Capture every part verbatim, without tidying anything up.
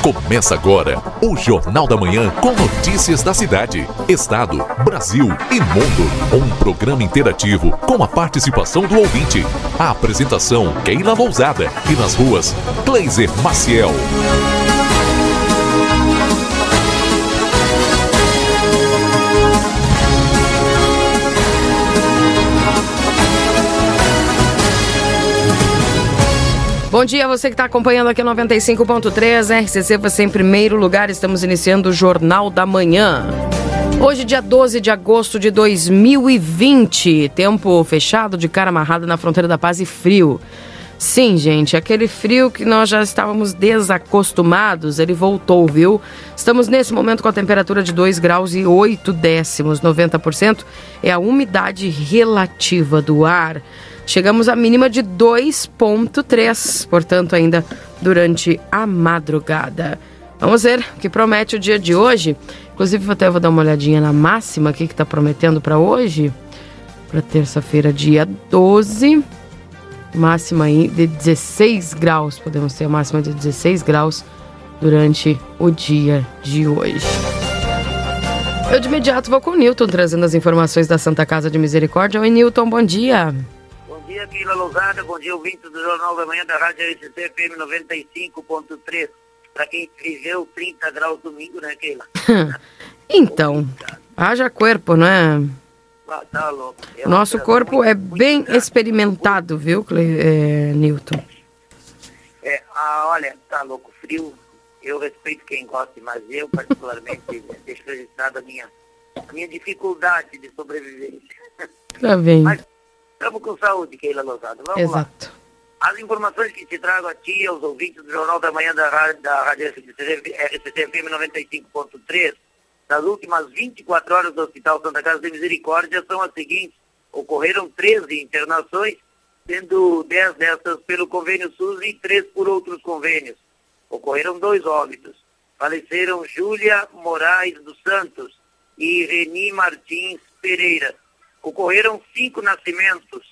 Começa agora o Jornal da Manhã com notícias da cidade, estado, Brasil e mundo. Um programa interativo com a participação do ouvinte. A apresentação Keila Lousada e nas ruas Cleiser Maciel. Bom dia, você que está acompanhando aqui noventa e cinco ponto três, R C C você em primeiro lugar. Estamos iniciando o Jornal da Manhã. Hoje, dia doze de agosto de dois mil e vinte. Tempo fechado, de cara amarrada na fronteira da paz e frio. Sim, gente, aquele frio que nós já estávamos desacostumados, ele voltou, viu? Estamos nesse momento com a temperatura de dois graus e oito décimos, noventa por cento é a umidade relativa do ar. Chegamos à mínima de dois ponto três, portanto, ainda durante a madrugada. Vamos ver o que promete o dia de hoje. Inclusive, até vou dar uma olhadinha na máxima aqui que está prometendo para hoje. Para terça-feira, dia doze. Máxima aí de dezesseis graus. Podemos ter a máxima de dezesseis graus durante o dia de hoje. Eu de imediato vou com o Newton, trazendo as informações da Santa Casa de Misericórdia. Oi, Newton, bom dia. Bom dia, Keila Lousada. Bom dia, ouvinte do Jornal da Manhã da Rádio R C C F M noventa e cinco ponto três. Para quem viveu trinta graus domingo, né, Keila? Então, haja corpo, não é? Ah, tá louco. É Nosso corpo muito, é bem muito experimentado, viu, é, Newton? É, ah, olha, tá louco, frio. Eu respeito quem gosta, mas eu, particularmente, deixo registrada a minha, a minha dificuldade de sobrevivência. Tá bem. Mas estamos com saúde, Keila Lousada. Vamos Exato. lá. As informações que te trago a ti, aos ouvintes do Jornal da Manhã da, da Rádio R C C F M noventa e cinco ponto três, das últimas vinte e quatro horas do Hospital Santa Casa de Misericórdia, são as seguintes. Ocorreram treze internações, sendo dez dessas pelo convênio SUS e três por outros convênios. Ocorreram dois óbitos. Faleceram Júlia Moraes dos Santos e Reni Martins Pereira. Ocorreram cinco nascimentos.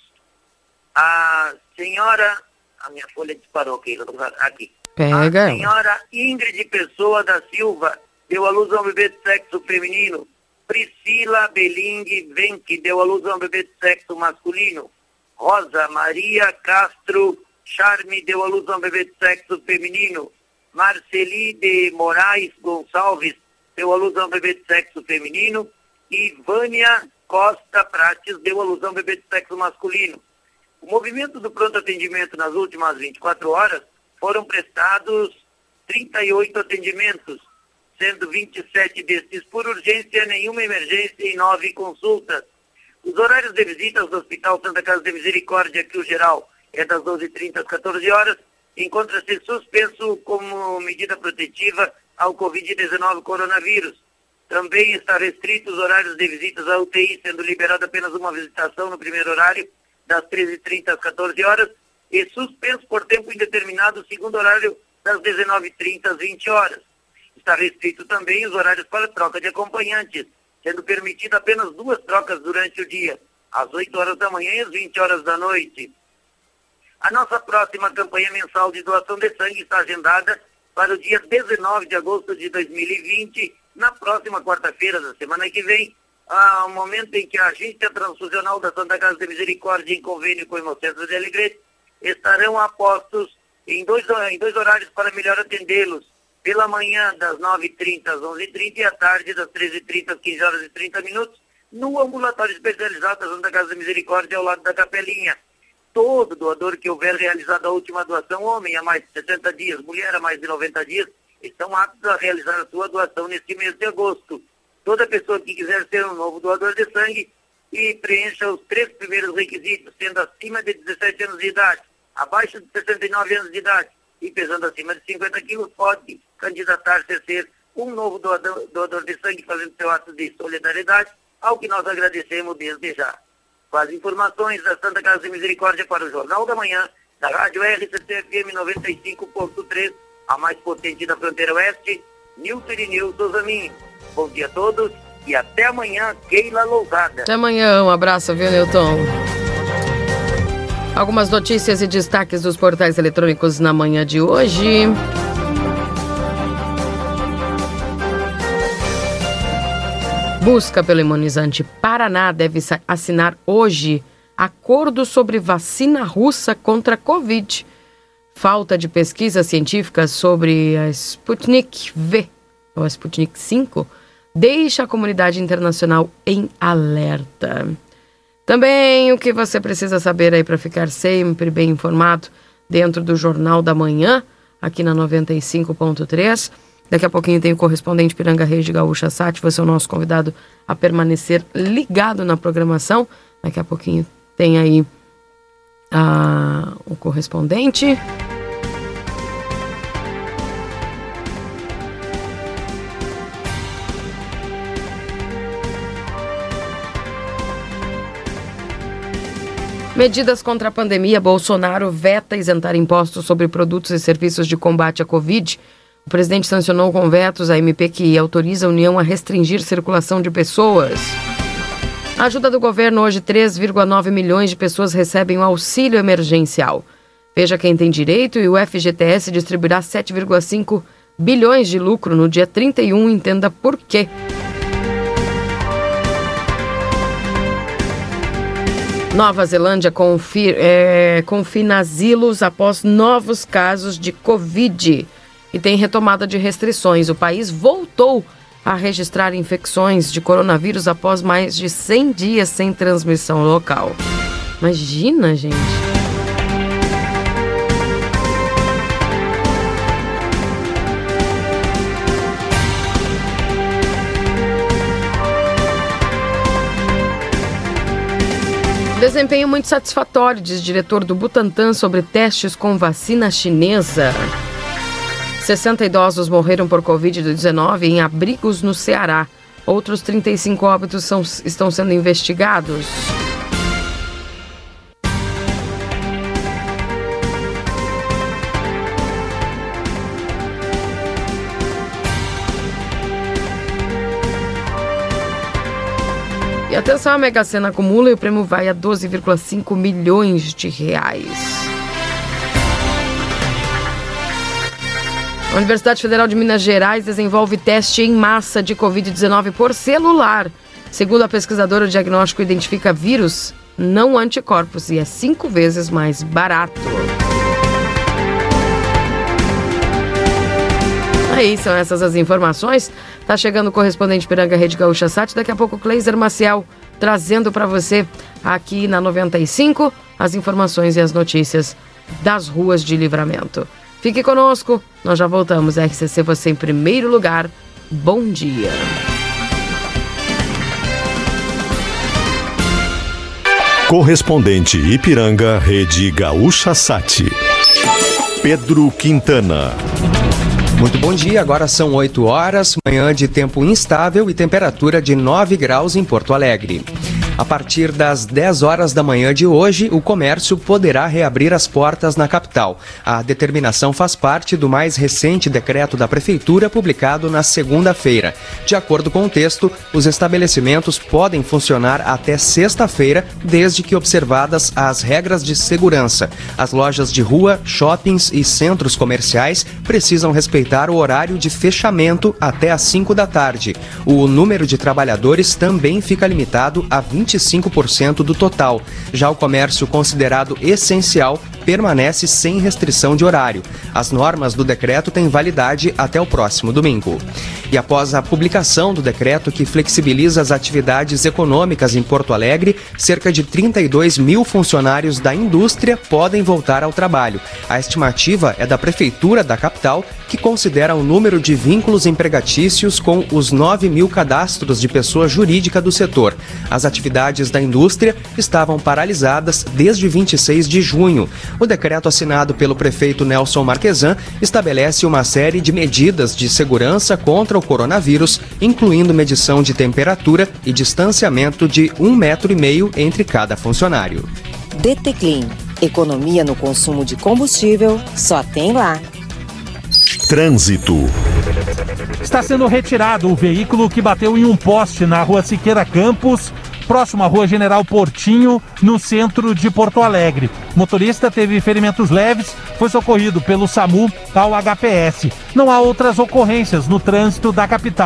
A senhora... A minha folha disparou aqui. aqui. Pega. A senhora Ingrid Pessoa da Silva deu à luz a um bebê de sexo feminino. Priscila Beling Venque deu à luz a um bebê de sexo masculino. Rosa Maria Castro Charme deu à luz a um bebê de sexo feminino. Marceli de Moraes Gonçalves deu à luz a um bebê de sexo feminino. E Vânia Costa Prates deu à luz a um bebê de sexo masculino. O movimento do pronto atendimento nas últimas vinte e quatro horas foram prestados trinta e oito atendimentos, sendo vinte e sete destes por urgência, nenhuma emergência e nove consultas. Os horários de visitas do Hospital Santa Casa de Misericórdia, que o geral é das doze e trinta às quatorze horas, encontra-se suspenso como medida protetiva ao covid dezenove coronavírus. Também está restrito os horários de visitas à U T I, sendo liberada apenas uma visitação no primeiro horário, das treze e trinta às quatorze horas, e suspenso por tempo indeterminado o segundo horário, das dezenove e trinta às vinte horas. Está restrito também os horários para troca de acompanhantes, sendo permitida apenas duas trocas durante o dia, às oito horas da manhã e às vinte horas da noite. A nossa próxima campanha mensal de doação de sangue está agendada para o dia dezenove de agosto de dois mil e vinte, na próxima quarta-feira da semana que vem, ao momento em que a Agência Transfusional da Santa Casa de Misericórdia, em convênio com o Hemocentro de Alegrete, estarão a postos em dois, em dois horários para melhor atendê-los. Pela manhã, das nove e trinta às onze e trinta, e à tarde, das treze e trinta às quinze horas e trinta minutos, no ambulatório especializado da Santa Casa de Misericórdia, ao lado da Capelinha. Todo doador que houver realizado a última doação, homem há mais de sessenta dias, mulher há mais de noventa dias, estão aptos a realizar a sua doação neste mês de agosto. Toda pessoa que quiser ser um novo doador de sangue e preencha os três primeiros requisitos, sendo acima de dezessete anos de idade, abaixo de sessenta e nove anos de idade e pesando acima de cinquenta quilos, pode candidatar-se a ser um novo doador, doador de sangue, fazendo seu ato de solidariedade, ao que nós agradecemos desde já. Com as informações da Santa Casa de Misericórdia para o Jornal da Manhã, da Rádio R C C F M noventa e cinco ponto três, a mais potente da fronteira oeste, Nilton e Nilton Zamin. Bom dia a todos e até amanhã, Keila Lousada. Até amanhã, um abraço, viu, Nilton? Algumas notícias e destaques dos portais eletrônicos na manhã de hoje. Busca pelo imunizante Paraná deve assinar hoje acordo sobre vacina russa contra a Covid. Falta de pesquisas científicas sobre a Sputnik V, ou a Sputnik cinco, deixa a comunidade internacional em alerta. Também o que você precisa saber aí para ficar sempre bem informado dentro do Jornal da Manhã, aqui na noventa e cinco ponto três. Daqui a pouquinho tem o correspondente Piranga Rede Gaúcha Sat, você é o nosso convidado a permanecer ligado na programação. Daqui a pouquinho tem aí ah, o correspondente. Medidas contra a pandemia. Bolsonaro veta isentar impostos sobre produtos e serviços de combate à Covid. O presidente sancionou com vetos a M P que autoriza a União a restringir circulação de pessoas. A ajuda do governo, hoje três vírgula nove milhões de pessoas recebem o auxílio emergencial. Veja quem tem direito, e o F G T S distribuirá sete vírgula cinco bilhões de lucro no dia trinta e um, entenda por quê. Nova Zelândia confir, é, confina asilos após novos casos de Covid e tem retomada de restrições. O país voltou a registrar infecções de coronavírus após mais de cem dias sem transmissão local. Imagina, gente. Desempenho muito satisfatório, diz diretor do Butantan sobre testes com vacina chinesa. sessenta idosos morreram por covid dezenove em abrigos no Ceará. Outros trinta e cinco óbitos são, estão sendo investigados. E atenção, a Mega Sena acumula e o prêmio vai a doze vírgula cinco milhões de reais. A Universidade Federal de Minas Gerais desenvolve teste em massa de covid dezenove por celular. Segundo a pesquisadora, o diagnóstico identifica vírus, não anticorpos, e é cinco vezes mais barato. Aí são essas as informações. Tá chegando o correspondente Piranga Rede Gaúcha Sat. Daqui a pouco o Cleiser Maciel trazendo para você aqui na noventa e cinco as informações e as notícias das ruas de Livramento. Fique conosco, nós já voltamos. R C C, você em primeiro lugar. Bom dia. Correspondente Ipiranga, Rede Gaúcha Sat. Pedro Quintana. Muito bom dia, agora são oito horas, manhã de tempo instável e temperatura de nove graus em Porto Alegre. A partir das dez horas da manhã de hoje, o comércio poderá reabrir as portas na capital. A determinação faz parte do mais recente decreto da Prefeitura, publicado na segunda-feira. De acordo com o texto, os estabelecimentos podem funcionar até sexta-feira, desde que observadas as regras de segurança. As lojas de rua, shoppings e centros comerciais precisam respeitar o horário de fechamento até às cinco da tarde. O número de trabalhadores também fica limitado a vinte e cinco por cento do total. Já o comércio considerado essencial permanece sem restrição de horário. As normas do decreto têm validade até o próximo domingo. E após a publicação do decreto que flexibiliza as atividades econômicas em Porto Alegre, cerca de trinta e dois mil funcionários da indústria podem voltar ao trabalho. A estimativa é da Prefeitura da capital, que considera o número de vínculos empregatícios com os nove mil cadastros de pessoa jurídica do setor. As atividades da indústria estavam paralisadas desde vinte e seis de junho. O decreto assinado pelo prefeito Nelson Marquesan estabelece uma série de medidas de segurança contra o coronavírus, incluindo medição de temperatura e distanciamento de um metro e meio entre cada funcionário. D T Clean. Economia no consumo de combustível só tem lá. Trânsito. Está sendo retirado o veículo que bateu em um poste na rua Siqueira Campos, próximo à rua General Portinho, no centro de Porto Alegre. O motorista teve ferimentos leves, foi socorrido pelo SAMU ao H P S. Não há outras ocorrências no trânsito da capital.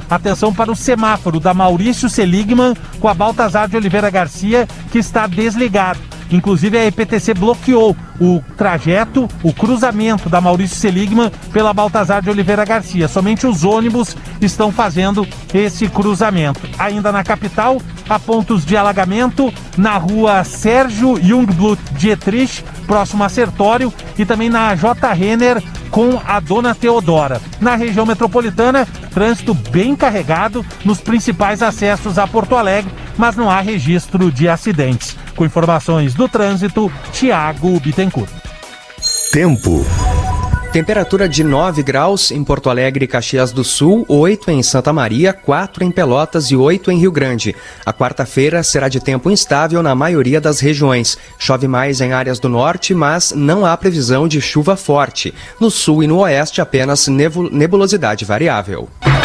Atenção para o semáforo da Maurício Seligman com a Baltazar de Oliveira Garcia, que está desligado. Inclusive a E P T C bloqueou o trajeto, o cruzamento da Maurício Seligman pela Baltazar de Oliveira Garcia. Somente os ônibus estão fazendo esse cruzamento. Ainda na capital, há pontos de alagamento na rua Sérgio Jungblut Dietrich, próximo a Sertório, e também na J. Renner com a Dona Teodora. Na região metropolitana, trânsito bem carregado nos principais acessos a Porto Alegre, mas não há registro de acidentes. Com informações do trânsito, Tiago Bittencourt. Tempo. Temperatura de nove graus em Porto Alegre e Caxias do Sul, oito em Santa Maria, quatro em Pelotas e oito em Rio Grande. A quarta-feira será de tempo instável na maioria das regiões. Chove mais em áreas do norte, mas não há previsão de chuva forte. No sul e no oeste, apenas nebulosidade variável.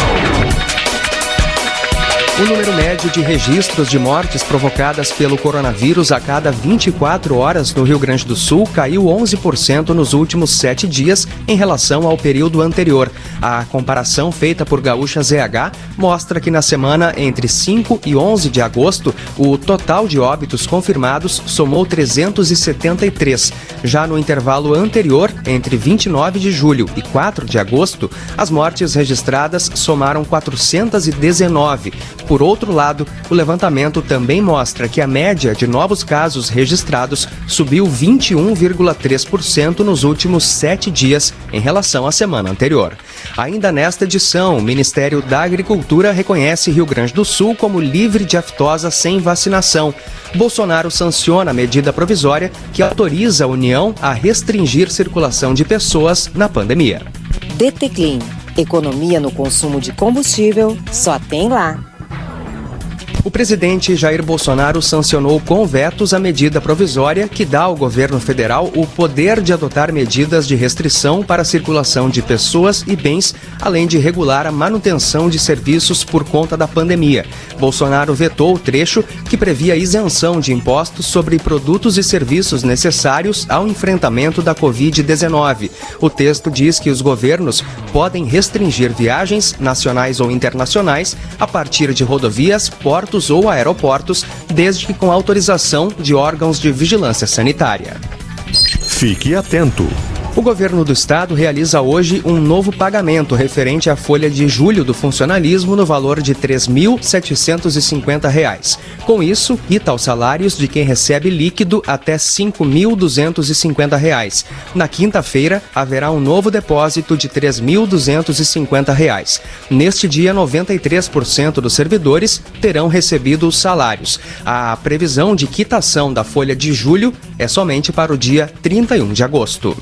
O número médio de registros de mortes provocadas pelo coronavírus a cada vinte e quatro horas no Rio Grande do Sul caiu onze por cento nos últimos sete dias em relação ao período anterior. A comparação feita por Gaúcha Z H mostra que na semana entre cinco e onze de agosto, o total de óbitos confirmados somou trezentos e setenta e três. Já no intervalo anterior, entre vinte e nove de julho e quatro de agosto, as mortes registradas somaram quatrocentos e dezenove. Por outro lado, o levantamento também mostra que a média de novos casos registrados subiu vinte e um vírgula três por cento nos últimos sete dias em relação à semana anterior. Ainda nesta edição, o Ministério da Agricultura reconhece Rio Grande do Sul como livre de aftosa sem vacinação. Bolsonaro sanciona a medida provisória que autoriza a União a restringir circulação de pessoas na pandemia. D T Clean. Economia no consumo de combustível só tem lá. O presidente Jair Bolsonaro sancionou com vetos a medida provisória que dá ao governo federal o poder de adotar medidas de restrição para a circulação de pessoas e bens, além de regular a manutenção de serviços por conta da pandemia. Bolsonaro vetou o trecho que previa isenção de impostos sobre produtos e serviços necessários ao enfrentamento da covid dezenove. O texto diz que os governos podem restringir viagens nacionais ou internacionais a partir de rodovias, portos ou aeroportos, desde que com autorização de órgãos de vigilância sanitária. Fique atento. O governo do estado realiza hoje um novo pagamento referente à folha de julho do funcionalismo no valor de três mil setecentos e cinquenta reais. Com isso, quita os salários de quem recebe líquido até cinco mil duzentos e cinquenta reais. Na quinta-feira, haverá um novo depósito de três mil duzentos e cinquenta reais. Neste dia, noventa e três por cento dos servidores terão recebido os salários. A previsão de quitação da folha de julho é somente para o dia trinta e um de agosto.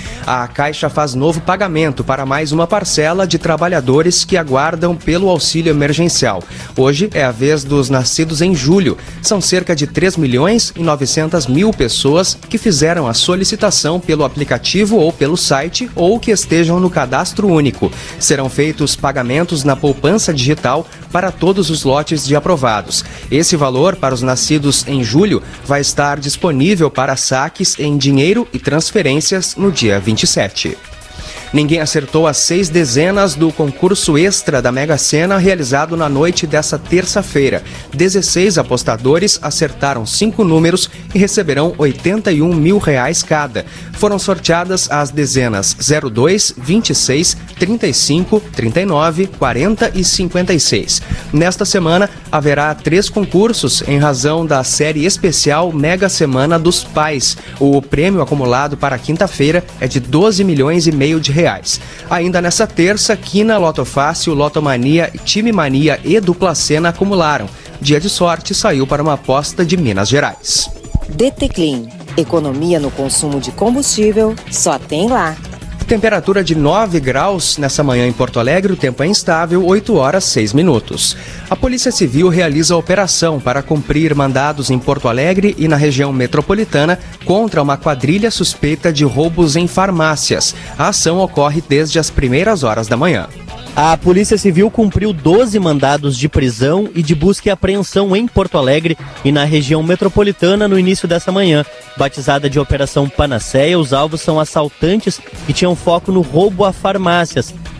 A Caixa faz novo pagamento para mais uma parcela de trabalhadores que aguardam pelo auxílio emergencial. Hoje é a vez dos nascidos em julho. São cerca de três milhões e novecentas mil pessoas que fizeram a solicitação pelo aplicativo ou pelo site ou que estejam no cadastro único. Serão feitos pagamentos na poupança digital para todos os lotes de aprovados. Esse valor para os nascidos em julho vai estar disponível para saques em dinheiro e transferências no dia vinte e sete. Ninguém acertou as seis dezenas do concurso extra da Mega Sena realizado na noite dessa terça-feira. dezesseis apostadores acertaram cinco números e receberão oitenta e um mil reais cada. Foram sorteadas as dezenas zero dois, vinte e seis, trinta e cinco, trinta e nove, quarenta e cinquenta e seis. Nesta semana, haverá três concursos em razão da série especial Mega Semana dos Pais. O prêmio acumulado para quinta-feira é de doze milhões e meio de reais. Ainda nessa terça, Quina, Loto Fácil, Lotomania, Time Mania e Dupla Sena acumularam. Dia de sorte saiu para uma aposta de Minas Gerais. D T Clean. Economia no consumo de combustível só tem lá. Temperatura de nove graus nessa manhã em Porto Alegre, o tempo é instável, oito horas seis minutos. A Polícia Civil realiza operação para cumprir mandados em Porto Alegre e na região metropolitana contra uma quadrilha suspeita de roubos em farmácias. A ação ocorre desde as primeiras horas da manhã. A Polícia Civil cumpriu doze mandados de prisão e de busca e apreensão em Porto Alegre e na região metropolitana no início dessa manhã. Batizada de Operação Panaceia, os alvos são assaltantes que tinham foco no roubo a farmácias.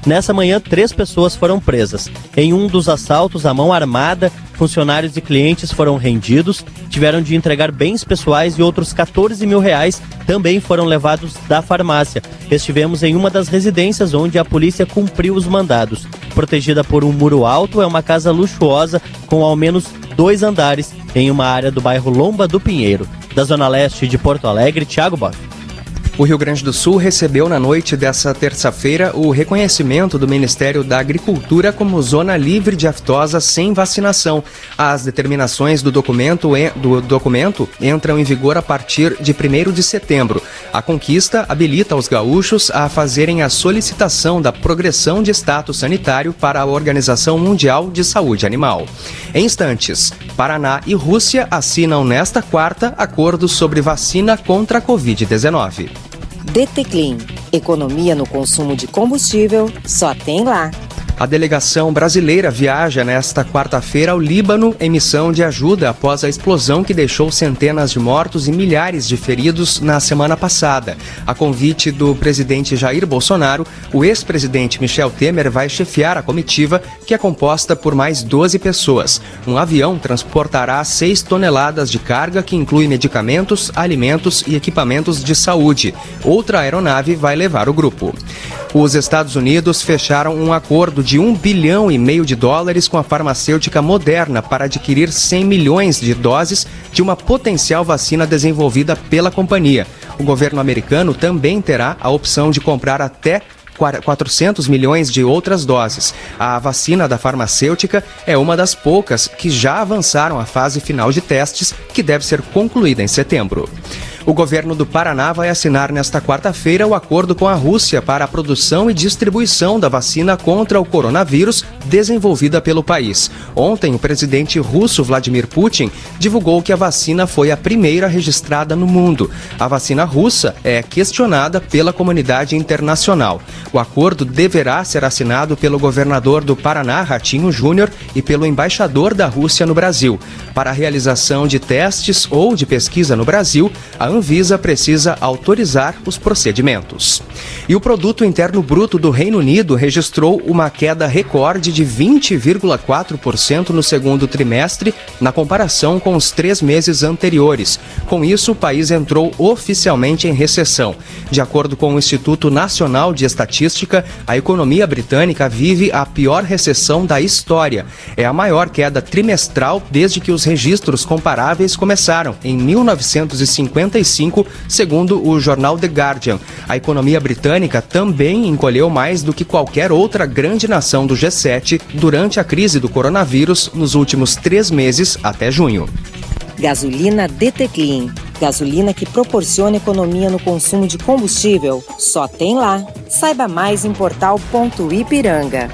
Nessa manhã, três pessoas foram presas. Em um dos assaltos, à mão armada, funcionários e clientes foram rendidos, tiveram de entregar bens pessoais e outros catorze mil reais também foram levados da farmácia. Estivemos em uma das residências onde a polícia cumpriu os mandados. Protegida por um muro alto, é uma casa luxuosa com ao menos dois andares em uma área do bairro Lomba do Pinheiro. Da Zona Leste de Porto Alegre, Thiago Boff. O Rio Grande do Sul recebeu na noite dessa terça-feira o reconhecimento do Ministério da Agricultura como zona livre de aftosa sem vacinação. As determinações do documento, do documento entram em vigor a partir de primeiro de setembro. A conquista habilita os gaúchos a fazerem a solicitação da progressão de status sanitário para a Organização Mundial de Saúde Animal. Em instantes, Paraná e Rússia assinam nesta quarta acordos sobre vacina contra a covid dezenove. D T Clean. Economia no consumo de combustível só tem lá. A delegação brasileira viaja nesta quarta-feira ao Líbano em missão de ajuda após a explosão que deixou centenas de mortos e milhares de feridos na semana passada. A convite do presidente Jair Bolsonaro, o ex-presidente Michel Temer vai chefiar a comitiva, que é composta por mais doze pessoas. Um avião transportará seis toneladas de carga, que inclui medicamentos, alimentos e equipamentos de saúde. Outra aeronave vai levar o grupo. Os Estados Unidos fecharam um acordo de um bilhão e meio de dólares com a farmacêutica Moderna para adquirir cem milhões de doses de uma potencial vacina desenvolvida pela companhia. O governo americano também terá a opção de comprar até quatrocentos milhões de outras doses. A vacina da farmacêutica é uma das poucas que já avançaram à fase final de testes, que deve ser concluída em setembro. O governo do Paraná vai assinar nesta quarta-feira o acordo com a Rússia para a produção e distribuição da vacina contra o coronavírus desenvolvida pelo país. Ontem, o presidente russo Vladimir Putin divulgou que a vacina foi a primeira registrada no mundo. A vacina russa é questionada pela comunidade internacional. O acordo deverá ser assinado pelo governador do Paraná, Ratinho Júnior, e pelo embaixador da Rússia no Brasil. Para a realização de testes ou de pesquisa no Brasil, a Anvisa precisa autorizar os procedimentos. E o Produto Interno Bruto do Reino Unido registrou uma queda recorde de vinte vírgula quatro por cento no segundo trimestre, na comparação com os três meses anteriores. Com isso, o país entrou oficialmente em recessão. De acordo com o Instituto Nacional de Estatística, a economia britânica vive a pior recessão da história. É a maior queda trimestral desde que os registros comparáveis começaram, em mil novecentos e cinquenta e cinco, segundo o jornal The Guardian. A economia britânica também encolheu mais do que qualquer outra grande nação do G sete durante a crise do coronavírus nos últimos três meses até junho. Gasolina D T Clean. Gasolina que proporciona economia no consumo de combustível só tem lá. Saiba mais em portal ponto ipiranga.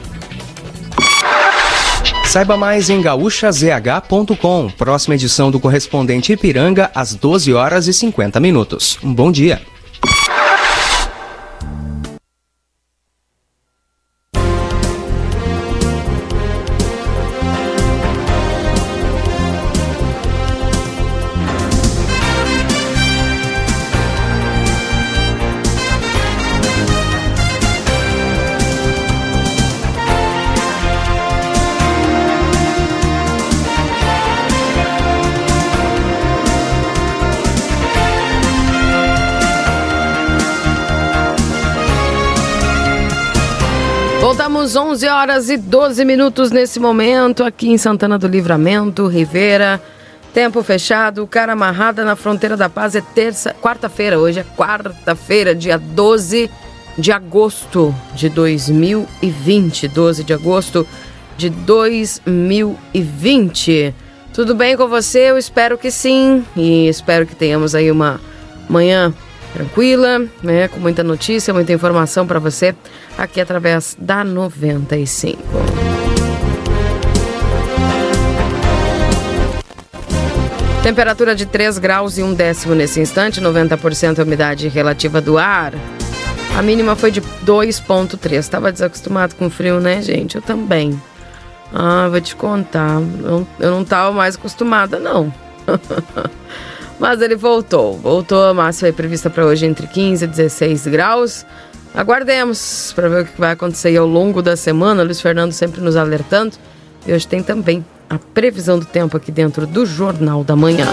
Saiba mais em gaúcha z h ponto com. Próxima edição do Correspondente Ipiranga, às doze horas e cinquenta minutos. Um bom dia. Voltamos onze horas e doze minutos nesse momento, aqui em Santana do Livramento, Rivera. Tempo fechado, cara amarrada na fronteira da paz. É terça, quarta-feira, hoje é quarta-feira, dia doze de agosto de dois mil e vinte. doze de agosto de dois mil e vinte. Tudo bem com você? Eu espero que sim. E espero que tenhamos aí uma manhã tranquila, né, com muita notícia, muita informação para você aqui através da noventa e cinco. Temperatura de três graus e um décimo nesse instante, noventa por cento a umidade relativa do ar. A mínima foi de dois vírgula três. Estava desacostumado com frio, né, gente? Eu também. Ah, vou te contar. Eu, eu não estava mais acostumada, não. Mas ele voltou. Voltou, a máxima é prevista para hoje entre quinze e dezesseis graus. Aguardemos para ver o que vai acontecer ao longo da semana. Luiz Fernando sempre nos alertando. E hoje tem também a previsão do tempo aqui dentro do Jornal da Manhã.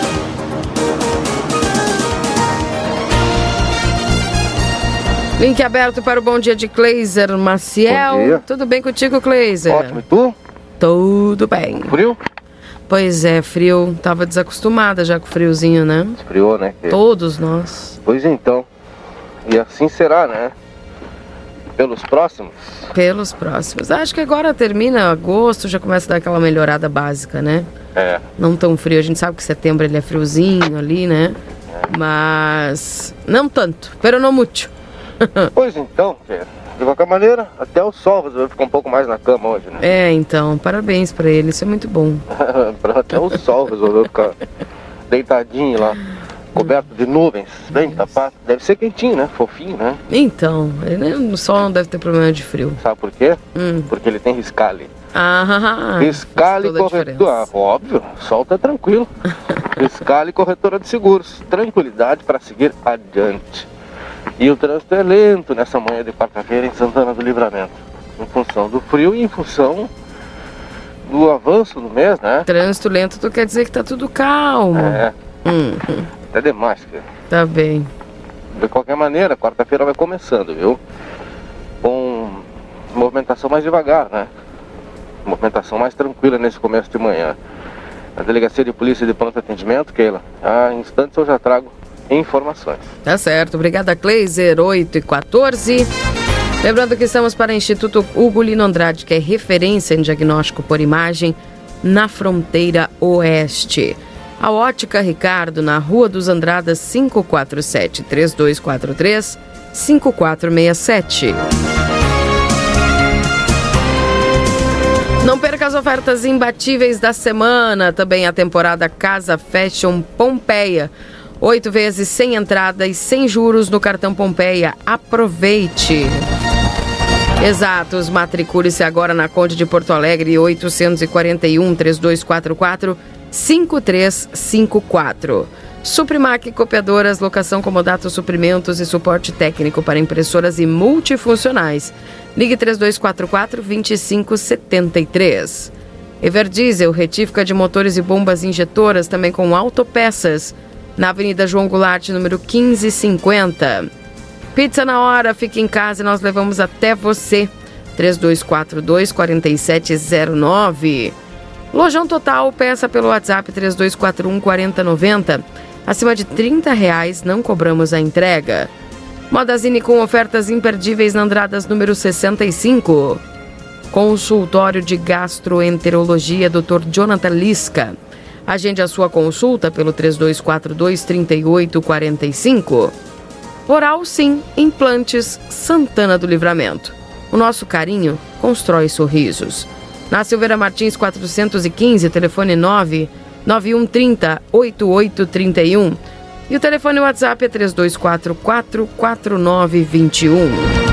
Link aberto para o Bom Dia de Cleiser Maciel. Bom dia. Tudo bem contigo, Cleiser? Ótimo, e tu? Tudo bem. Frio? Pois é, frio. Tava desacostumada já com o friozinho, né? Esfriou, né? Que... Todos nós. Pois então. E assim será, né? Pelos próximos? Pelos próximos. Acho que agora termina agosto, já começa a dar aquela melhorada básica, né? É. Não tão frio. A gente sabe que setembro ele é friozinho ali, né? É. Mas não tanto. Pero não muito. Pois então, de qualquer maneira, até o sol resolveu ficar um pouco mais na cama hoje, né? É, então, parabéns pra ele, isso é muito bom. Até o sol resolveu ficar deitadinho lá, coberto de nuvens, bem tapado. Deve ser quentinho, né? Fofinho, né? Então, ele, o sol não deve ter problema de frio. Sabe por quê? Hum. Porque ele tem riscale. Ah, Riscale corretora. Ah, óbvio, o sol tá tranquilo. Riscale corretora de seguros. Tranquilidade para seguir adiante. E o trânsito é lento nessa manhã de quarta-feira em Santana do Livramento, em função do frio e em função do avanço do mês, né? Trânsito lento, tu quer dizer que tá tudo calmo. É, hum, hum. até demais, filho. Tá bem. De qualquer maneira, quarta-feira vai começando, viu? Com movimentação mais devagar, né? Movimentação mais tranquila nesse começo de manhã. A Delegacia de Polícia de Pronto Atendimento, Keila, há instantes eu já trago informações. Tá certo, obrigada, Cleiser, oito e quatorze. Lembrando que estamos para o Instituto Hugo Lino Andrade, que é referência em diagnóstico por imagem na fronteira oeste. A Ótica Ricardo, na Rua dos Andradas, cinco quatro sete, três dois quatro três, cinco quatro seis sete. Não perca as ofertas imbatíveis da semana, também a temporada Casa Fashion Pompeia. Oito vezes sem entrada e sem juros no cartão Pompeia. Aproveite! Exatos, matricule-se agora na Conde de Porto Alegre, oitocentos e quarenta e um, três dois quatro quatro, cinco três cinco quatro. Suprimac Copiadoras, locação, comodato, suprimentos e suporte técnico para impressoras e multifuncionais. Ligue três dois quatro quatro, dois cinco sete três. Everdiesel, retífica de motores e bombas injetoras, também com autopeças. Na Avenida João Goulart, número quinze cinquenta. Pizza na hora, fique em casa e nós levamos até você. três dois quatro dois, quatro sete zero nove. Lojão Total, peça pelo WhatsApp três dois quatro um, quatro zero nove zero. Acima de trinta reais não cobramos a entrega. Modazine com ofertas imperdíveis na Andradas, número sessenta e cinco. Consultório de Gastroenterologia, doutor Jonathan Lisca. Agende a sua consulta pelo três dois quatro dois, três oito quatro cinco. Oral Sim, Implantes Santana do Livramento. O nosso carinho constrói sorrisos. Na Silveira Martins quatrocentos e quinze, telefone nove nove um três zero, oito oito três um. E o telefone WhatsApp é três dois quatro quatro, quatro nove dois um.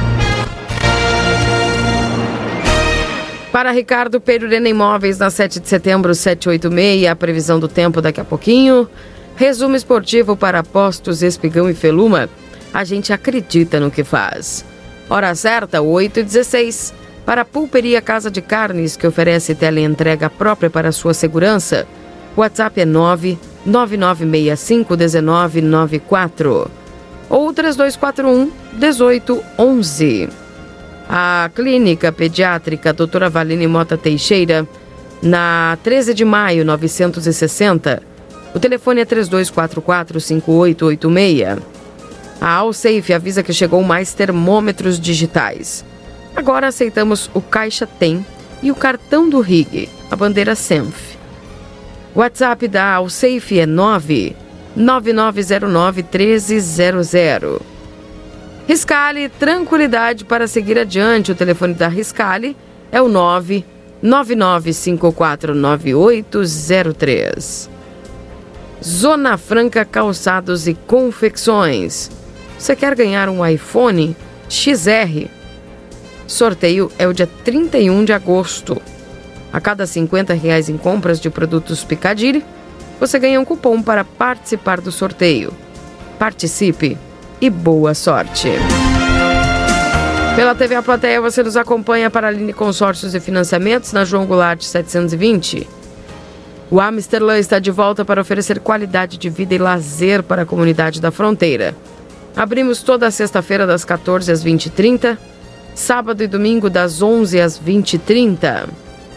Para Ricardo Perurena Imóveis, na sete de setembro, setecentos e oitenta e seis, a previsão do tempo daqui a pouquinho. Resumo esportivo para Postos Espigão e Feluma. A gente acredita no que faz. Hora certa, oito e dezesseis. Para a Pulperia Casa de Carnes, que oferece teleentrega própria para sua segurança. O WhatsApp é nove nove nove seis cinco um nove nove quatro ou três dois quatro um, um oito um um. A Clínica Pediátrica doutora Valine Mota Teixeira, na treze de maio, novecentos e sessenta. O telefone é três dois quatro quatro, cinco oito oito seis. A Alsafe avisa que chegou mais termômetros digitais. Agora aceitamos o Caixa Tem e o cartão do R I G, a bandeira Senf. O WhatsApp da Alsafe é nove nove nove zero nove, um três zero zero. Riscale, tranquilidade para seguir adiante. O telefone da Riscale é o nove nove nove cinco quatro nove oito zero três. Zona Franca Calçados e Confecções. Você quer ganhar um iPhone X R? Sorteio é o dia trinta e um de agosto. A cada cinquenta reais em compras de produtos Picadilly, você ganha um cupom para participar do sorteio. Participe e boa sorte! Pela T V A Plateia, você nos acompanha para a Aline Consórcios e Financiamentos, na João Goulart setecentos e vinte. O Amsterlan está de volta para oferecer qualidade de vida e lazer para a comunidade da fronteira. Abrimos toda sexta-feira das quatorze às vinte e trinta, sábado e domingo das onze às vinte e trinta.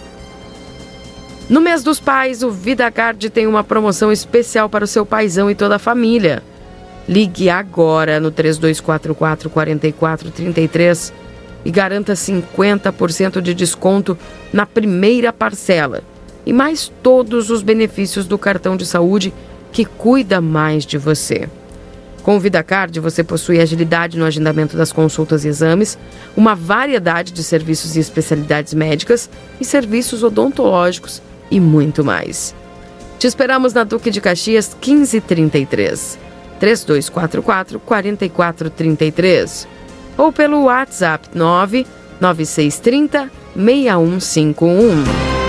No mês dos pais, o VidaCard tem uma promoção especial para o seu paizão e toda a família. Ligue agora no três dois quatro quatro, quatro quatro três três e garanta cinquenta por cento de desconto na primeira parcela. E mais todos os benefícios do cartão de saúde que cuida mais de você. Com o VidaCard, você possui agilidade no agendamento das consultas e exames, uma variedade de serviços e especialidades médicas e serviços odontológicos e muito mais. Te esperamos na Duque de Caxias quinze trinta e três. três dois quatro quatro, quatro quatro três três ou pelo WhatsApp nove nove seis três zero, seis um cinco um.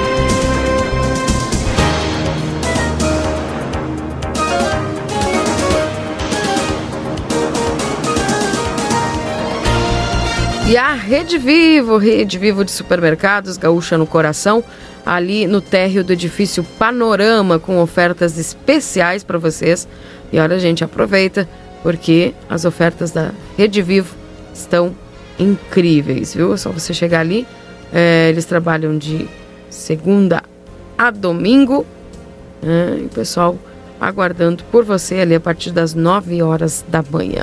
E a Rede Vivo, Rede Vivo de Supermercados, Gaúcha no Coração, ali no térreo do edifício Panorama, com ofertas especiais para vocês. E olha, gente, aproveita, porque as ofertas da Rede Vivo estão incríveis, viu? É só você chegar ali, é, eles trabalham de segunda a domingo, né? E o pessoal aguardando por você ali a partir das nove horas da manhã.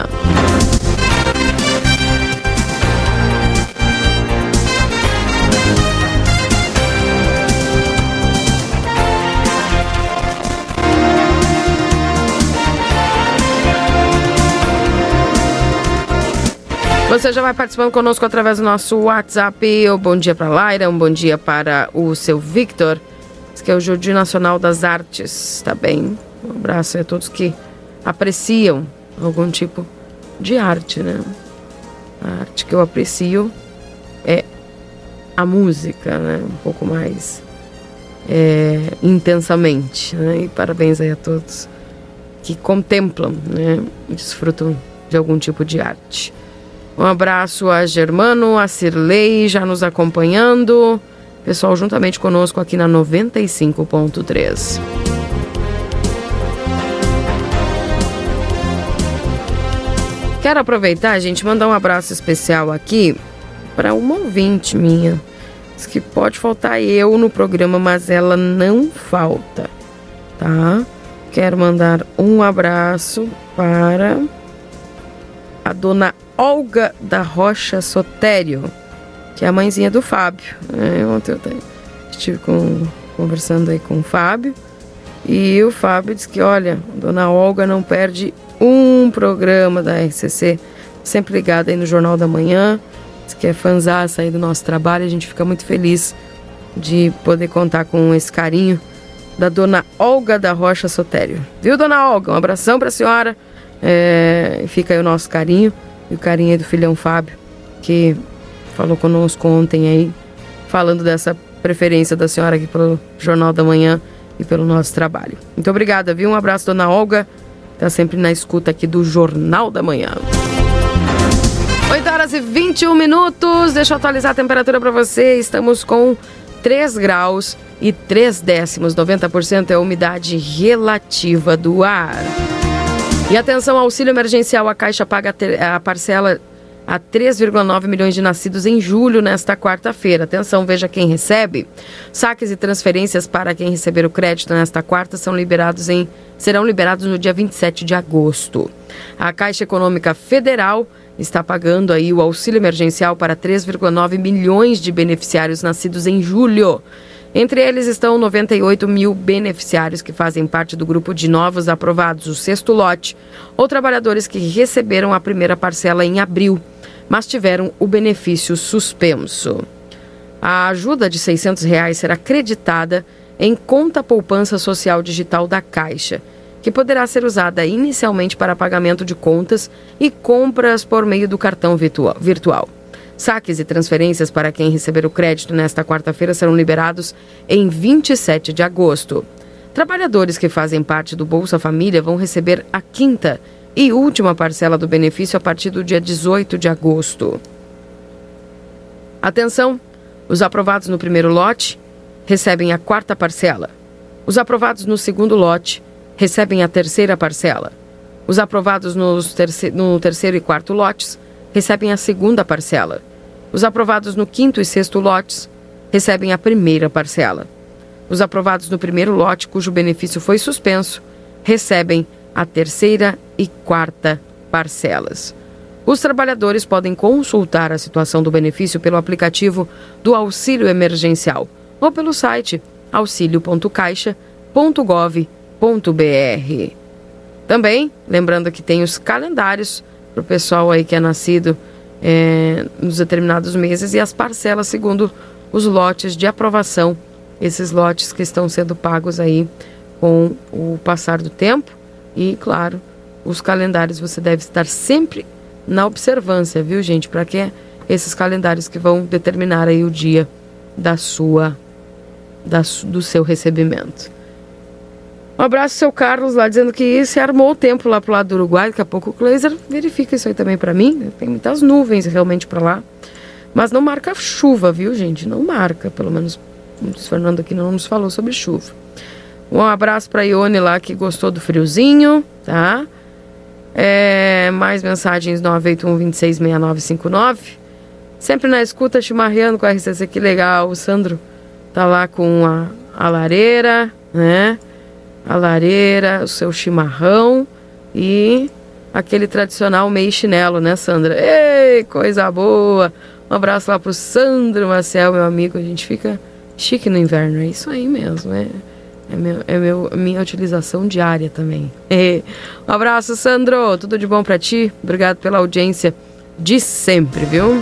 Você já vai participando conosco através do nosso WhatsApp. Um bom dia para a Laira, um bom dia para o seu Victor, que é o Jardim Nacional das Artes, tá bem? Um abraço a todos que apreciam algum tipo de arte, né? A arte que eu aprecio é a música, né? Um pouco mais é, intensamente, né? E parabéns aí a todos que contemplam, né? E desfrutam de algum tipo de arte. Um abraço a Germano, a Cirlei, já nos acompanhando. Pessoal, juntamente conosco aqui na noventa e cinco ponto três. Quero aproveitar, gente, mandar um abraço especial aqui para uma ouvinte minha. Diz que pode faltar eu no programa, mas ela não falta, tá? Quero mandar um abraço para a dona Olga da Rocha Sotério, que é a mãezinha do Fábio. É, ontem eu estive com, conversando aí com o Fábio, e o Fábio disse que, olha, a dona Olga não perde um programa da R C C, sempre ligada aí no Jornal da Manhã, diz que é fãzaça aí do nosso trabalho, a gente fica muito feliz de poder contar com esse carinho da dona Olga da Rocha Sotério. Viu, dona Olga? Um abração pra senhora, é, fica aí o nosso carinho. E o carinho aí do filhão Fábio, que falou conosco ontem aí, falando dessa preferência da senhora aqui pelo Jornal da Manhã e pelo nosso trabalho. Muito obrigada, viu? Um abraço, dona Olga, tá sempre na escuta aqui do Jornal da Manhã. oito horas e vinte e um minutos, deixa eu atualizar a temperatura para você. Estamos com três graus e três décimos, noventa por cento é a umidade relativa do ar. E atenção, auxílio emergencial, a Caixa paga a parcela a três vírgula nove milhões de nascidos em julho nesta quarta-feira. Atenção, veja quem recebe. Saques e transferências para quem receber o crédito nesta quarta são liberados em, serão liberados no dia vinte e sete de agosto. A Caixa Econômica Federal está pagando aí o auxílio emergencial para três vírgula nove milhões de beneficiários nascidos em julho. Entre eles estão noventa e oito mil beneficiários que fazem parte do grupo de novos aprovados, o sexto lote, ou trabalhadores que receberam a primeira parcela em abril, mas tiveram o benefício suspenso. A ajuda de seiscentos reais será creditada em conta poupança social digital da Caixa, que poderá ser usada inicialmente para pagamento de contas e compras por meio do cartão virtual. Saques e transferências para quem receber o crédito nesta quarta-feira serão liberados em vinte e sete de agosto. Trabalhadores que fazem parte do Bolsa Família vão receber a quinta e última parcela do benefício a partir do dia dezoito de agosto. Atenção, os aprovados no primeiro lote recebem a quarta parcela. Os aprovados no segundo lote recebem a terceira parcela. Os aprovados nos terce- no terceiro e quarto lotes recebem a segunda parcela. Os aprovados no quinto e sexto lotes recebem a primeira parcela. Os aprovados no primeiro lote, cujo benefício foi suspenso, recebem a terceira e quarta parcelas. Os trabalhadores podem consultar a situação do benefício pelo aplicativo do Auxílio Emergencial ou pelo site auxilio ponto caixa ponto gov ponto br. Também, lembrando que tem os calendários para o pessoal aí que é nascido é, nos determinados meses e as parcelas segundo os lotes de aprovação, esses lotes que estão sendo pagos aí com o passar do tempo e, claro, os calendários você deve estar sempre na observância, viu, gente? Para que esses calendários que vão determinar aí o dia da sua, da, do seu recebimento. Um abraço, seu Carlos, lá dizendo que se armou o tempo lá pro lado do Uruguai. Daqui a pouco o Kleiser verifica isso aí também para mim. Tem muitas nuvens realmente para lá. Mas não marca chuva, viu, gente? Não marca, pelo menos o Fernando aqui não nos falou sobre chuva. Um abraço para a Ione lá que gostou do friozinho, tá? É, mais mensagens nove oito um, dois seis, seis nove cinco nove. Sempre na escuta, chimarreando com a R C C, que legal. O Sandro tá lá com a, a lareira, né? A lareira, o seu chimarrão e aquele tradicional meio chinelo, né, Sandra? Ei, coisa boa! Um abraço lá pro Sandro Marcel, meu amigo. A gente fica chique no inverno, é isso aí mesmo, é, é, meu, é meu, minha utilização diária também. Um abraço, Sandro, tudo de bom pra ti, obrigado pela audiência de sempre, viu?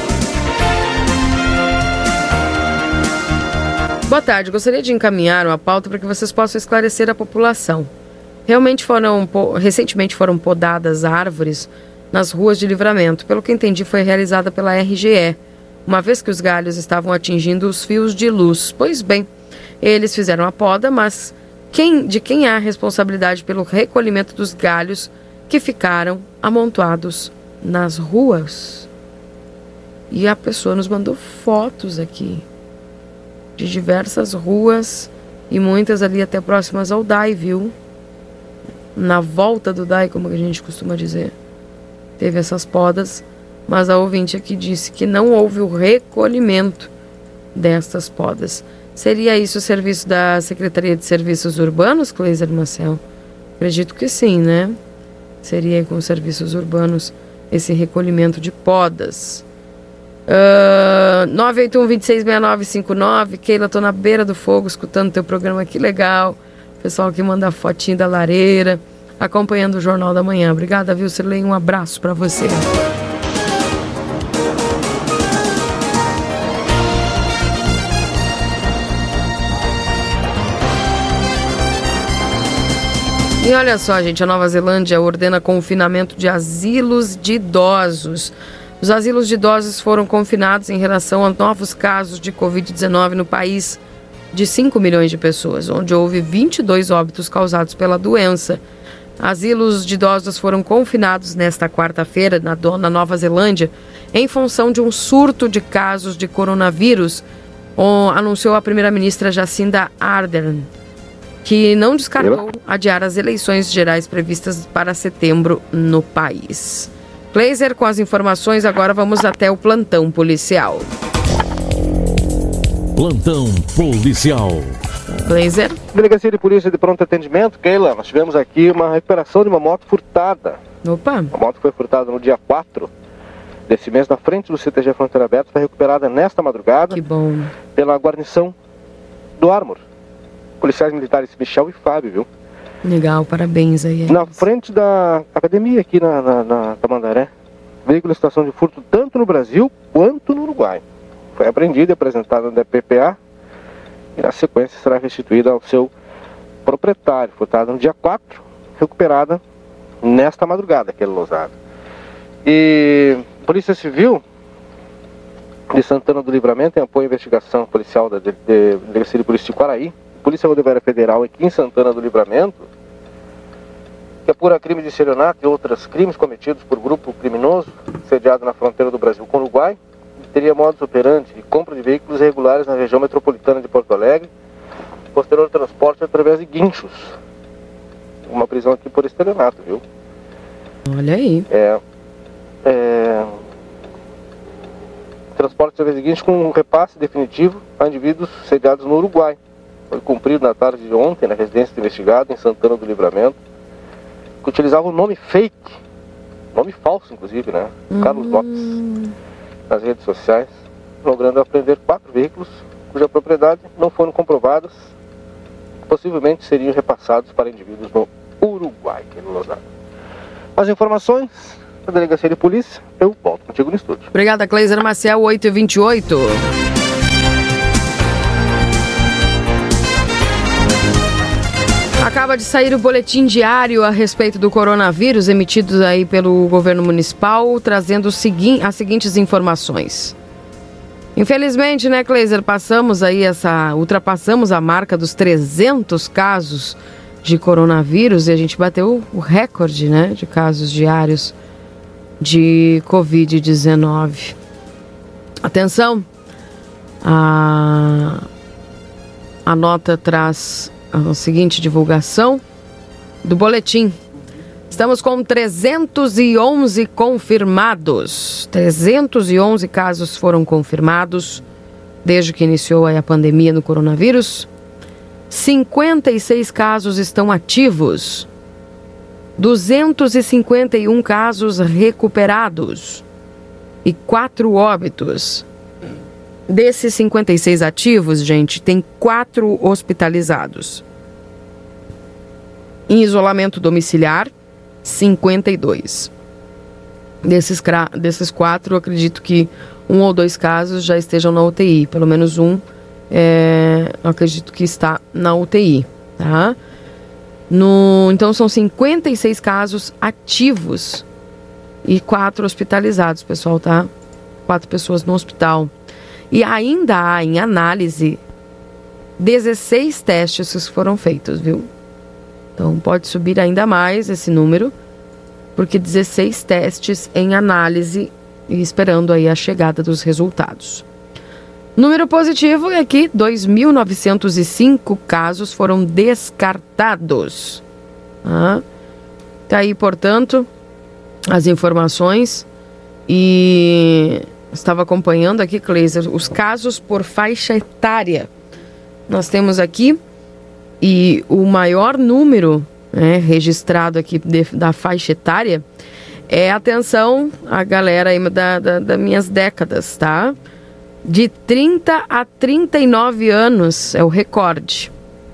Boa tarde, gostaria de encaminhar uma pauta para que vocês possam esclarecer a população. Realmente foram, recentemente foram podadas árvores nas ruas de Livramento. Pelo que entendi, foi realizada pela R G E, uma vez que os galhos estavam atingindo os fios de luz. Pois bem, eles fizeram a poda, mas quem, de quem há a responsabilidade pelo recolhimento dos galhos que ficaram amontoados nas ruas? E a pessoa nos mandou fotos aqui de diversas ruas e muitas ali até próximas ao D A I, viu? Na volta do D A I, como a gente costuma dizer. Teve essas podas, mas a ouvinte aqui disse que não houve o recolhimento destas podas. Seria isso o serviço da Secretaria de Serviços Urbanos, Kleiser Marcel? Acredito que sim, né? Seria com os serviços urbanos esse recolhimento de podas. Uh, nove oito um, dois seis, seis nove cinco nove. Keila, tô na beira do fogo escutando teu programa, que legal. Pessoal que manda fotinho da lareira, acompanhando o Jornal da Manhã. Obrigada, viu, Sirlei? Um abraço para você. E olha só, gente, a Nova Zelândia ordena confinamento de asilos de idosos. Os asilos de idosos foram confinados em relação a novos casos de covid dezenove no país de cinco milhões de pessoas, onde houve vinte e dois óbitos causados pela doença. Asilos de idosos foram confinados nesta quarta-feira na, na Nova Zelândia em função de um surto de casos de coronavírus, o, anunciou a primeira-ministra Jacinda Ardern, que não descartou adiar as eleições gerais previstas para setembro no país. Kleiser, com as informações, agora vamos até o plantão policial. Plantão policial. Kleiser. Delegacia de Polícia de Pronto Atendimento, Keila, nós tivemos aqui uma recuperação de uma moto furtada. Opa. A moto foi furtada no dia quatro desse mês, na frente do C T G Fronteira Aberta, foi recuperada nesta madrugada. Que bom. Pela guarnição do Armor. Policiais militares Michel e Fábio, viu? Legal, parabéns aí. Na frente da academia aqui na, na, na Tamandaré, veículo em situação de furto tanto no Brasil quanto no Uruguai. Foi apreendido e apresentado na P P A e na sequência será restituída ao seu proprietário. Furtada no dia quatro, recuperada nesta madrugada, aquele lousado. E Polícia Civil de Santana do Livramento, em apoio à investigação policial da Delegacia de Polícia de Quaraí, Polícia Rodoviária Federal aqui em Santana do Livramento, que apura crime de estelionato e outros crimes cometidos por grupo criminoso sediado na fronteira do Brasil com o Uruguai, teria modus operandi de compra de veículos irregulares na região metropolitana de Porto Alegre, posterior transporte através de guinchos. Uma prisão aqui por estelionato, viu? Olha aí. É, é, transporte através de guinchos com um repasse definitivo a indivíduos sediados no Uruguai. Foi cumprido na tarde de ontem na residência do investigado em Santana do Livramento, que utilizava um nome fake, nome falso inclusive, né? Hum. Carlos Lopes, nas redes sociais, logrando apreender quatro veículos cuja propriedade não foram comprovadas, possivelmente seriam repassados para indivíduos no Uruguai. As informações da Delegacia de Polícia, eu volto contigo no estúdio. Obrigada, Cleiser Maciel, oito e vinte e oito. Acaba de sair o boletim diário a respeito do coronavírus, emitido aí pelo governo municipal, trazendo as seguintes informações. Infelizmente, né, Cleiser, passamos aí essa, ultrapassamos a marca dos trezentos casos de coronavírus e a gente bateu o recorde, né, de casos diários de covid dezenove. Atenção, a, a nota traz a seguinte divulgação do boletim. Estamos com trezentos e onze confirmados. trezentos e onze casos foram confirmados desde que iniciou aí a pandemia do coronavírus. cinquenta e seis casos estão ativos. duzentos e cinquenta e um casos recuperados. E quatro óbitos. Desses cinquenta e seis ativos, gente, tem quatro hospitalizados. Em isolamento domiciliar, cinquenta e dois. Desses, desses quatro, eu acredito que um ou dois casos já estejam na U T I. Pelo menos um, é, eu acredito que está na U T I. Tá? No, então, são cinquenta e seis casos ativos e quatro hospitalizados, pessoal, tá? Quatro pessoas no hospital. E ainda há em análise dezesseis testes que foram feitos, viu? Então pode subir ainda mais esse número, porque dezesseis testes em análise e esperando aí a chegada dos resultados. Número positivo é que dois mil novecentos e cinco casos foram descartados. Ah, tá aí, portanto, as informações e estava acompanhando aqui, Cleiser, os casos por faixa etária. Nós temos aqui e o maior número, né, registrado aqui de, da faixa etária é, atenção, a galera aí da, da, das minhas décadas, tá? De trinta a trinta e nove anos é o recorde.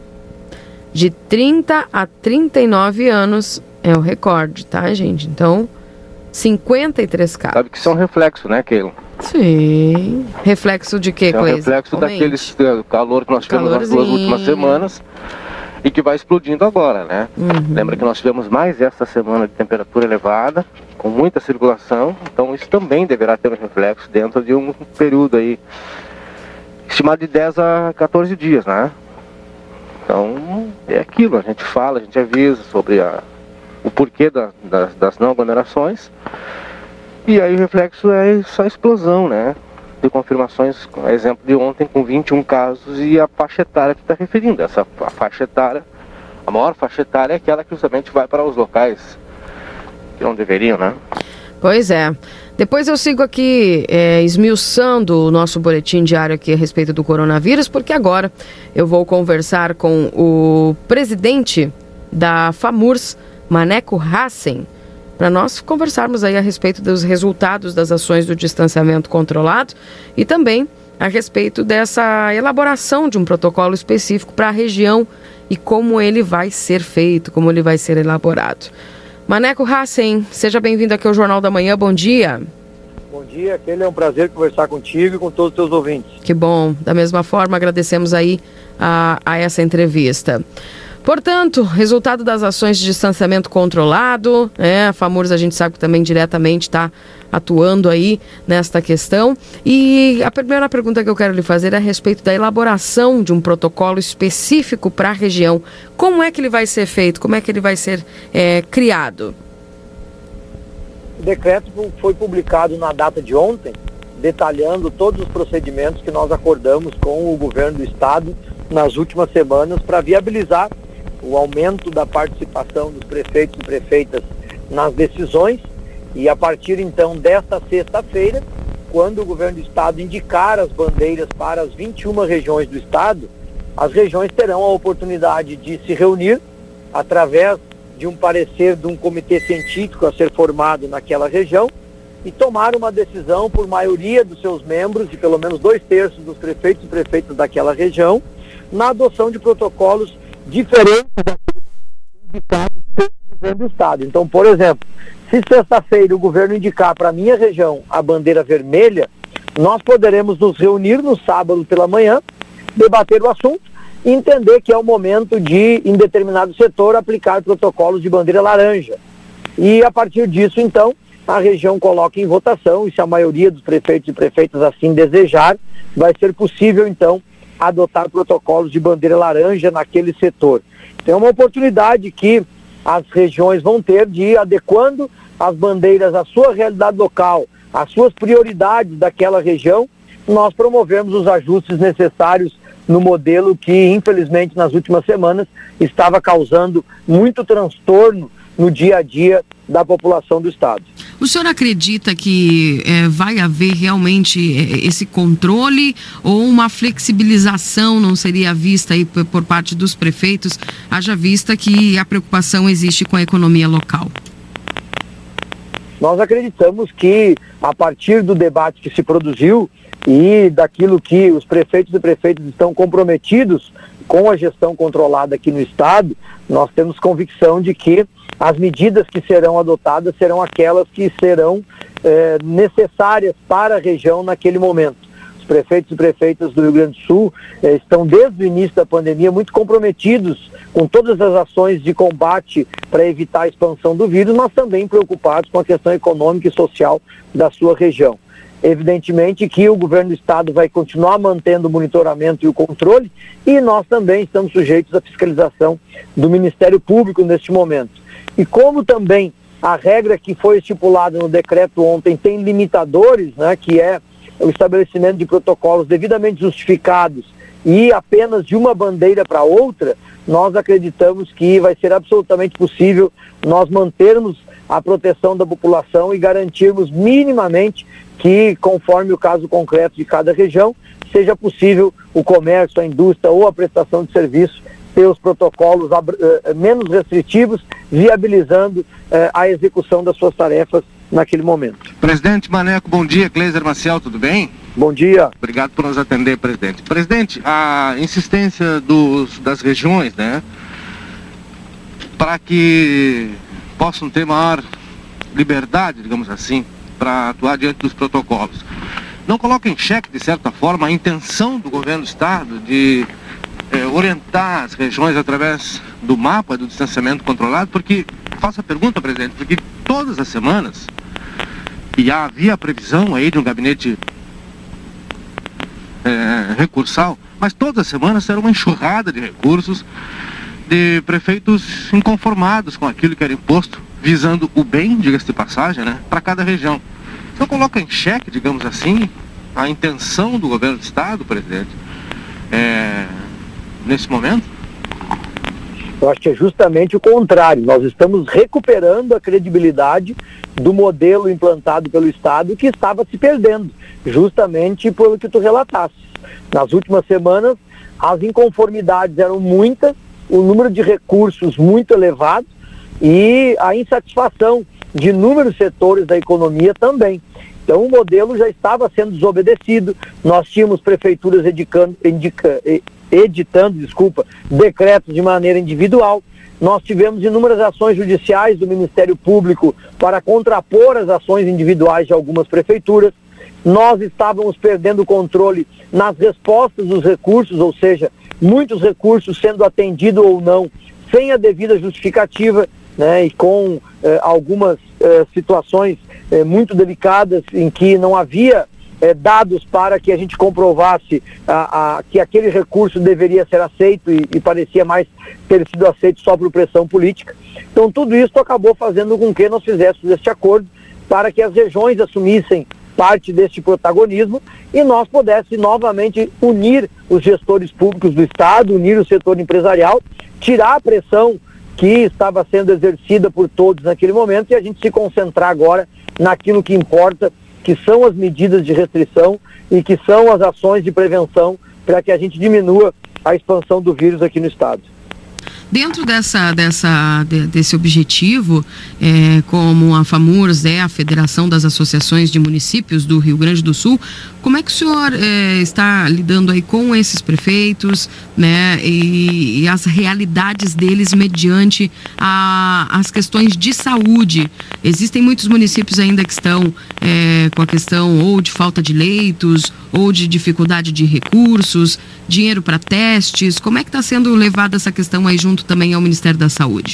De trinta a trinta e nove anos é o recorde, tá, gente? Então, cinquenta e três casos. Sabe que isso é um reflexo, né, Keilo? Sim. Reflexo de quê, Cleiser? É um reflexo daqueles calor que nós tivemos Calorzinho. nas duas últimas semanas e que vai explodindo agora, né? Uhum. Lembra que nós tivemos mais essa semana de temperatura elevada, com muita circulação, então isso também deverá ter um reflexo dentro de um período aí estimado de dez a quatorze dias, né? Então é aquilo, a gente fala, a gente avisa sobre a, o porquê da, das, das não aglomerações. E aí o reflexo é essa explosão, né, de confirmações, exemplo de ontem com vinte e um casos e a faixa etária que está referindo. Essa a faixa etária, a maior faixa etária é aquela que justamente vai para os locais que não deveriam, né? Pois é. Depois eu sigo aqui é, esmiuçando o nosso boletim diário aqui a respeito do coronavírus, porque agora eu vou conversar com o presidente da FAMURS, Maneco Hassen, para nós conversarmos aí a respeito dos resultados das ações do distanciamento controlado e também a respeito dessa elaboração de um protocolo específico para a região e como ele vai ser feito, como ele vai ser elaborado. Maneco Hassen, seja bem-vindo aqui ao Jornal da Manhã, bom dia. Bom dia, aquele é um prazer conversar contigo e com todos os teus ouvintes. Que bom, da mesma forma agradecemos aí a, a essa entrevista. Portanto, resultado das ações de distanciamento controlado, né? A FAMURS a gente sabe que também diretamente está atuando aí nesta questão. E a primeira pergunta que eu quero lhe fazer é a respeito da elaboração de um protocolo específico para a região. Como é que ele vai ser feito? Como é que ele vai ser é, criado? O decreto foi publicado na data de ontem, detalhando todos os procedimentos que nós acordamos com o governo do estado nas últimas semanas para viabilizar o aumento da participação dos prefeitos e prefeitas nas decisões. E a partir então desta sexta-feira, quando o governo do estado indicar as bandeiras para as vinte e uma regiões do estado, as regiões terão a oportunidade de se reunir através de um parecer de um comitê científico a ser formado naquela região e tomar uma decisão por maioria dos seus membros, de pelo menos dois terços dos prefeitos e prefeitas daquela região, na adoção de protocolos diferentes daqueles indicados pelo governo do estado. Então, por exemplo, se sexta-feira o governo indicar para a minha região a bandeira vermelha, nós poderemos nos reunir no sábado pela manhã, debater o assunto e entender que é o momento de, em determinado setor, aplicar protocolos de bandeira laranja. E a partir disso, então, a região coloca em votação e se a maioria dos prefeitos e prefeitas assim desejar, vai ser possível, então, adotar protocolos de bandeira laranja naquele setor. Então é uma oportunidade que as regiões vão ter de ir adequando as bandeiras à sua realidade local, às suas prioridades daquela região, nós promovemos os ajustes necessários no modelo que, infelizmente, nas últimas semanas, estava causando muito transtorno no dia a dia da população do estado. O senhor acredita que é, vai haver realmente é, esse controle ou uma flexibilização não seria vista aí por, por parte dos prefeitos, haja vista que a preocupação existe com a economia local? Nós acreditamos que, a partir do debate que se produziu e daquilo que os prefeitos e prefeitas estão comprometidos com a gestão controlada aqui no estado, nós temos convicção de que as medidas que serão adotadas serão aquelas que serão eh, necessárias para a região naquele momento. Os prefeitos e prefeitas do Rio Grande do Sul eh, estão desde o início da pandemia muito comprometidos com todas as ações de combate para evitar a expansão do vírus, mas também preocupados com a questão econômica e social da sua região. Evidentemente que o governo do estado vai continuar mantendo o monitoramento e o controle e nós também estamos sujeitos à fiscalização do Ministério Público neste momento. E como também a regra que foi estipulada no decreto ontem tem limitadores, né, que é o estabelecimento de protocolos devidamente justificados e apenas de uma bandeira para outra, nós acreditamos que vai ser absolutamente possível nós mantermos a proteção da população e garantirmos minimamente que, conforme o caso concreto de cada região, seja possível o comércio, a indústria ou a prestação de serviço ter os protocolos uh, menos restritivos, viabilizando uh, a execução das suas tarefas naquele momento. Presidente Maneco, bom dia. Cleiser Maciel, tudo bem? Bom dia. Obrigado por nos atender, presidente. Presidente, a insistência dos, das regiões, né, para que possam ter maior liberdade, digamos assim, para atuar diante dos protocolos, não coloca em xeque, de certa forma, a intenção do governo do estado de eh, orientar as regiões através do mapa do distanciamento controlado? Porque, faço a pergunta, presidente, porque todas as semanas, e havia a previsão aí de um gabinete eh, recursal, mas todas as semanas era uma enxurrada de recursos de prefeitos inconformados com aquilo que era imposto, visando o bem, diga-se de passagem, né, para cada região. Então coloca em xeque, digamos assim, a intenção do governo do estado, presidente, é, nesse momento? Eu acho que é justamente o contrário. Nós estamos recuperando a credibilidade do modelo implantado pelo estado que estava se perdendo, justamente pelo que tu relataste. Nas últimas semanas, as inconformidades eram muitas, o número de recursos muito elevado, e a insatisfação de inúmeros setores da economia também. Então o modelo já estava sendo desobedecido, nós tínhamos prefeituras edicando, indica, editando desculpa, decretos de maneira individual, nós tivemos inúmeras ações judiciais do Ministério Público para contrapor as ações individuais de algumas prefeituras, nós estávamos perdendo o controle nas respostas dos recursos, ou seja, muitos recursos sendo atendidos ou não, sem a devida justificativa, né, e com eh, algumas eh, situações eh, muito delicadas em que não havia eh, dados para que a gente comprovasse a, a, que aquele recurso deveria ser aceito e, e parecia mais ter sido aceito só por pressão política. Então tudo isso acabou fazendo com que nós fizéssemos este acordo para que as regiões assumissem parte deste protagonismo e nós pudesse novamente unir os gestores públicos do Estado, unir o setor empresarial, tirar a pressão que estava sendo exercida por todos naquele momento e a gente se concentrar agora naquilo que importa, que são as medidas de restrição e que são as ações de prevenção para que a gente diminua a expansão do vírus aqui no Estado. Dentro dessa, dessa, de, desse objetivo, é, como a FAMURS é a Federação das Associações de Municípios do Rio Grande do Sul, como é que o senhor é, está lidando aí com esses prefeitos, né, e, e as realidades deles mediante a, as questões de saúde? Existem muitos municípios ainda que estão é, com a questão ou de falta de leitos, ou de dificuldade de recursos, dinheiro para testes. Como é que está sendo levada essa questão aí junto também ao Ministério da Saúde?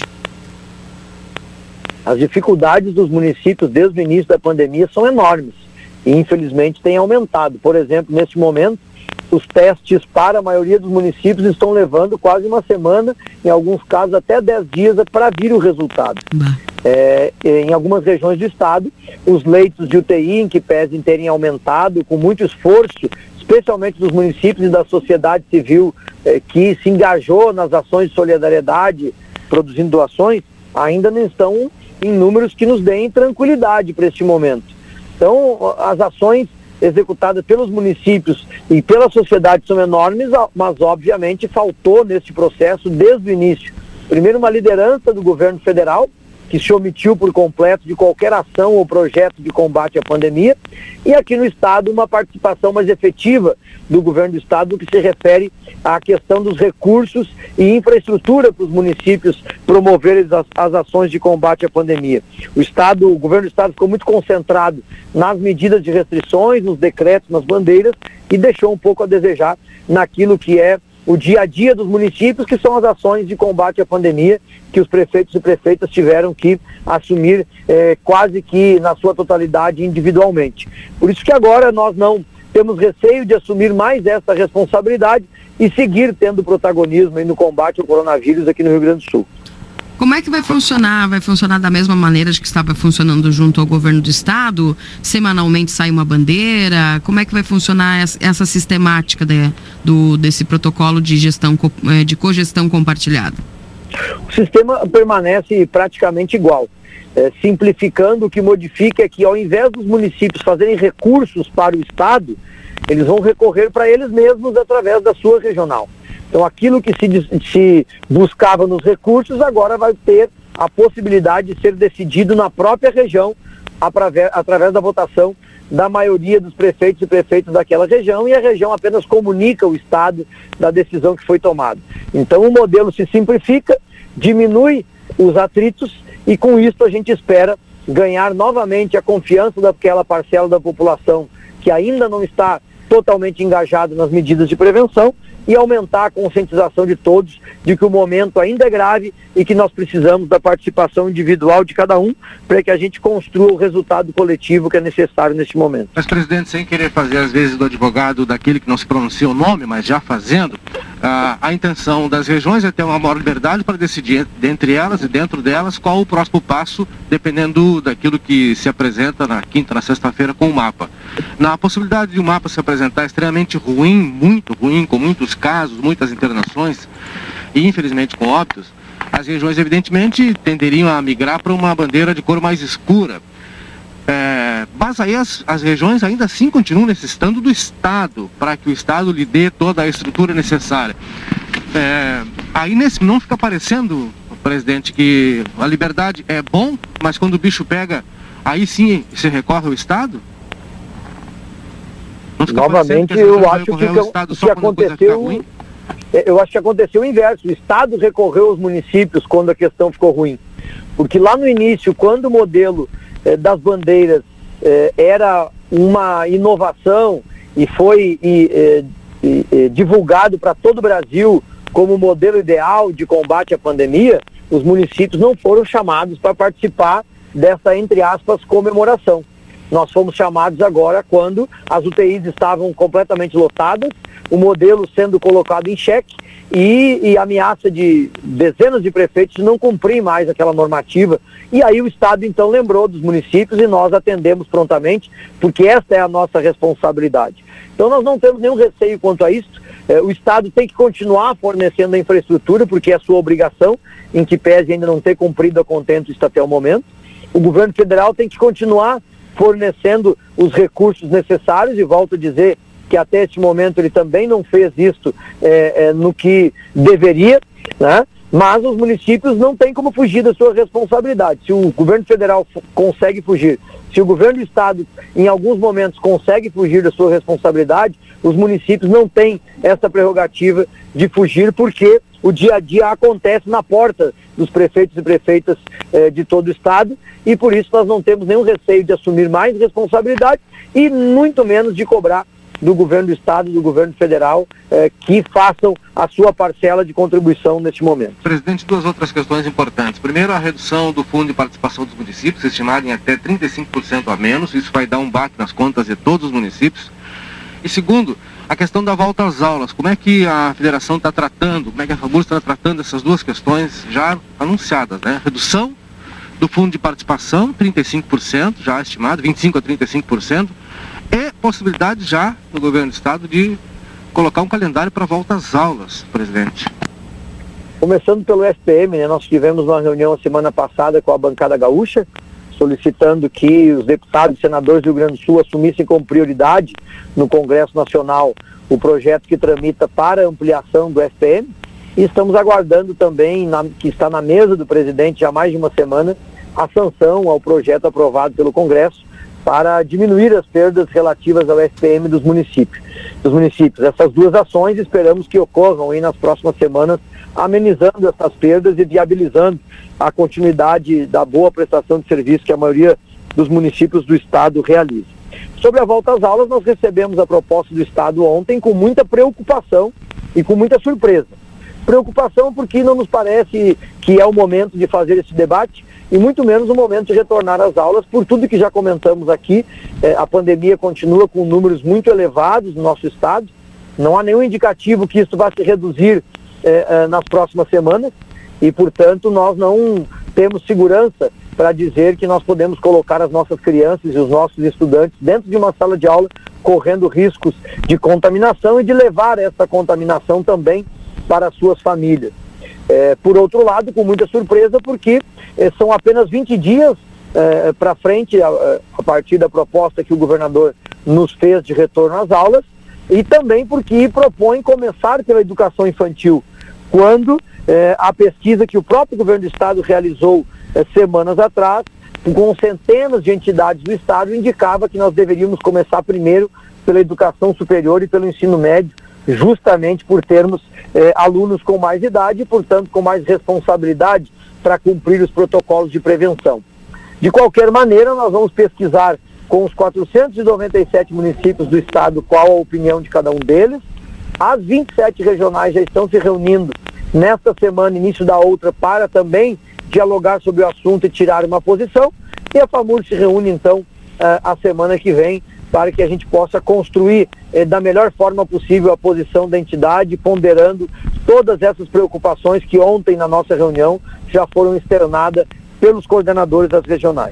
As dificuldades dos municípios desde o início da pandemia são enormes e infelizmente têm aumentado. Por exemplo, neste momento, os testes para a maioria dos municípios estão levando quase uma semana, em alguns casos até dez dias para vir o resultado. É, em algumas regiões do estado, os leitos de U T I, em que pesem terem aumentado, com muito esforço, especialmente dos municípios e da sociedade civil eh, que se engajou nas ações de solidariedade, produzindo doações, ainda não estão em números que nos deem tranquilidade para este momento. Então, as ações executadas pelos municípios e pela sociedade são enormes, mas obviamente faltou neste processo desde o início. Primeiro, uma liderança do governo federal, que se omitiu por completo de qualquer ação ou projeto de combate à pandemia, e aqui no Estado uma participação mais efetiva do governo do Estado no que se refere à questão dos recursos e infraestrutura para os municípios promoverem as, as ações de combate à pandemia. O Estado, o governo do Estado ficou muito concentrado nas medidas de restrições, nos decretos, nas bandeiras, e deixou um pouco a desejar naquilo que é o dia a dia dos municípios, que são as ações de combate à pandemia, que os prefeitos e prefeitas tiveram que assumir eh, quase que na sua totalidade individualmente. Por isso que agora nós não temos receio de assumir mais essa responsabilidade e seguir tendo protagonismo aí no combate ao coronavírus aqui no Rio Grande do Sul. Como é que vai funcionar? Vai funcionar da mesma maneira que estava funcionando junto ao governo do estado? Semanalmente sai uma bandeira? Como é que vai funcionar essa sistemática de, do, desse protocolo de gestão, de cogestão compartilhada? O sistema permanece praticamente igual. É, simplificando, o que modifica é que ao invés dos municípios fazerem recursos para o estado, eles vão recorrer para eles mesmos através da sua regional. Então aquilo que se, se buscava nos recursos agora vai ter a possibilidade de ser decidido na própria região através, através da votação da maioria dos prefeitos e prefeitos daquela região, e a região apenas comunica o estado da decisão que foi tomada. Então o modelo se simplifica, diminui os atritos e com isso a gente espera ganhar novamente a confiança daquela parcela da população que ainda não está totalmente engajada nas medidas de prevenção e aumentar a conscientização de todos de que o momento ainda é grave e que nós precisamos da participação individual de cada um para que a gente construa o resultado coletivo que é necessário neste momento. Mas, presidente, sem querer fazer às vezes do advogado daquele que não se pronuncia o nome, mas já fazendo, a, a intenção das regiões é ter uma maior liberdade para decidir dentre elas e dentro delas qual o próximo passo, dependendo daquilo que se apresenta na quinta, na sexta-feira com o mapa. Na possibilidade de o mapa se apresentar extremamente ruim, muito ruim, com muitos casos, muitas internações e infelizmente com óbitos, as regiões evidentemente tenderiam a migrar para uma bandeira de cor mais escura. É, mas aí as, as regiões ainda assim continuam necessitando do Estado, para que o Estado lhe dê toda a estrutura necessária. É, aí nesse, não fica parecendo, presidente, que a liberdade é bom, mas quando o bicho pega, aí sim se recorre ao Estado? Novamente, que eu acho que o que, que aconteceu, eu acho que aconteceu o inverso. O Estado recorreu aos municípios quando a questão ficou ruim. Porque lá no início, quando o modelo eh, das bandeiras eh, era uma inovação e foi e, eh, e, divulgado para todo o Brasil como o modelo ideal de combate à pandemia, os municípios não foram chamados para participar dessa, entre aspas, comemoração. nós fomos chamados agora quando as U T Is estavam completamente lotadas, o modelo sendo colocado em xeque e, e ameaça de dezenas de prefeitos de não cumprir mais aquela normativa. E aí o Estado então lembrou dos municípios e nós atendemos prontamente, porque esta é a nossa responsabilidade. Então nós não temos nenhum receio quanto a isso. É, o Estado tem que continuar fornecendo a infraestrutura, porque é a sua obrigação, em que pese ainda não ter cumprido a contento isso até o momento. O governo federal tem que continuar fornecendo os recursos necessários, e volto a dizer que até este momento ele também não fez isso é, é, no que deveria, né? Mas os municípios não têm como fugir da sua responsabilidade. Se o governo federal f- consegue fugir, se o governo do estado em alguns momentos consegue fugir da sua responsabilidade, os municípios não têm essa prerrogativa de fugir, porque o dia a dia acontece na porta dos prefeitos e prefeitas eh, de todo o estado, e por isso nós não temos nenhum receio de assumir mais responsabilidade e muito menos de cobrar do governo do estado e do governo federal eh, que façam a sua parcela de contribuição neste momento. Presidente, duas outras questões importantes. Primeiro, a redução do fundo de participação dos municípios, estimado em até trinta e cinco por cento a menos. Isso vai dar um baque nas contas de todos os municípios. E segundo, a questão da volta às aulas. Como é que a federação está tratando, como é que a FAMURS está tratando essas duas questões já anunciadas, né? Redução do fundo de participação, trinta e cinco por cento já estimado, vinte e cinco por cento a trinta e cinco por cento, e possibilidade já no governo do estado de colocar um calendário para volta às aulas, presidente. Começando pelo S P M, né, nós tivemos uma reunião a semana passada com a bancada gaúcha, solicitando que os deputados e senadores do Rio Grande do Sul assumissem como prioridade no Congresso Nacional o projeto que tramita para ampliação do S P M, e estamos aguardando também, na, que está na mesa do presidente já há mais de uma semana, a sanção ao projeto aprovado pelo Congresso para diminuir as perdas relativas ao S P M dos municípios. Dos municípios. Essas duas ações esperamos que ocorram aí nas próximas semanas, amenizando essas perdas e viabilizando a continuidade da boa prestação de serviço que a maioria dos municípios do estado realiza. Sobre a volta às aulas, nós recebemos a proposta do estado ontem com muita preocupação e com muita surpresa. Preocupação porque não nos parece que é o momento de fazer esse debate, e muito menos o momento de retornar às aulas, por tudo que já comentamos aqui. Eh, a pandemia continua com números muito elevados no nosso estado, não há nenhum indicativo que isso vá se reduzir eh, eh, nas próximas semanas, e portanto nós não temos segurança para dizer que nós podemos colocar as nossas crianças e os nossos estudantes dentro de uma sala de aula, correndo riscos de contaminação e de levar essa contaminação também para as suas famílias. É, por outro lado, com muita surpresa, porque é, são apenas vinte dias é, para frente, a, a partir da proposta que o governador nos fez de retorno às aulas, e também porque propõe começar pela educação infantil, quando é, a pesquisa que o próprio governo do estado realizou é, semanas atrás, com centenas de entidades do estado, indicava que nós deveríamos começar primeiro pela educação superior e pelo ensino médio, justamente por termos eh, alunos com mais idade e, portanto, com mais responsabilidade para cumprir os protocolos de prevenção. De qualquer maneira, nós vamos pesquisar com os quatrocentos e noventa e sete municípios do estado qual a opinião de cada um deles. As vinte e sete regionais já estão se reunindo nesta semana, início da outra, para também dialogar sobre o assunto e tirar uma posição. E a FAMURS se reúne, então, eh, a semana que vem, para que a gente possa construir eh, da melhor forma possível a posição da entidade, ponderando todas essas preocupações que ontem, na nossa reunião, já foram externadas pelos coordenadores das regionais.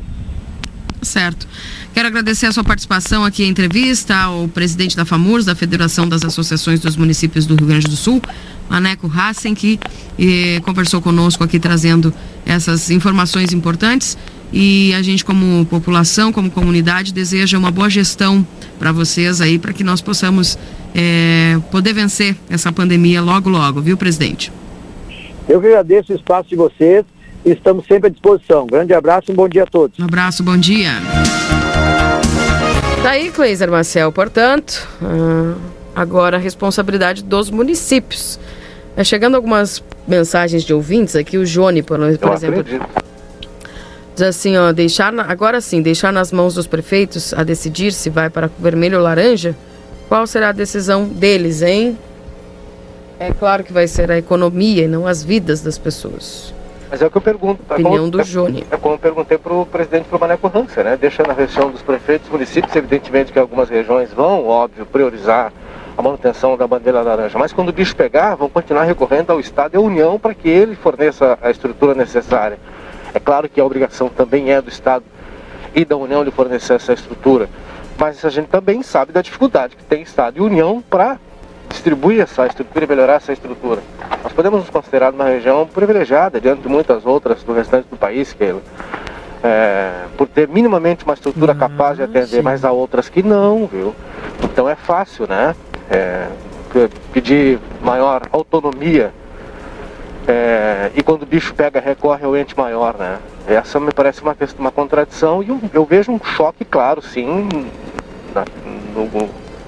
Certo. Quero agradecer a sua participação aqui em entrevista ao presidente da FAMURS, da Federação das Associações dos Municípios do Rio Grande do Sul, Maneco Hassen, que eh, conversou conosco aqui trazendo essas informações importantes. E a gente, como população, como comunidade, deseja uma boa gestão para vocês aí, para que nós possamos é, poder vencer essa pandemia logo, logo, viu, presidente? Eu que agradeço o espaço de vocês e estamos sempre à disposição. Grande abraço e um bom dia a todos. Um abraço, bom dia. Tá aí, Cleiser Marcel, portanto, uh, agora a responsabilidade dos municípios. É, chegando algumas mensagens de ouvintes aqui, o Jone, por, por exemplo... Acredito. Diz assim, ó, deixar na, agora sim, deixar nas mãos dos prefeitos a decidir se vai para vermelho ou laranja? Qual será a decisão deles, hein? É claro que vai ser a economia e não as vidas das pessoas. Mas é o que eu pergunto. É Opinião como, do é, Júnior. É como eu perguntei para o presidente pro Maneco Hanser, né? Deixando a região dos prefeitos, municípios, evidentemente que algumas regiões vão, óbvio, priorizar a manutenção da bandeira laranja. Mas quando o bicho pegar, vão continuar recorrendo ao Estado e à União para que ele forneça a estrutura necessária. É claro que a obrigação também é do Estado e da União de fornecer essa estrutura. Mas a gente também sabe da dificuldade que tem Estado e União para distribuir essa estrutura e melhorar essa estrutura. Nós podemos nos considerar uma região privilegiada diante de muitas outras do restante do país, que é, por ter minimamente uma estrutura ah, capaz de atender, sim. Mas há outras que não, viu? Então é fácil, né? É, pedir maior autonomia é, e quando o bicho pega recorre ao ente maior, né? Essa me parece uma, uma contradição e eu, eu vejo um choque claro, sim, na, no,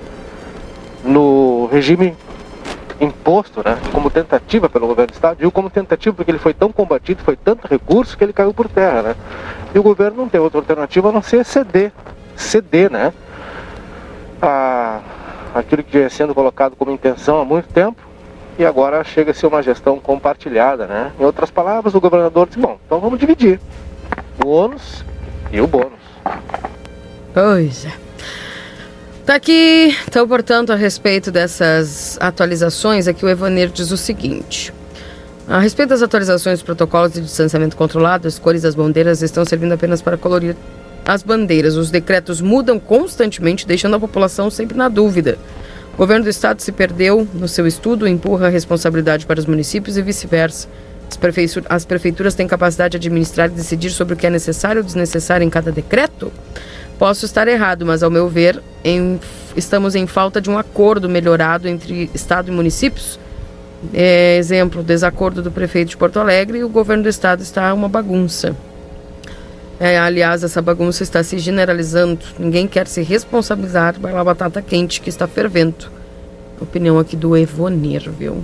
no regime imposto, né, como tentativa pelo governo do Estado, e como tentativa porque ele foi tão combatido, foi tanto recurso que ele caiu por terra, né? E o governo não tem outra alternativa a não ser ceder, ceder, né, a, aquilo que vem sendo colocado como intenção há muito tempo, e agora chega a ser uma gestão compartilhada, né? Em outras palavras, o governador disse, bom, então vamos dividir o ônus e o bônus. Pois é. Tá aqui, então, portanto, a respeito dessas atualizações, aqui o Evanir diz o seguinte: a respeito das atualizações dos protocolos de distanciamento controlado, as cores das bandeiras estão servindo apenas para colorir as bandeiras. Os decretos mudam constantemente, deixando a população sempre na dúvida. O governo do estado se perdeu no seu estudo, empurra a responsabilidade para os municípios e vice-versa. As, prefeitu- as prefeituras têm capacidade de administrar e decidir sobre o que é necessário ou desnecessário em cada decreto? Posso estar errado, mas ao meu ver, em, estamos em falta de um acordo melhorado entre Estado e municípios. É, exemplo, desacordo do prefeito de Porto Alegre e o governo do Estado está uma bagunça. É, aliás, essa bagunça está se generalizando. Ninguém quer se responsabilizar pela batata quente que está fervendo. Opinião aqui do Evonir, viu?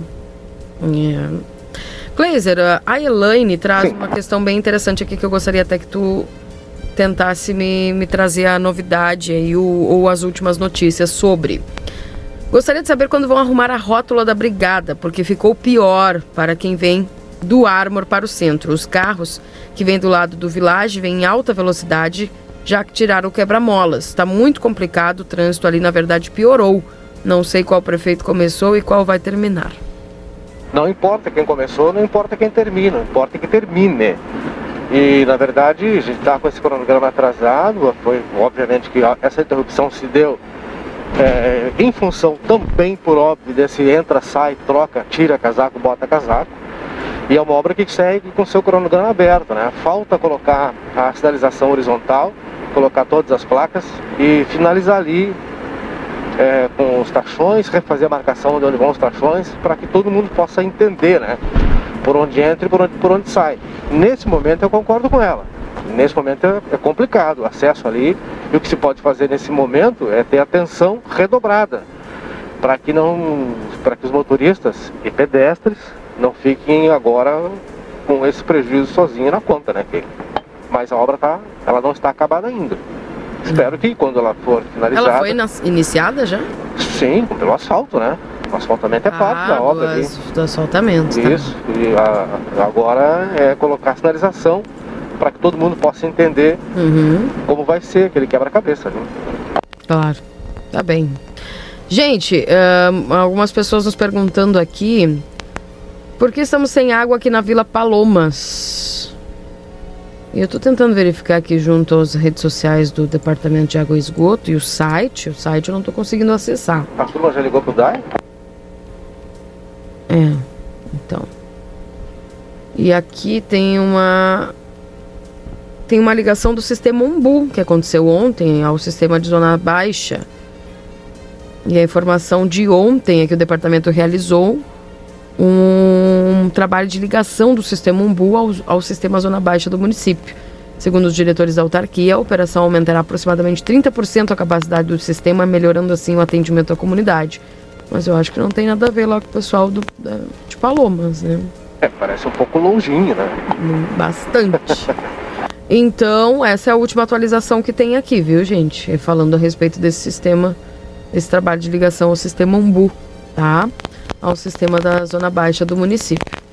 É. Kleiser, a Elaine traz Sim. uma questão bem interessante aqui que eu gostaria até que tu tentasse me, me trazer a novidade aí, ou, ou as últimas notícias sobre. Gostaria de saber quando vão arrumar a rótula da brigada, porque ficou pior para quem vem do Armor para o centro. Os carros que vêm do lado do Village vêm em alta velocidade, já que tiraram o quebra-molas. Está muito complicado, o trânsito ali na verdade piorou. Não sei qual prefeito começou e qual vai terminar. Não importa quem começou, não importa quem termina, importa que termine. E, na verdade, a gente está com esse cronograma atrasado. Foi, obviamente, que essa interrupção se deu é, em função também, por óbvio, desse entra, sai, troca, tira casaco, bota casaco. E é uma obra que segue com seu cronograma aberto, né? Falta colocar a sinalização horizontal, colocar todas as placas e finalizar ali é, com os tachões, refazer a marcação de onde vão os tachões, para que todo mundo possa entender, né? Por onde entra e por onde, por onde sai. Nesse momento eu concordo com ela. Nesse momento é, é complicado o acesso ali. E o que se pode fazer nesse momento é ter atenção redobrada. Para que, não, para que os motoristas e pedestres não fiquem agora com esse prejuízo sozinho na conta, né? Mas a obra tá, ela não está acabada ainda. Espero que quando ela for finalizada... Ela foi nas, iniciada já? Sim, pelo asfalto, né? O asfaltamento é ah, parte da obra ali. Do asfaltamento. Isso. Tá. E a, agora é colocar a sinalização para que todo mundo possa entender uhum. como vai ser aquele quebra-cabeça. Né? Claro. Tá bem. Gente, uh, algumas pessoas nos perguntando aqui por que estamos sem água aqui na Vila Palomas. E eu tô tentando verificar aqui junto às redes sociais do Departamento de Água e Esgoto e o site. O site eu não tô conseguindo acessar. A turma já ligou pro D A I? É, então. E aqui tem uma tem uma ligação do sistema Umbu, que aconteceu ontem, ao sistema de Zona Baixa. E a informação de ontem é que o departamento realizou um trabalho de ligação do sistema Umbu ao, ao sistema Zona Baixa do município. Segundo os diretores da autarquia, a operação aumentará aproximadamente trinta por cento a capacidade do sistema, melhorando assim o atendimento à comunidade. Mas eu acho que não tem nada a ver lá com o pessoal do, da, de Palomas, né? É, parece um pouco longinho, né? Bastante. Então, essa é a última atualização que tem aqui, viu, gente? Falando a respeito desse sistema, esse trabalho de ligação ao sistema Umbu, tá? Ao sistema da Zona Baixa do município.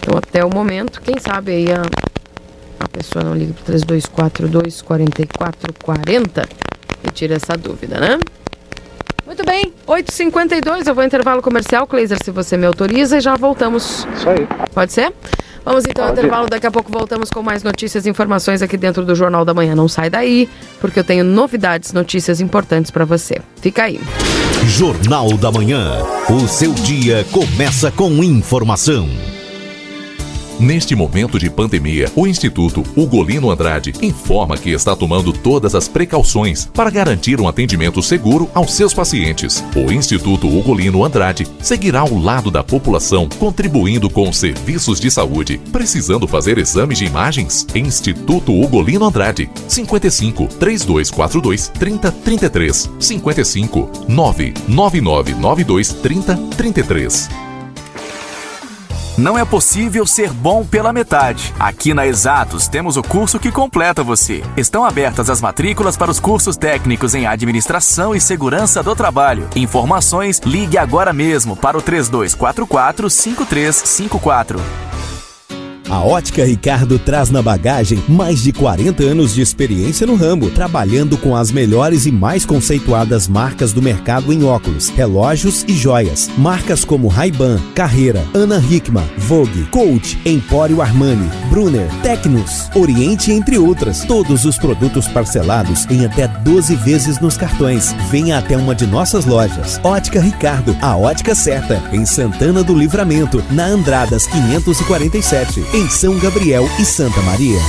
Então, até o momento, quem sabe aí a, a pessoa não liga para três dois quatro dois, quatro quatro quatro zero e tira essa dúvida, né? Muito bem, oito e cinquenta e dois, eu vou intervalo comercial, Cleiser, se você me autoriza, e já voltamos. Isso aí. Pode ser? Vamos então ao Pode. intervalo, daqui a pouco voltamos com mais notícias e informações aqui dentro do Jornal da Manhã. Não sai daí, porque eu tenho novidades, notícias importantes para você. Fica aí. Jornal da Manhã. O seu dia começa com informação. Neste momento de pandemia, o Instituto Ugolino Andrade informa que está tomando todas as precauções para garantir um atendimento seguro aos seus pacientes. O Instituto Ugolino Andrade seguirá ao lado da população, contribuindo com os serviços de saúde. Precisando fazer exames de imagens? Instituto Ugolino Andrade, cinquenta e cinco, três dois quatro dois, trinta, trinta e três, cinquenta e cinco, nove nove nove nove dois, trinta, trinta e três. Não é possível ser bom pela metade. Aqui na Exatos temos o curso que completa você. Estão abertas as matrículas para os cursos técnicos em Administração e Segurança do Trabalho. Informações, ligue agora mesmo para o três dois quatro quatro, cinco três cinco quatro. A Ótica Ricardo traz na bagagem mais de quarenta anos de experiência no ramo, trabalhando com as melhores e mais conceituadas marcas do mercado em óculos, relógios e joias. Marcas como Ray-Ban, Carreira, Ana Hickman, Vogue, Coach, Empório Armani, Brunner, Tecnos, Oriente, entre outras. Todos os produtos parcelados em até doze vezes nos cartões. Venha até uma de nossas lojas. Ótica Ricardo, a ótica certa, em Santana do Livramento, na Andradas quinhentos e quarenta e sete. Em São Gabriel e Santa Maria.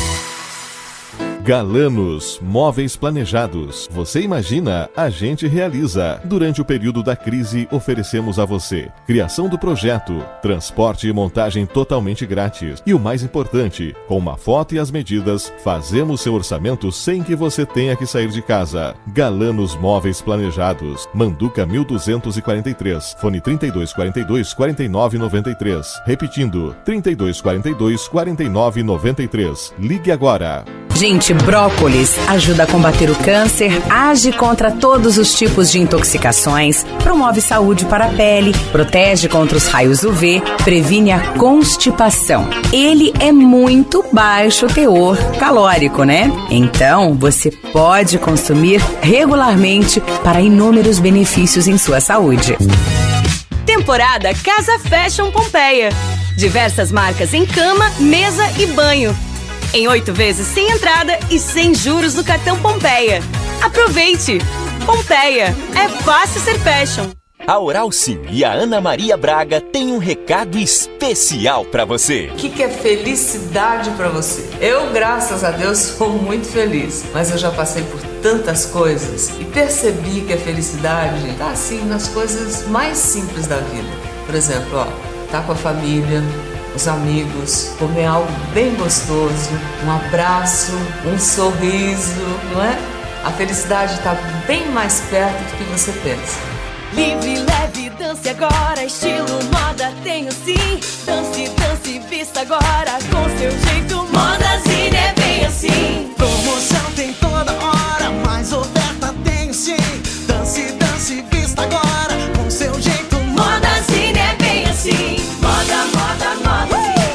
Galanos Móveis Planejados. Você imagina, a gente realiza. Durante o período da crise, oferecemos a você criação do projeto, transporte e montagem totalmente grátis. E o mais importante, com uma foto e as medidas, fazemos seu orçamento sem que você tenha que sair de casa. Galanos Móveis Planejados. Manduca mil duzentos e quarenta e três. Fone trinta e dois quarenta e dois, quarenta e nove noventa e três. Repetindo, trinta e dois quarenta e dois, quarenta e nove noventa e três. Ligue agora. Gente, brócolis ajuda a combater o câncer, age contra todos os tipos de intoxicações, promove saúde para a pele, protege contra os raios U V, previne a constipação. Ele é muito baixo teor calórico, né? Então, você pode consumir regularmente para inúmeros benefícios em sua saúde. Temporada Casa Fashion Pompeia. Diversas marcas em cama, mesa e banho. Em oito vezes sem entrada e sem juros no cartão Pompeia. Aproveite! Pompeia, é fácil ser fashion. A Oral Sim e a Ana Maria Braga têm um recado especial pra você. O que, que é felicidade pra você? Eu, graças a Deus, sou muito feliz. Mas eu já passei por tantas coisas e percebi que a felicidade tá assim nas coisas mais simples da vida. Por exemplo, ó, tá com a família, os amigos, comer algo bem gostoso, um abraço, um sorriso, não é? A felicidade está bem mais perto do que você pensa. Livre, leve, dance agora, estilo moda tenho sim. Dance, dance, vista agora, com seu jeito. Modazine é bem assim. Promoção tem toda hora, mais oferta tenho sim. Dance, dance, vista agora, com seu jeito. Modazine é bem assim. Moda, moda, moda.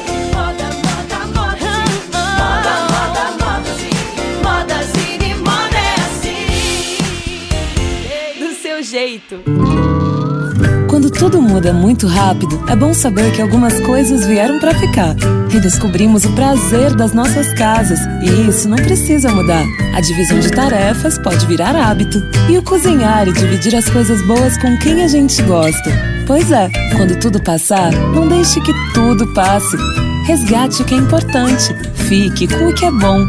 Jeito. Quando tudo muda muito rápido, é bom saber que algumas coisas vieram pra ficar. Redescobrimos o prazer das nossas casas e isso não precisa mudar. A divisão de tarefas pode virar hábito. E o cozinhar e dividir as coisas boas com quem a gente gosta. Pois é, quando tudo passar, não deixe que tudo passe. Resgate o que é importante. Fique com o que é bom.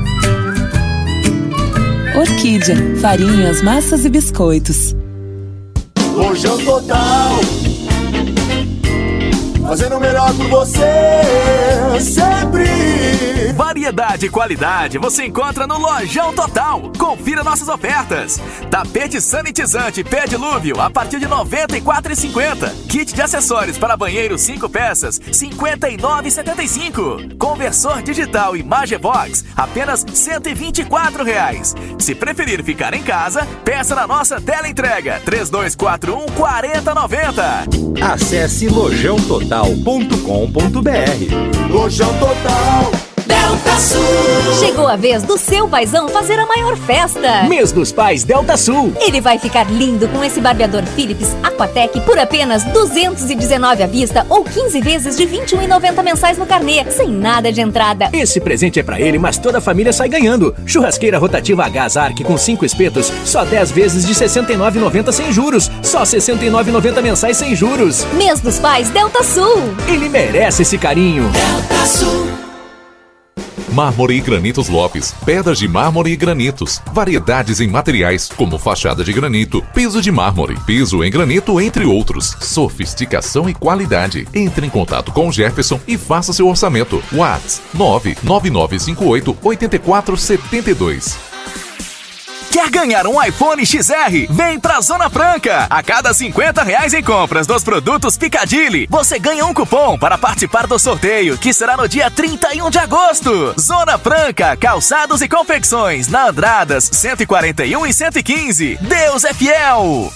Orquídea, farinhas, massas e biscoitos. Lojão Total, fazendo o melhor por você, sempre. Variedade e qualidade você encontra no Lojão Total. Confira nossas ofertas. Tapete sanitizante Pé Dilúvio a partir de noventa e quatro reais e cinquenta centavos. Kit de acessórios para banheiro cinco peças, cinquenta e nove reais e setenta e cinco centavos. Conversor digital Imagevox, apenas cento e vinte e quatro reais. Se preferir ficar em casa, peça na nossa teleentrega três dois quatro um, quatro zero nove zero. Acesse lojão total total ponto com ponto b r. Lojão Total. Delta Sul. Chegou a vez do seu paizão fazer a maior festa. Mês dos Pais Delta Sul. Ele vai ficar lindo com esse barbeador Philips Aquatec por apenas duzentos e dezenove à vista ou quinze vezes de vinte e um reais e noventa centavos mensais no carnê, sem nada de entrada. Esse presente é pra ele, mas toda a família sai ganhando. Churrasqueira rotativa a gás Arc com cinco espetos, só dez vezes de sessenta e nove reais e noventa centavos sem juros. Só sessenta e nove reais e noventa centavos mensais sem juros. Mês dos Pais Delta Sul. Ele merece esse carinho. Delta Sul. Mármore e Granitos Lopes, pedras de mármore e granitos, variedades em materiais como fachada de granito, piso de mármore, piso em granito, entre outros. Sofisticação e qualidade. Entre em contato com o Jefferson e faça seu orçamento. WhatsApp nove nove nove cinco oito oito quatro sete dois. Quer ganhar um iPhone X R? Vem pra Zona Franca! A cada cinquenta reais em compras dos produtos Piccadilly, você ganha um cupom para participar do sorteio, que será no dia trinta e um de agosto. Zona Franca, calçados e confecções, na Andradas, cento e quarenta e um e cento e quinze. Deus é fiel!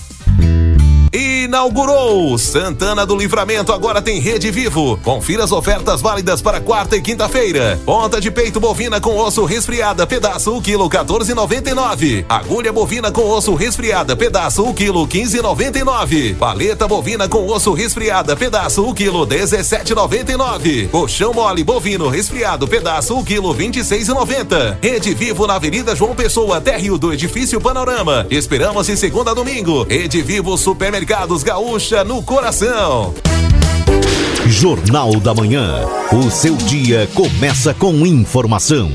Inaugurou! Santana do Livramento agora tem Rede Vivo. Confira as ofertas válidas para quarta e quinta-feira. Ponta de peito bovina com osso resfriada, pedaço, o quilo quatorze reais e noventa e nove centavos. Agulha bovina com osso resfriada, pedaço, o quilo quinze reais e noventa e nove centavos. Paleta bovina com osso resfriada, pedaço, o quilo dezessete reais e noventa e nove centavos. Colchão mole bovino resfriado, pedaço, o quilo vinte e seis reais e noventa centavos. Rede Vivo na Avenida João Pessoa, térreo do Edifício Panorama. Esperamos de segunda a domingo. Rede Vivo Supermercado Mercados Gaúcha no coração. Jornal da Manhã. O seu dia começa com informação.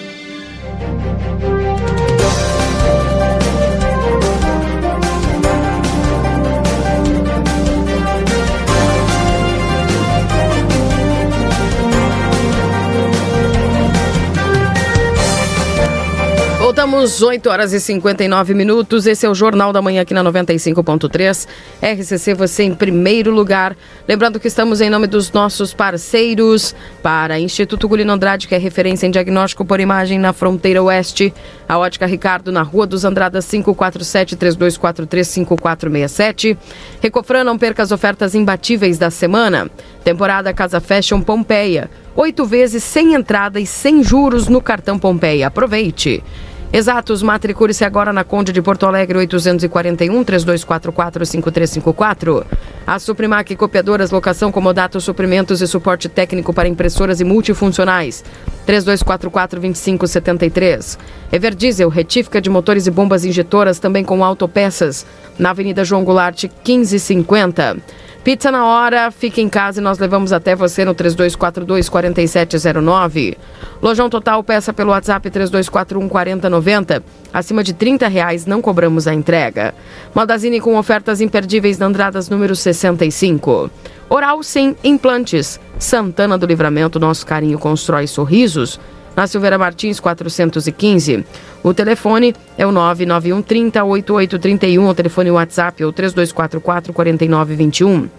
Voltamos, oito horas e cinquenta e nove minutos. Esse é o Jornal da Manhã aqui na noventa e cinco ponto três. R C C, você em primeiro lugar. Lembrando que estamos em nome dos nossos parceiros para Instituto Gulino Andrade, que é referência em diagnóstico por imagem na fronteira oeste. A Ótica Ricardo, na Rua dos Andradas, cinco quatro sete, três dois quatro três, cinco quatro seis sete. Recofran, não perca as ofertas imbatíveis da semana. Temporada Casa Fashion Pompeia. Oito vezes sem entrada e sem juros no cartão Pompeia. Aproveite. Exatos, matricule-se agora na Conde de Porto Alegre, oitocentos e quarenta e um, três dois quatro quatro, cinco três cinco quatro. A Suprimac Copiadoras, locação, comodato, suprimentos e suporte técnico para impressoras e multifuncionais, três dois quatro quatro, dois cinco sete três. Everdiesel, retífica de motores e bombas injetoras, também com autopeças, na Avenida João Goulart, quinze cinquenta. Pizza na hora, fique em casa e nós levamos até você no três dois quatro dois, quatro sete zero nove. Lojão Total, peça pelo WhatsApp três dois quatro um, quatro zero nove zero. Acima de trinta reais não cobramos a entrega. Modazine com ofertas imperdíveis na Andradas número sessenta e cinco. Oral Sim Implantes. Santana do Livramento, nosso carinho constrói sorrisos. Na Silveira Martins, quatrocentos e quinze. O telefone é o nove nove um, trinta, oitenta e oito trinta e um. O telefone WhatsApp é o três dois quatro quatro, quatro nove dois um.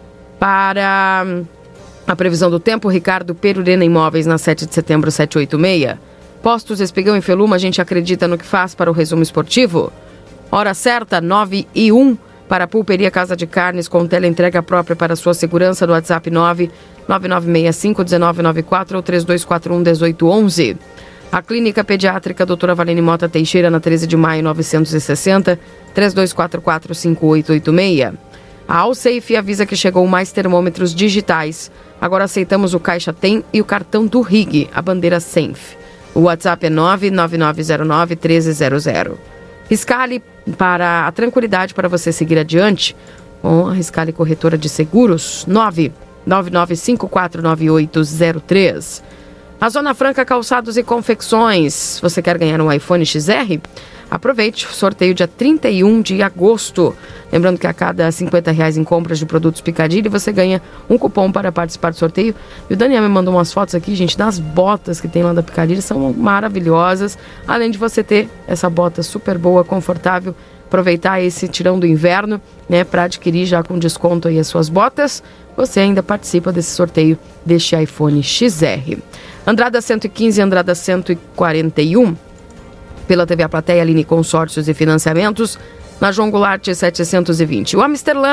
Para a previsão do tempo, Ricardo Perurena Imóveis, na sete de setembro, setecentos e oitenta e seis. Postos Espigão e Feluma, a gente acredita no que faz. Para o resumo esportivo, hora certa, nove e um. Para a Pulperia Casa de Carnes, com teleentrega própria para sua segurança, no WhatsApp nove nove nove seis cinco, um nove nove quatro ou três dois quatro um, um oito um um. A Clínica Pediátrica doutora Valene Mota Teixeira, na treze de maio, novecentos e sessenta, três dois quatro quatro, cinco oito oito seis. A Alsafe avisa que chegou mais termômetros digitais. Agora aceitamos o Caixa Tem e o cartão do R I G, a bandeira Senf. O WhatsApp é nove nove nove zero nove, um três zero zero. Riscale, para a tranquilidade para você seguir adiante, com a Riscale Corretora de Seguros, nove nove nove cinco quatro nove oito zero três. A Zona Franca Calçados e Confecções. Você quer ganhar um iPhone X R? Aproveite o sorteio dia trinta e um de agosto. Lembrando que a cada cinquenta reais em compras de produtos Piccadilly, você ganha um cupom para participar do sorteio. E o Daniel me mandou umas fotos aqui, gente, das botas que tem lá da Piccadilly. São maravilhosas. Além de você ter essa bota super boa, confortável, aproveitar esse tirão do inverno, né, para adquirir já com desconto aí as suas botas, você ainda participa desse sorteio deste iPhone X R. Andrada cento e quinze, Andrada cento e quarenta e um, pela T V A Plateia, Aline Consórcios e Financiamentos, na João Goulart setecentos e vinte. O Amsterlan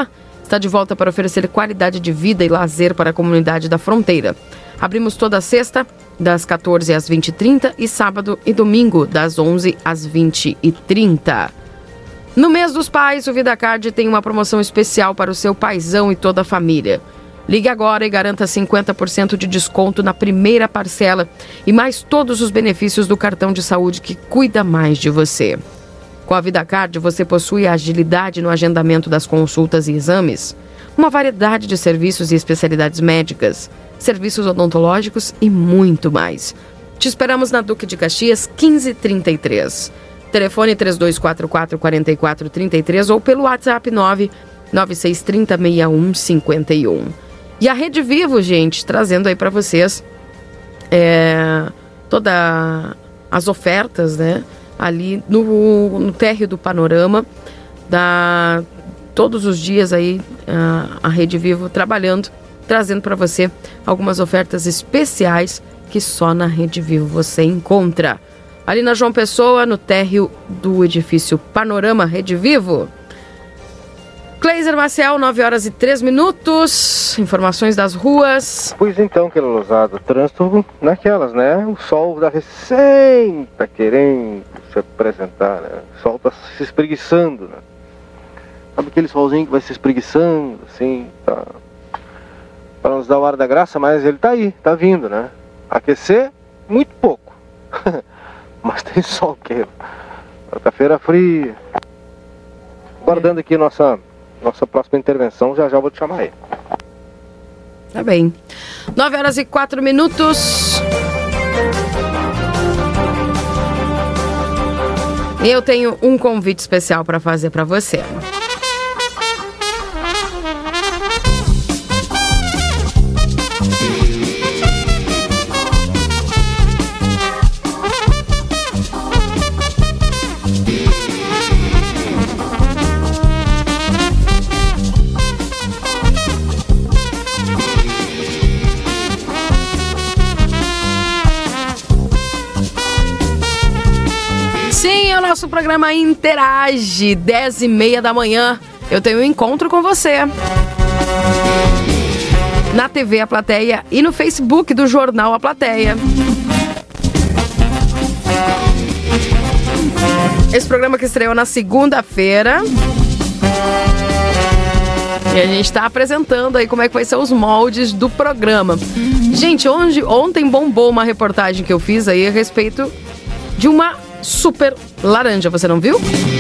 está de volta para oferecer qualidade de vida e lazer para a comunidade da fronteira. Abrimos toda sexta, das quatorze às vinte e trinta e sábado e domingo, das onze às vinte e trinta. No mês dos pais, o VidaCard tem uma promoção especial para o seu paizão e toda a família. Ligue agora e garanta cinquenta por cento de desconto na primeira parcela e mais todos os benefícios do cartão de saúde que cuida mais de você. Com a VidaCard, você possui agilidade no agendamento das consultas e exames, uma variedade de serviços e especialidades médicas, serviços odontológicos e muito mais. Te esperamos na Duque de Caxias, quinze trinta e três. Telefone três dois quatro quatro, quatro quatro três três ou pelo WhatsApp nove nove seis três zero, seis um cinco um. E a Rede Vivo, gente, trazendo aí para vocês é, todas as ofertas, né? Ali no, no térreo do Panorama, da, todos os dias aí a, a Rede Vivo trabalhando, trazendo para você algumas ofertas especiais que só na Rede Vivo você encontra. Ali na João Pessoa, no térreo do edifício Panorama Rede Vivo. Cleiser Maciel, nove horas e três minutos. Informações das ruas. Pois então, Keila Lousada, trânsito naquelas, né? O sol da recém tá querendo se apresentar, né? O sol tá se espreguiçando, né? Sabe aquele solzinho que vai se espreguiçando, assim, tá... para nos dar o ar da graça, mas ele tá aí, tá vindo, né? Aquecer, muito pouco. Mas tem sol, Keila. Quarta-feira fria. Guardando aqui nossa... Nossa próxima intervenção, já já vou te chamar aí. Tá bem. nove horas e quatro minutos. Eu tenho um convite especial para fazer para você. Nosso programa Interage, dez e meia da manhã. Eu tenho um encontro com você. Na T V A Plateia e no Facebook do Jornal A Plateia. Esse programa que estreou na segunda-feira. E a gente está apresentando aí como é que vai ser os moldes do programa. Gente, onde, ontem bombou uma reportagem que eu fiz aí a respeito de uma super laranja, você não viu?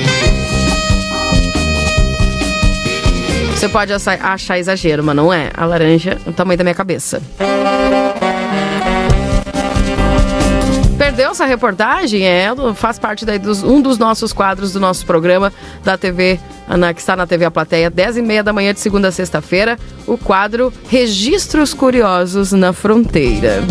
Você pode achar exagero, mas não é. A laranja é o tamanho da minha cabeça. Perdeu essa reportagem? É, faz parte daí dos, um dos nossos quadros do nosso programa da T V, na, que está na T V A Plateia, dez e meia da manhã de segunda a sexta-feira, o quadro Registros Curiosos na Fronteira.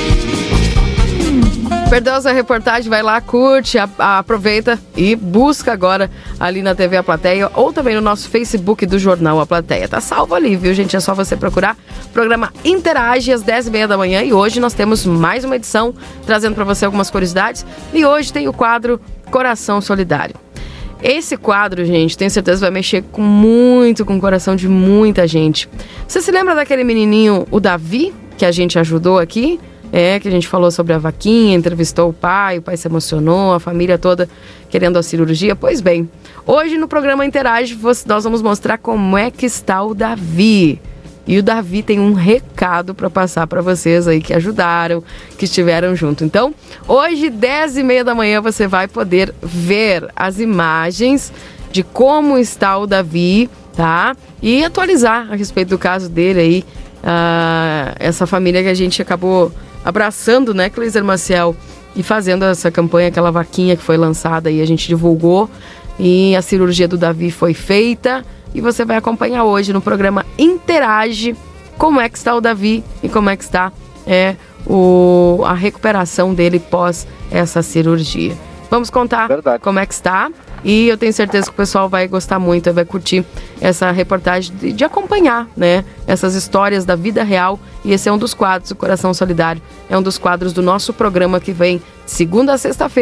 Perdeu essa reportagem? Vai lá, curte, a, a, aproveita e busca agora ali na T V A Plateia ou também no nosso Facebook do Jornal A Plateia. Tá salvo ali, viu, gente? É só você procurar. O programa Interage às dez e meia da manhã e hoje nós temos mais uma edição trazendo para você algumas curiosidades e hoje tem o quadro Coração Solidário. Esse quadro, gente, tenho certeza vai mexer com muito com o coração de muita gente. Você se lembra daquele menininho, o Davi, que a gente ajudou aqui? É, que a gente falou sobre a vaquinha, entrevistou o pai, o pai se emocionou, a família toda querendo a cirurgia. Pois bem, hoje no programa Interage nós vamos mostrar como é que está o Davi. E o Davi tem um recado para passar para vocês aí que ajudaram, que estiveram junto. Então, hoje, dez e meia da manhã, você vai poder ver as imagens de como está o Davi, tá? E atualizar a respeito do caso dele aí, uh, essa família que a gente acabou abraçando, né, Cleiser Maciel, e fazendo essa campanha, aquela vaquinha que foi lançada e a gente divulgou, e a cirurgia do Davi foi feita, e você vai acompanhar hoje no programa Interage como é que está o Davi e como é que está é, o, a recuperação dele pós essa cirurgia. Vamos contar Verdade. como é que está. E eu tenho certeza que o pessoal vai gostar muito, vai curtir essa reportagem de, de acompanhar, né, essas histórias da vida real. E esse é um dos quadros, o Coração Solidário, é um dos quadros do nosso programa que vem segunda a sexta-feira,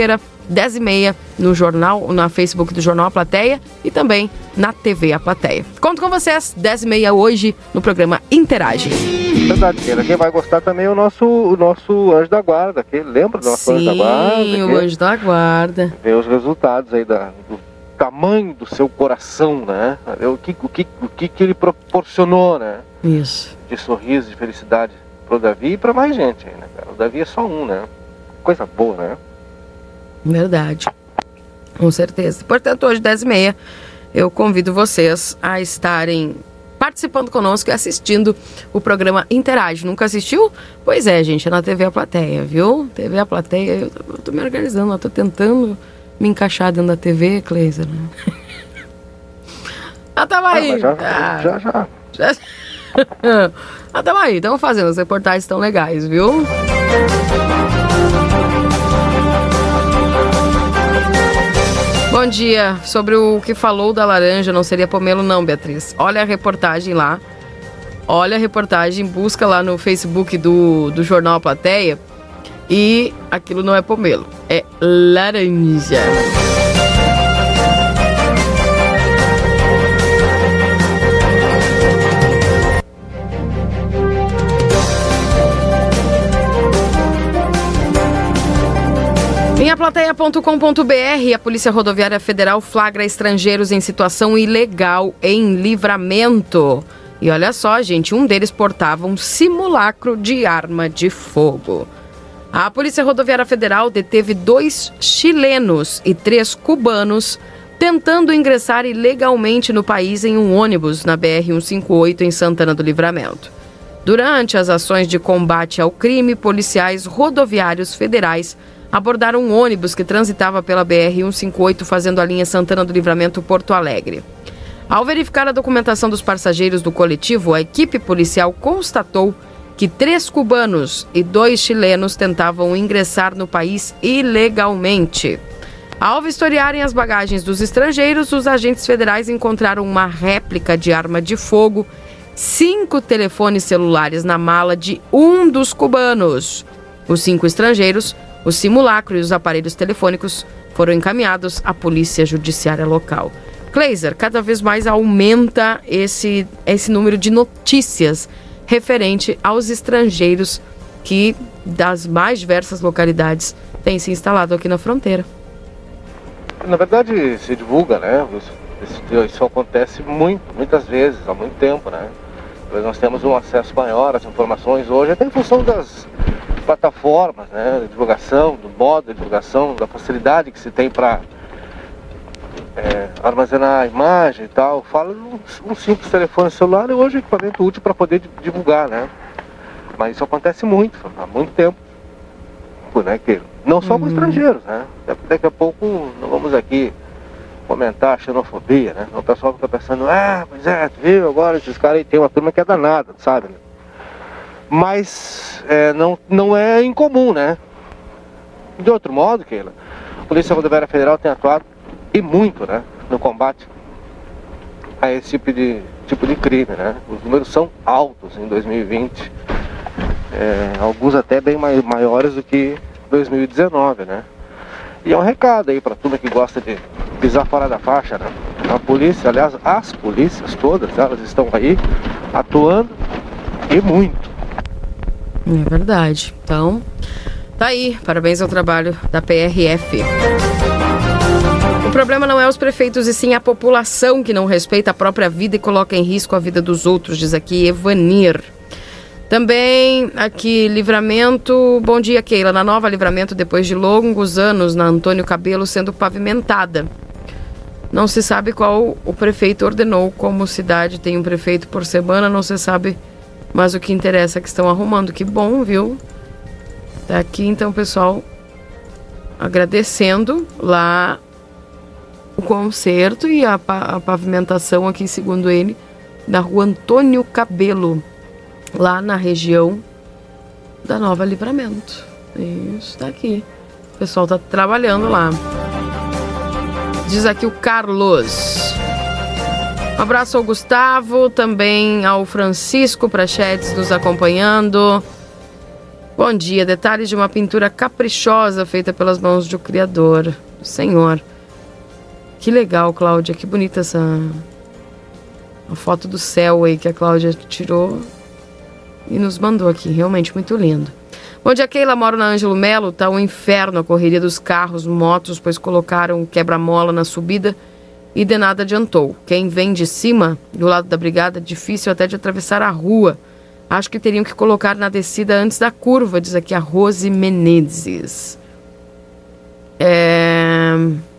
dez e meia, no jornal, na Facebook do Jornal A Plateia e também na T V A Plateia. Conto com vocês, dez e meia hoje, no programa Interage. Verdade, quem vai gostar também é o nosso, o nosso anjo da guarda, que lembra do nosso Sim, anjo da guarda? Sim, o anjo da guarda. Ver os resultados aí da, do tamanho do seu coração, né? Ver o que, o que, o que, que ele proporcionou, né? Isso. De sorriso, de felicidade pro Davi e pra mais gente aí, né, cara? O Davi é só um, né? Coisa boa, né? Verdade. Com certeza. Portanto, hoje, dez e meia, eu convido vocês a estarem participando conosco e assistindo o programa Interage. Nunca assistiu? Pois é, gente, é na T V A Plateia, viu? T V A Plateia, eu tô, eu tô me organizando, eu tô tentando me encaixar dentro da T V, Cleiser, né? Ah, tava aí. Ah, já, ah, já, já. já. Ah, tamo aí, estamos fazendo, as reportagens tão legais, viu? Bom dia, sobre o que falou da laranja, não seria pomelo não, Beatriz. Olha a reportagem lá, olha a reportagem, busca lá no Facebook do, do Jornal A Plateia e aquilo não é pomelo, é laranja. Em aplateia ponto com ponto b r, a Polícia Rodoviária Federal flagra estrangeiros em situação ilegal em Livramento. E olha só, gente, um deles portava um simulacro de arma de fogo. A Polícia Rodoviária Federal deteve dois chilenos e três cubanos tentando ingressar ilegalmente no país em um ônibus na B R cento e cinquenta e oito em Santana do Livramento. Durante as ações de combate ao crime, policiais rodoviários federais abordaram um ônibus que transitava pela B R cento e cinquenta e oito fazendo a linha Santana do Livramento-Porto Alegre. Ao verificar a documentação dos passageiros do coletivo, a equipe policial constatou que três cubanos e dois chilenos tentavam ingressar no país ilegalmente. Ao vistoriarem as bagagens dos estrangeiros, os agentes federais encontraram uma réplica de arma de fogo, cinco telefones celulares na mala de um dos cubanos. Os cinco estrangeiros, o simulacro e os aparelhos telefônicos foram encaminhados à Polícia Judiciária local. Cleiser, cada vez mais aumenta esse, esse número de notícias referente aos estrangeiros que, das mais diversas localidades, têm se instalado aqui na fronteira. Na verdade, se divulga, né? Isso, isso acontece muito, muitas vezes, há muito tempo, né? Nós temos um acesso maior às informações hoje, até em função das plataformas, né, de divulgação, do modo de divulgação, da facilidade que se tem para é, armazenar a imagem e tal. Fala um, um simples telefone celular e hoje é equipamento útil para poder divulgar, né? Mas isso acontece muito, há muito tempo, né? Que não só com Uhum. estrangeiros, né? Daqui a pouco não vamos aqui comentar a xenofobia, né? O pessoal fica pensando, ah, pois é, tu viu, agora esses caras aí tem uma turma que é danada, sabe? Mas é, não, não é incomum, né? De outro modo, Keila, a Polícia Rodoviária Federal tem atuado, e muito, né, no combate a esse tipo de, tipo de crime, né? Os números são altos em dois mil e vinte, é, alguns até bem mai, maiores do que dois mil e dezenove, né? E é um recado aí para turma que gosta de pisar fora da faixa, né? A polícia, aliás, as polícias todas, elas estão aí atuando e muito. É verdade. Então, tá aí. Parabéns ao trabalho da P R F. O problema não é os prefeitos, e sim a população que não respeita a própria vida e coloca em risco a vida dos outros, diz aqui Evanir. Também aqui, Livramento. Bom dia, Keila. Na Nova Livramento, depois de longos anos na Antônio Cabelo sendo pavimentada. Não se sabe qual o prefeito ordenou. Como cidade tem um prefeito por semana, não se sabe. Mas o que interessa é que estão arrumando. Que bom, viu? Tá aqui, então, pessoal, agradecendo lá o conserto e a, a pavimentação aqui, segundo ele, da rua Antônio Cabelo, lá na região da Nova Livramento. Isso, tá aqui. O pessoal tá trabalhando lá. Diz aqui o Carlos. Um abraço ao Gustavo, também ao Francisco Prachetes nos acompanhando. Bom dia, detalhes de uma pintura caprichosa feita pelas mãos do Criador, do Senhor. Que legal, Cláudia, que bonita essa a foto do céu aí que a Cláudia tirou e nos mandou aqui, realmente muito lindo. Bom dia, Keila, moro na Ângelo Melo, tá um inferno a correria dos carros, motos, pois colocaram quebra-mola na subida e de nada adiantou. Quem vem de cima, do lado da brigada, difícil até de atravessar a rua. Acho que teriam que colocar na descida antes da curva, diz aqui a Rose Menezes. É...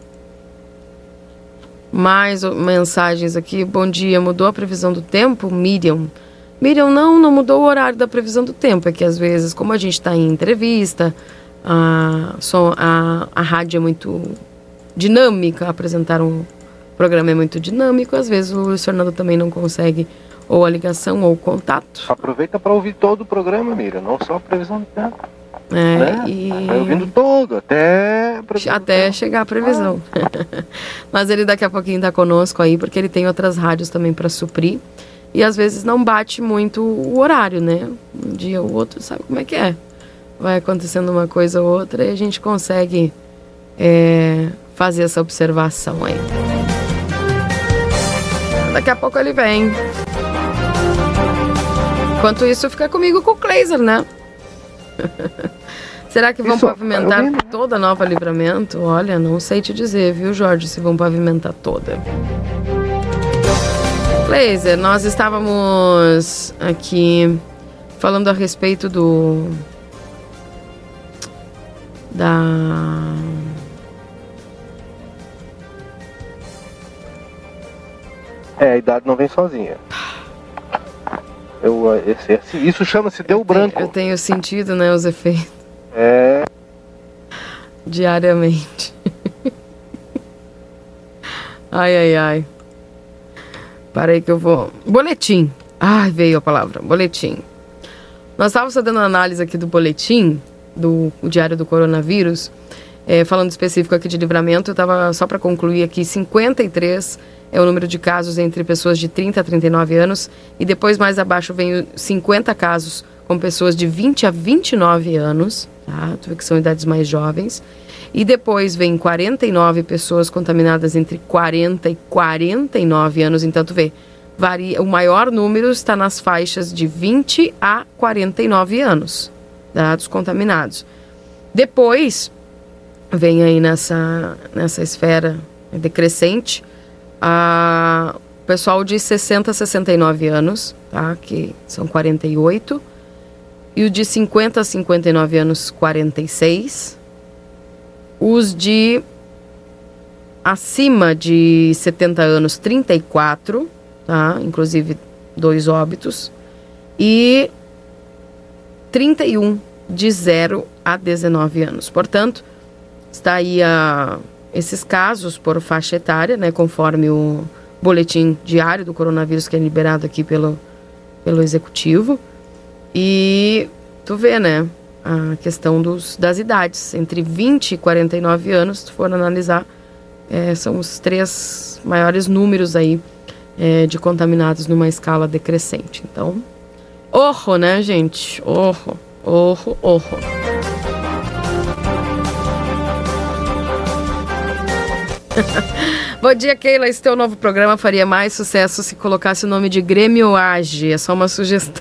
Mais mensagens aqui. Bom dia, mudou a previsão do tempo? Miriam. Miriam, não, não mudou o horário da previsão do tempo. É que às vezes, como a gente está em entrevista, a, a, a rádio é muito dinâmica, apresentar um programa é muito dinâmico, às vezes o Luiz Fernando também não consegue ou a ligação ou o contato. Aproveita para ouvir todo o programa, Miriam, não só a previsão do tempo. É, né? e... Vai ouvindo todo, até... Até chegar a previsão. Ah. Mas ele daqui a pouquinho está conosco aí, porque ele tem outras rádios também para suprir. E às vezes não bate muito o horário, né? Um dia ou outro, sabe como é que é? Vai acontecendo uma coisa ou outra e a gente consegue é, fazer essa observação aí. Daqui a pouco ele vem. Enquanto isso, fica comigo com o Kleiser, né? Será que vão isso, pavimentar toda a Nova Livramento? Olha, não sei te dizer, viu, Jorge, se vão pavimentar toda. Kleiser, nós estávamos aqui falando a respeito do... Da... É, a idade não vem sozinha. Eu, esse, esse, isso chama-se deu branco. Eu tenho sentido, né, os efeitos. É. Diariamente. Ai, ai, ai. Parei que eu vou... Boletim. Ai, veio a palavra. Boletim. Nós estávamos fazendo análise aqui do boletim, do Diário do Coronavírus, é, falando específico aqui de Livramento. Eu estava só para concluir aqui, cinquenta e três é o número de casos entre pessoas de trinta a trinta e nove anos, e depois mais abaixo vem cinquenta casos com pessoas de vinte a vinte e nove anos, tá? Tu vê que são idades mais jovens. E depois vem quarenta e nove pessoas contaminadas entre quarenta e quarenta e nove anos. Então, tu vê, varia, o maior número está nas faixas de vinte a quarenta e nove anos, dados contaminados. Depois, vem aí nessa, nessa esfera decrescente, a, o pessoal de sessenta a sessenta e nove anos, tá? Que são quarenta e oito. E o de cinquenta a cinquenta e nove anos, quarenta e seis. Os de acima de setenta anos, trinta e quatro, tá? Inclusive dois óbitos. E trinta e um de zero a dezenove anos. Portanto, está aí a, esses casos por faixa etária, né? Conforme o boletim diário do coronavírus que é liberado aqui pelo, pelo Executivo. E tu vê, né? A questão dos, das idades, entre vinte e quarenta e nove anos, se for analisar, é, são os três maiores números aí é, de contaminados numa escala decrescente. Então, orro, né, gente? Orro, orro, orro. Bom dia, Keila. Esse teu novo programa faria mais sucesso se colocasse o nome de Grêmio Age. É só uma sugestão.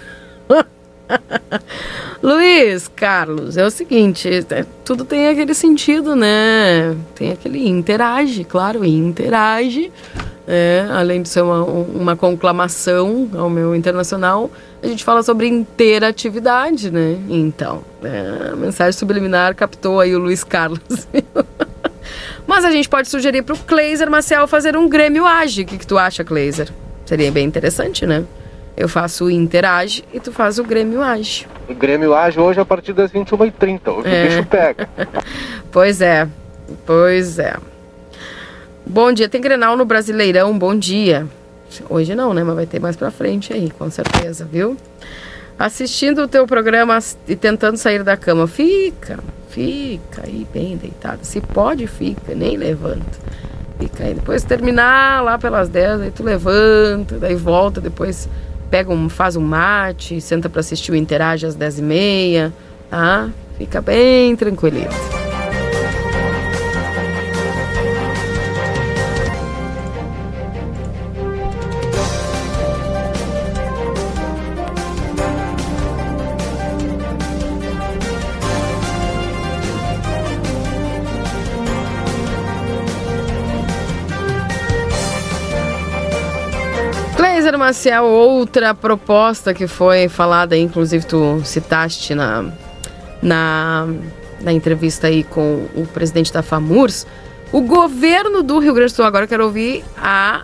Luiz Carlos, é o seguinte, é, tudo tem aquele sentido, né? Tem aquele interage, claro, interage. É, além de ser uma, uma conclamação ao meu internacional, a gente fala sobre interatividade, né? Então, é, a mensagem subliminar captou aí o Luiz Carlos. Mas a gente pode sugerir para o Kleiser Maciel fazer um Grêmio Age. O que, que tu acha, Kleiser? Seria bem interessante, né? Eu faço o Interage e tu faz o Grêmio Age. O Grêmio Age hoje a partir das vinte e uma e trinta. Hoje é. O bicho pega. Pois é, pois é. Bom dia, tem Grenal no Brasileirão, bom dia. Hoje não, né? Mas vai ter mais pra frente aí, com certeza, viu? Assistindo o teu programa e tentando sair da cama. Fica, fica aí bem deitado. Se pode, fica, nem levanta. Fica aí. Depois terminar lá pelas dez, aí tu levanta, daí volta, depois... Pega um, faz um mate, senta para assistir o Interage às dez e meia, tá? Fica bem tranquilito. Cleiser Maciel, outra proposta que foi falada, inclusive tu citaste na, na, na entrevista aí com o presidente da FAMURS, o governo do Rio Grande do Sul, agora eu quero ouvir a,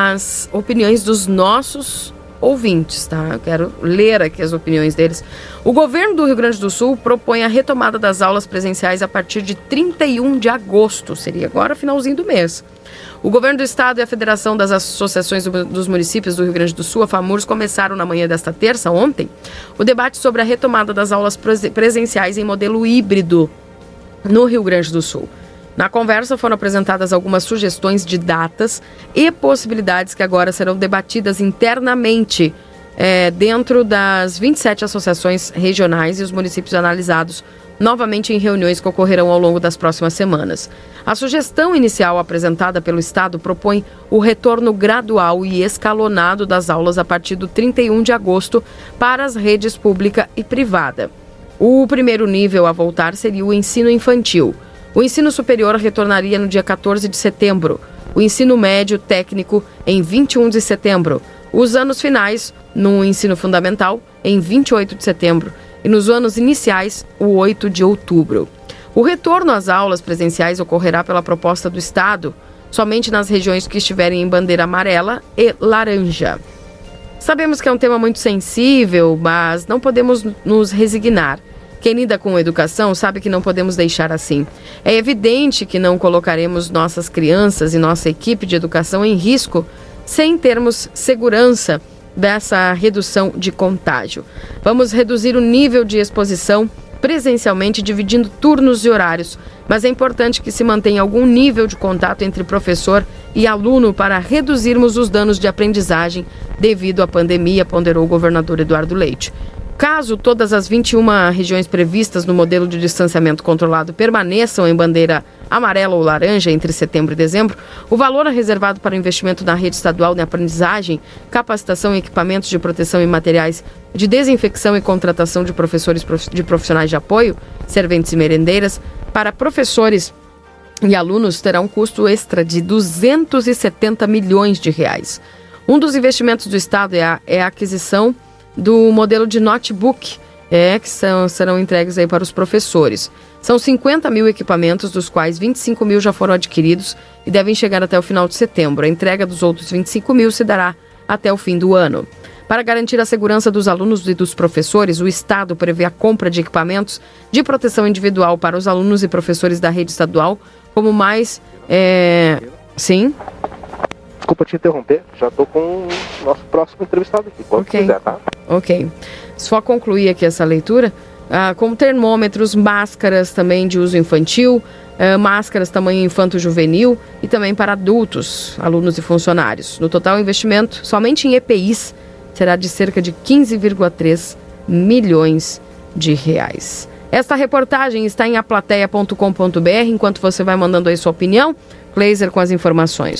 as opiniões dos nossos ouvintes, tá? Eu quero ler aqui as opiniões deles. O governo do Rio Grande do Sul propõe a retomada das aulas presenciais a partir de trinta e um de agosto, seria agora finalzinho do mês. O governo do estado e a Federação das Associações dos Municípios do Rio Grande do Sul, a FAMURS, começaram na manhã desta terça, ontem, o debate sobre a retomada das aulas presenciais em modelo híbrido no Rio Grande do Sul. Na conversa foram apresentadas algumas sugestões de datas e possibilidades que agora serão debatidas internamente é, dentro das vinte e sete associações regionais e os municípios analisados novamente em reuniões que ocorrerão ao longo das próximas semanas. A sugestão inicial apresentada pelo Estado propõe o retorno gradual e escalonado das aulas a partir do trinta e um de agosto para as redes pública e privada. O primeiro nível a voltar seria o ensino infantil. O ensino superior retornaria no dia quatorze de setembro. O ensino médio técnico em vinte e um de setembro. Os anos finais, no ensino fundamental, em vinte e oito de setembro. E nos anos iniciais, o oito de outubro. O retorno às aulas presenciais ocorrerá pela proposta do Estado, somente nas regiões que estiverem em bandeira amarela e laranja. Sabemos que é um tema muito sensível, mas não podemos nos resignar. Quem lida com a educação sabe que não podemos deixar assim. É evidente que não colocaremos nossas crianças e nossa equipe de educação em risco sem termos segurança dessa redução de contágio. Vamos reduzir o nível de exposição presencialmente, dividindo turnos e horários, mas é importante que se mantenha algum nível de contato entre professor e aluno para reduzirmos os danos de aprendizagem devido à pandemia, ponderou o governador Eduardo Leite. Caso todas as vinte e uma regiões previstas no modelo de distanciamento controlado permaneçam em bandeira amarela ou laranja entre setembro e dezembro, o valor reservado para o investimento na rede estadual de aprendizagem, capacitação em equipamentos de proteção e materiais de desinfecção e contratação de professores de profissionais de apoio, serventes e merendeiras, para professores e alunos terá um custo extra de duzentos e setenta milhões de reais. Um dos investimentos do Estado é a, é a aquisição do modelo de notebook, é, que são, serão entregues aí para os professores. São cinquenta mil equipamentos, dos quais vinte e cinco mil já foram adquiridos e devem chegar até o final de setembro. A entrega dos outros vinte e cinco mil se dará até o fim do ano. Para garantir a segurança dos alunos e dos professores, o Estado prevê a compra de equipamentos de proteção individual para os alunos e professores da rede estadual, como mais... É... Sim? Desculpa te interromper, já estou com o nosso próximo entrevistado aqui, quando okay. quiser, tá? Ok. Só concluir aqui essa leitura, ah, como termômetros, máscaras também de uso infantil, ah, máscaras tamanho infanto-juvenil e também para adultos, alunos e funcionários. No total, o investimento somente em E P Is será de cerca de quinze vírgula três milhões de reais. Esta reportagem está em aplateia ponto com ponto b r, enquanto você vai mandando aí sua opinião, Cleiser com as informações.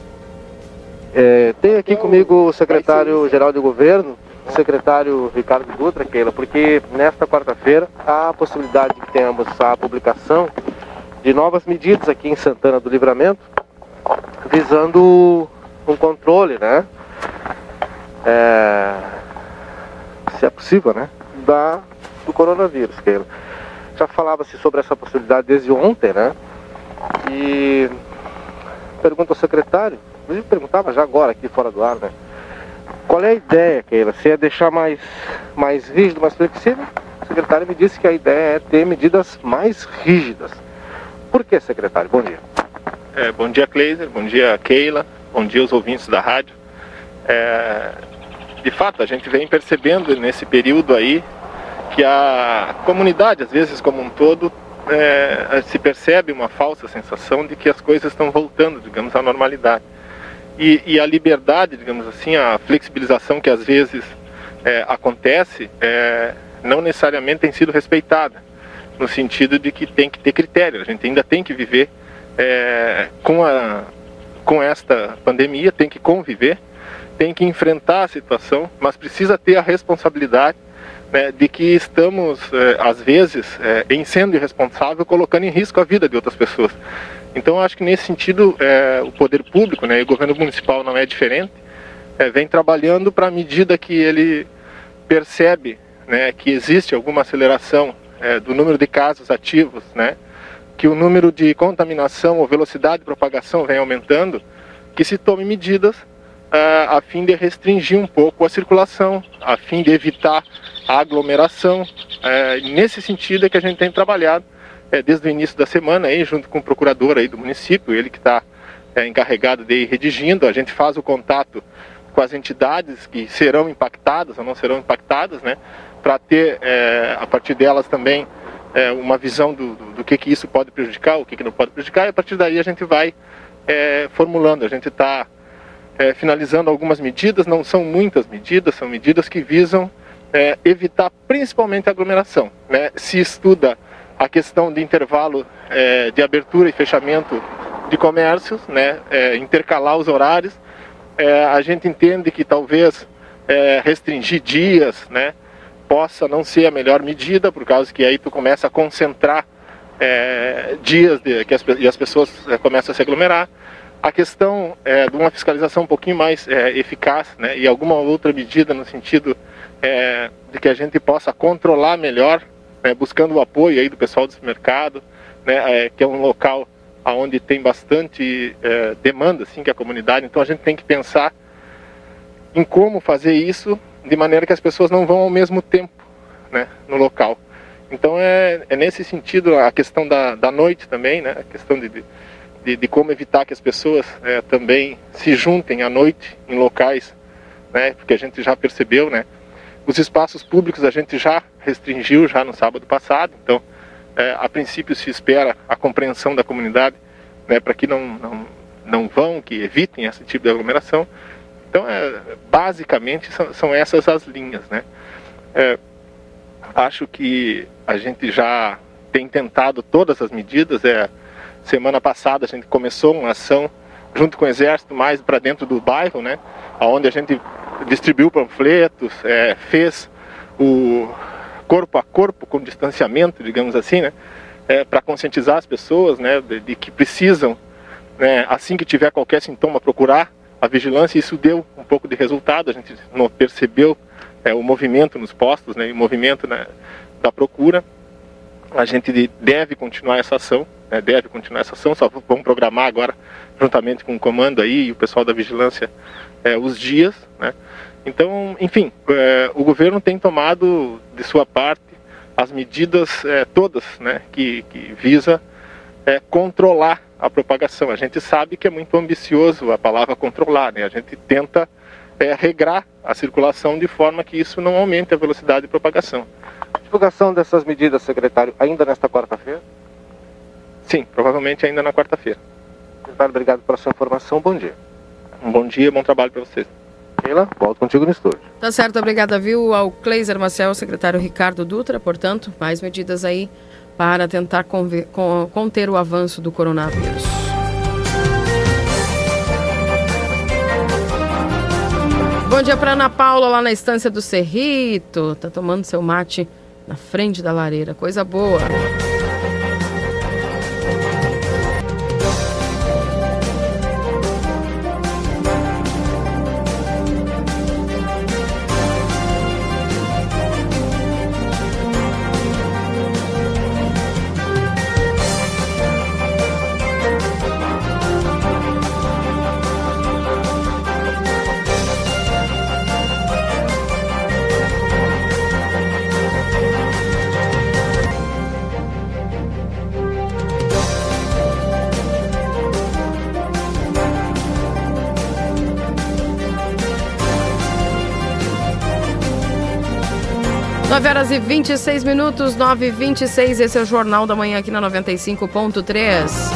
É, tem aqui comigo o secretário-geral de governo, o secretário Ricardo Dutra, Keila, porque nesta quarta-feira há a possibilidade de que tenhamos a publicação de novas medidas aqui em Santana do Livramento, visando um controle, né? É, se é possível, né? Da, do coronavírus, Keila. Já falava-se sobre essa possibilidade desde ontem, né? E pergunto ao secretário, eu perguntava já agora aqui fora do ar, né? Qual é a ideia, Keila? Se é deixar mais, mais rígido, mais flexível? O secretário me disse que a ideia é ter medidas mais rígidas. Por que, secretário? Bom dia. É, bom dia, Cleiser. Bom dia, Keila. Bom dia aos ouvintes da rádio. É, de fato, a gente vem percebendo nesse período aí que a comunidade, às vezes como um todo, é, se percebe uma falsa sensação de que as coisas estão voltando, digamos, à normalidade. E, e a liberdade, digamos assim, a flexibilização que às vezes é, acontece, é, não necessariamente tem sido respeitada. no sentido de que tem que ter critério. A gente ainda tem que viver é, com, a, com esta pandemia, tem que conviver, tem que enfrentar a situação, mas precisa ter a responsabilidade, né, de que estamos, é, às vezes, é, em sendo irresponsável, colocando em risco a vida de outras pessoas. Então, acho que nesse sentido, é, o poder público, né, e o governo municipal não é diferente, é, vem trabalhando para, à medida que ele percebe, né, que existe alguma aceleração é, do número de casos ativos, né, que o número de contaminação ou velocidade de propagação vem aumentando, que se tome medidas uh, a fim de restringir um pouco a circulação, a fim de evitar a aglomeração. Uh, nesse sentido é que a gente tem trabalhado uh, desde o início da semana, aí, junto com o procurador aí do município, ele que está uh, encarregado de ir redigindo. A gente faz o contato com as entidades que serão impactadas ou não serão impactadas, né, para ter, uh, a partir delas também, uh, uma visão do, do, do que, que isso pode prejudicar, o que, que não pode prejudicar, e a partir daí a gente vai uh, formulando. A gente está uh, finalizando algumas medidas, não são muitas medidas, são medidas que visam É, evitar principalmente a aglomeração, né? Se estuda a questão de intervalo é, de abertura e fechamento de comércios, né? É, intercalar os horários. É, a gente entende que talvez é, restringir dias, né, possa não ser a melhor medida, por causa que aí tu começa a concentrar é, dias de, que as, e as pessoas é, começam a se aglomerar. A questão é, de uma fiscalização um pouquinho mais é, eficaz, né, e alguma outra medida no sentido é, de que a gente possa controlar melhor, né, buscando o apoio aí do pessoal do supermercado, né, é, que é um local onde tem bastante é, demanda, assim, que a comunidade. Então a gente tem que pensar em como fazer isso de maneira que as pessoas não vão ao mesmo tempo, né, no local. Então é, é nesse sentido a questão da, da noite também, né, a questão de, de, de como evitar que as pessoas é, também se juntem à noite em locais, né, porque a gente já percebeu, né, os espaços públicos a gente já restringiu já no sábado passado. Então é, a princípio se espera a compreensão da comunidade, né, para que não, não, não vão, que evitem esse tipo de aglomeração. Então é, basicamente são, são essas as linhas, né. É, acho que a gente já tem tentado todas as medidas. É, semana passada a gente começou uma ação junto com o Exército mais para dentro do bairro, né, onde a gente distribuiu panfletos, é, fez o corpo a corpo com distanciamento, digamos assim, né, é, para conscientizar as pessoas, né, de, de que precisam, né, assim que tiver qualquer sintoma, procurar a vigilância. Isso deu um pouco de resultado. A gente não percebeu é, o movimento nos postos, né, o movimento, né, da procura. A gente deve continuar essa ação, né, deve continuar essa ação. Só vamos programar agora, juntamente com o comando aí e o pessoal da vigilância, é, os dias, né. Então, enfim, é, o governo tem tomado de sua parte as medidas é, todas, né, que, que visa é, controlar a propagação. A gente sabe que é muito ambicioso a palavra controlar, né? A gente tenta é, regrar a circulação de forma que isso não aumente a velocidade de propagação. Divulgação dessas medidas, secretário, ainda nesta quarta-feira? Sim, provavelmente ainda na quarta-feira. Secretário, obrigado pela sua informação. Bom dia. Um bom dia, bom trabalho para vocês. Keila, volto contigo no estúdio. Tá certo, obrigada, viu, ao Cleiser Maciel, secretário Ricardo Dutra. Portanto, mais medidas aí para tentar conver, con, conter o avanço do coronavírus. Bom dia para Ana Paula, lá na Estância do Cerrito. Tá tomando seu mate na frente da lareira, coisa boa. nove horas e vinte e seis minutos, nove e vinte e seis, esse é o Jornal da Manhã aqui na noventa e cinco ponto três.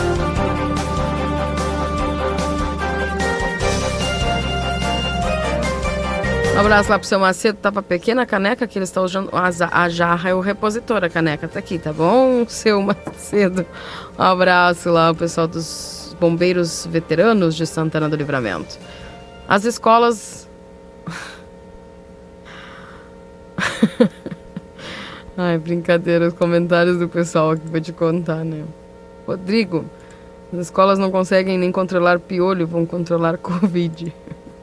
abraço lá pro seu Macedo. Tava pequena a caneca que ele está usando. A jarra é o repositor, a caneca tá aqui, tá bom, seu Macedo? Um abraço lá ao pessoal dos bombeiros veteranos de Santana do Livramento. As escolas... Ai, brincadeira, os comentários do pessoal aqui vou te contar, né? Rodrigo, as escolas não conseguem nem controlar piolho, vão controlar Covid.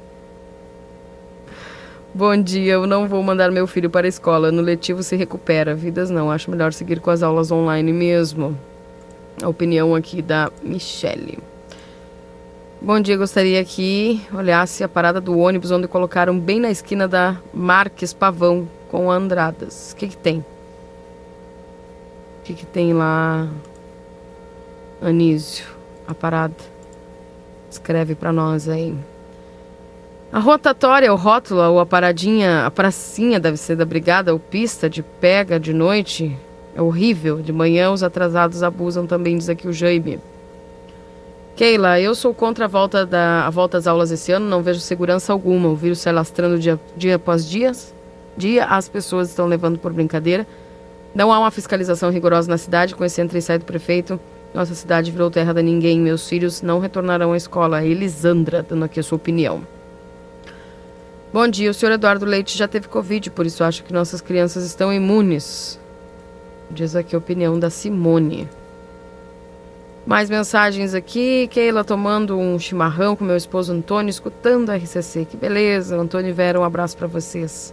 Bom dia, eu não vou mandar meu filho para a escola. No letivo se recupera, vidas não. Acho melhor seguir com as aulas online mesmo. A opinião aqui da Michele. Bom dia, gostaria que olhasse a parada do ônibus onde colocaram bem na esquina da Marques Pavão com Andradas. O que que tem? O que que tem lá, Anísio? A parada. Escreve para nós aí. A rotatória, o rótulo, ou a paradinha, a pracinha deve ser da brigada, ou pista de pega de noite. É horrível. De manhã os atrasados abusam também, diz aqui o Jaime. Keila, eu sou contra a volta, da, a volta às aulas esse ano, não vejo segurança alguma. O vírus se alastrando dia, dia após dia, dia, as pessoas estão levando por brincadeira. Não há uma fiscalização rigorosa na cidade, com esse entra e sai do prefeito. Nossa cidade virou terra de ninguém. Meus filhos não retornarão à escola. Elisandra, dando aqui a sua opinião. Bom dia, o senhor Eduardo Leite já teve Covid, por isso acho que nossas crianças estão imunes. Diz aqui a opinião da Simone. Mais mensagens aqui. Keila tomando um chimarrão com meu esposo Antônio, escutando a R C C. Que beleza, Antônio e Vera, um abraço para vocês.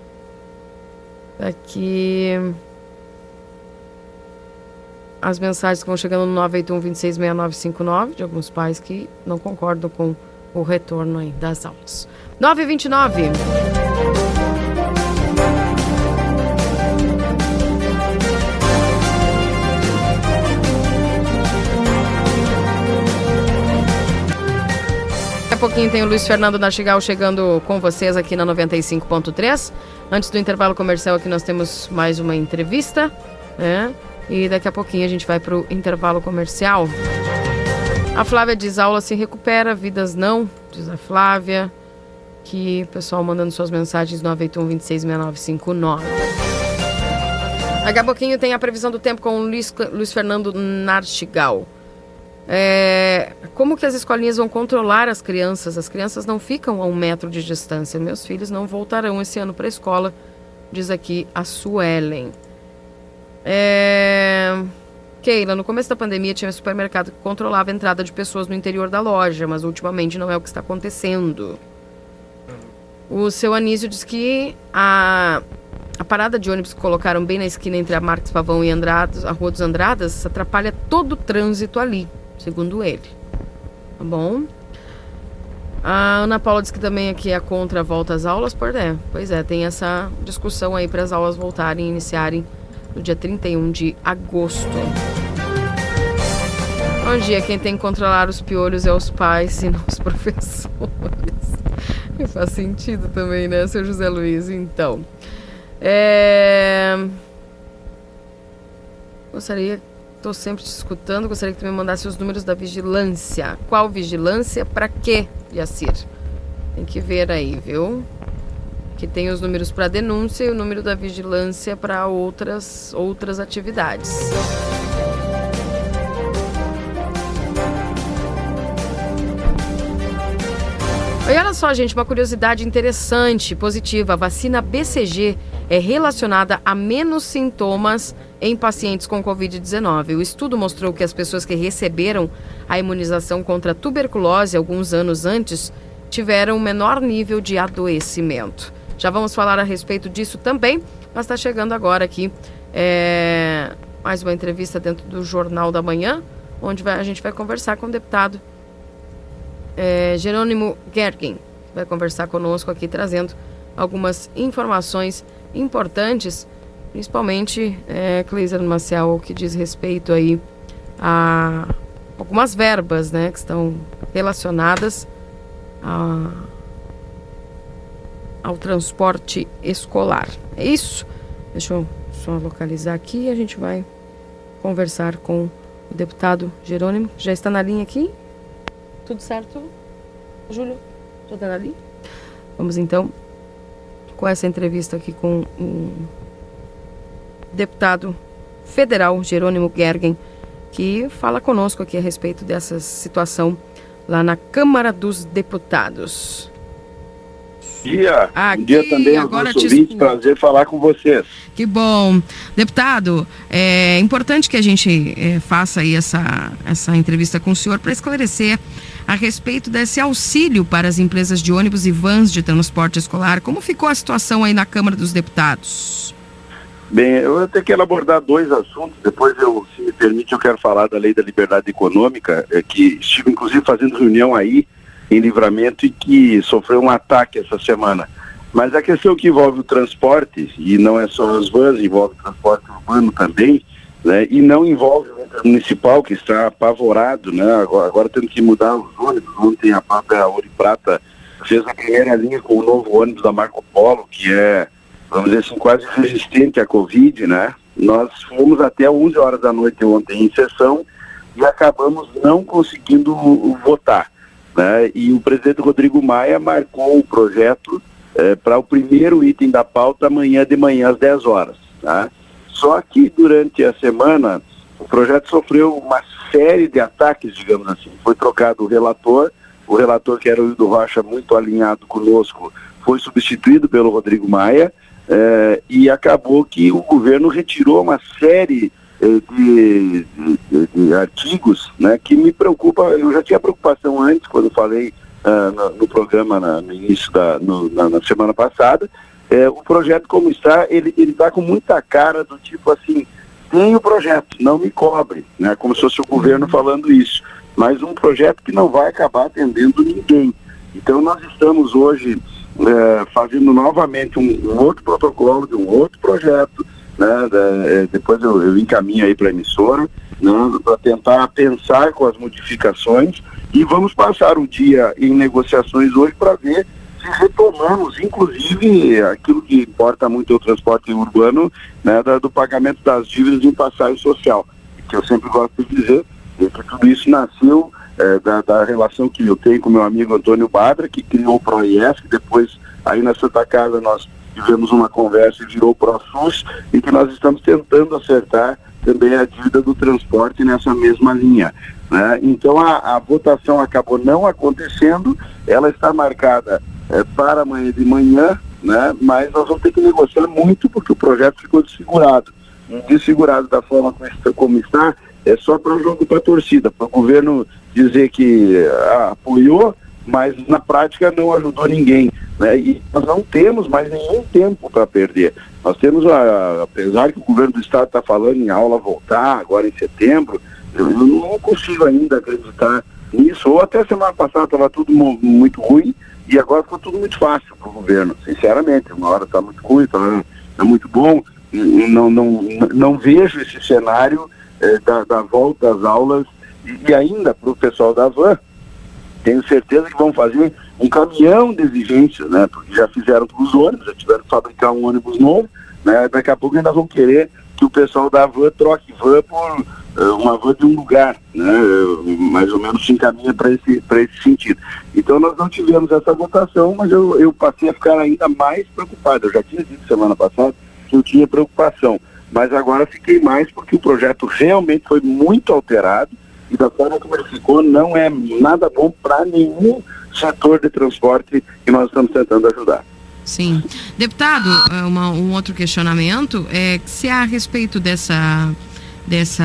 Aqui... As mensagens que vão chegando no nove oito um, dois seis, seis nove cinco nove, de alguns pais que não concordam com o retorno aí das aulas. nove e vinte e nove. Daqui a pouquinho tem o Luiz Fernando Nastigal chegando com vocês aqui na noventa e cinco ponto três. Antes do intervalo comercial aqui nós temos mais uma entrevista, né? E daqui a pouquinho a gente vai para o intervalo comercial. A Flávia diz, aula se recupera, vidas não, diz a Flávia. Que o pessoal mandando suas mensagens nove oito um, dois seis, seis nove cinco nove. Daqui a pouquinho tem a previsão do tempo com o Luiz, Luiz Fernando Nartigal. É, como que as escolinhas vão controlar as crianças? As crianças não ficam a um metro de distância. Meus filhos não voltarão esse ano para a escola, diz aqui a Suelen. É... Keila, no começo da pandemia tinha um supermercado que controlava a entrada de pessoas no interior da loja, mas ultimamente não é o que está acontecendo. O seu Anísio diz que a, a parada de ônibus que colocaram bem na esquina entre a Marques Pavão e Andradas, a Rua dos Andradas, atrapalha todo o trânsito ali, segundo ele. Tá bom? A Ana Paula diz que também aqui é contra a volta às aulas, pois é, pois é, tem essa discussão aí para as aulas voltarem e iniciarem no dia trinta e um de agosto. Bom dia, quem tem que controlar os piolhos é os pais e não os professores. E faz sentido também, né, seu José Luiz? Então, é... gostaria, estou sempre te escutando, gostaria que tu me mandasse os números da vigilância. Qual vigilância? Para quê, Yacir? Tem que ver aí, viu? Que tem os números para denúncia e o número da vigilância para outras, outras atividades. E olha só, gente, uma curiosidade interessante, positiva. A vacina B C G é relacionada a menos sintomas em pacientes com covid dezenove. O estudo mostrou que as pessoas que receberam a imunização contra a tuberculose alguns anos antes tiveram um menor nível de adoecimento. Já vamos falar a respeito disso também, mas está chegando agora aqui é, mais uma entrevista dentro do Jornal da Manhã, onde vai, a gente vai conversar com o deputado é, Jerônimo Gergen. Vai conversar conosco aqui, trazendo algumas informações importantes, principalmente, é, Cleiser Maciel, que diz respeito aí a algumas verbas, né, que estão relacionadas a... ao transporte escolar. É isso? Deixa eu só localizar aqui e a gente vai conversar com o deputado Jerônimo. Já está na linha aqui? Tudo certo, Júlio? Tudo na linha? Vamos então com essa entrevista aqui com o deputado federal Jerônimo Gergen, que fala conosco aqui a respeito dessa situação lá na Câmara dos Deputados. Bom dia, Aqui, bom dia também aos nossos ouvintes, prazer falar com vocês. Que bom. Deputado, é importante que a gente é, faça aí essa, essa entrevista com o senhor para esclarecer a respeito desse auxílio para as empresas de ônibus e vans de transporte escolar. Como ficou a situação aí na Câmara dos Deputados? Bem, eu até quero abordar dois assuntos, depois eu, se me permite, eu quero falar da Lei da Liberdade Econômica, é, que estive inclusive fazendo reunião aí em Livramento e que sofreu um ataque essa semana. Mas a questão que envolve o transporte, e não é só as vans, envolve o transporte urbano também, né, e não envolve o municipal, que está apavorado, né, agora, agora tendo que mudar os ônibus. Ontem a própria Ouro e Prata fez a primeira linha com o novo ônibus da Marco Polo, que é, vamos dizer assim, quase resistente à Covid, né. Nós fomos até onze horas da noite ontem em sessão e acabamos não conseguindo votar. Né? E o presidente Rodrigo Maia marcou o projeto eh, para o primeiro item da pauta amanhã de manhã às dez horas. Tá? Só que durante a semana o projeto sofreu uma série de ataques, digamos assim. Foi trocado o relator, o relator que era o Hildo Rocha, muito alinhado conosco, foi substituído pelo Rodrigo Maia eh, e acabou que o governo retirou uma série De, de, de artigos, né, que me preocupa. Eu já tinha preocupação antes, quando falei uh, no, no programa na, no início da no, na, na semana passada. É, o projeto como está, ele ele está com muita cara do tipo assim, tem o projeto, não me cobre, né, como se fosse o governo falando isso, mas um projeto que não vai acabar atendendo ninguém. Então nós estamos hoje é, fazendo novamente um, um outro protocolo de um outro projeto, né, da, depois eu, eu encaminho aí para a emissora, né, para tentar pensar com as modificações, e vamos passar o dia em negociações hoje para ver se retomamos, inclusive, aquilo que importa muito é o transporte urbano, né, da, do pagamento das dívidas em passagem social, que eu sempre gosto de dizer, que tudo isso nasceu é, da, da relação que eu tenho com meu amigo Antônio Badra, que criou o PROIEF, que depois aí na Santa Casa nós tivemos uma conversa e virou o ProSUS, e que nós estamos tentando acertar também a dívida do transporte nessa mesma linha. Né? Então a, a votação acabou não acontecendo, ela está marcada é, para amanhã de manhã, né? Mas nós vamos ter que negociar muito porque o projeto ficou desfigurado. Desfigurado da forma como está, é só para o jogo para a torcida, para o governo dizer que ah, apoiou, mas na prática não ajudou ninguém, né? E nós não temos mais nenhum tempo para perder. Nós temos, a, apesar que o governo do estado está falando em aula voltar agora em setembro, eu, eu não consigo ainda acreditar nisso. Ou até semana passada estava tudo mo- muito ruim e agora ficou tudo muito fácil para o governo, sinceramente. Uma hora está muito ruim, outra hora está muito bom. Não, não, não vejo esse cenário eh, da, da volta às aulas e, e ainda para o pessoal da Van. Tenho certeza que vão fazer um caminhão de exigências, né? Porque já fizeram para os ônibus, já tiveram que fabricar um ônibus novo, né? Daqui a pouco ainda vão querer que o pessoal da van troque van por uh, uma van de um lugar, né? Mais ou menos se encaminha para esse, para esse sentido. Então nós não tivemos essa votação, mas eu, eu passei a ficar ainda mais preocupado. Eu já tinha dito semana passada que eu tinha preocupação, mas agora fiquei mais porque o projeto realmente foi muito alterado, e da forma como ele ficou, não é nada bom para nenhum setor de transporte que nós estamos tentando ajudar. Sim. Deputado, uma, um outro questionamento é se a respeito dessa, dessa,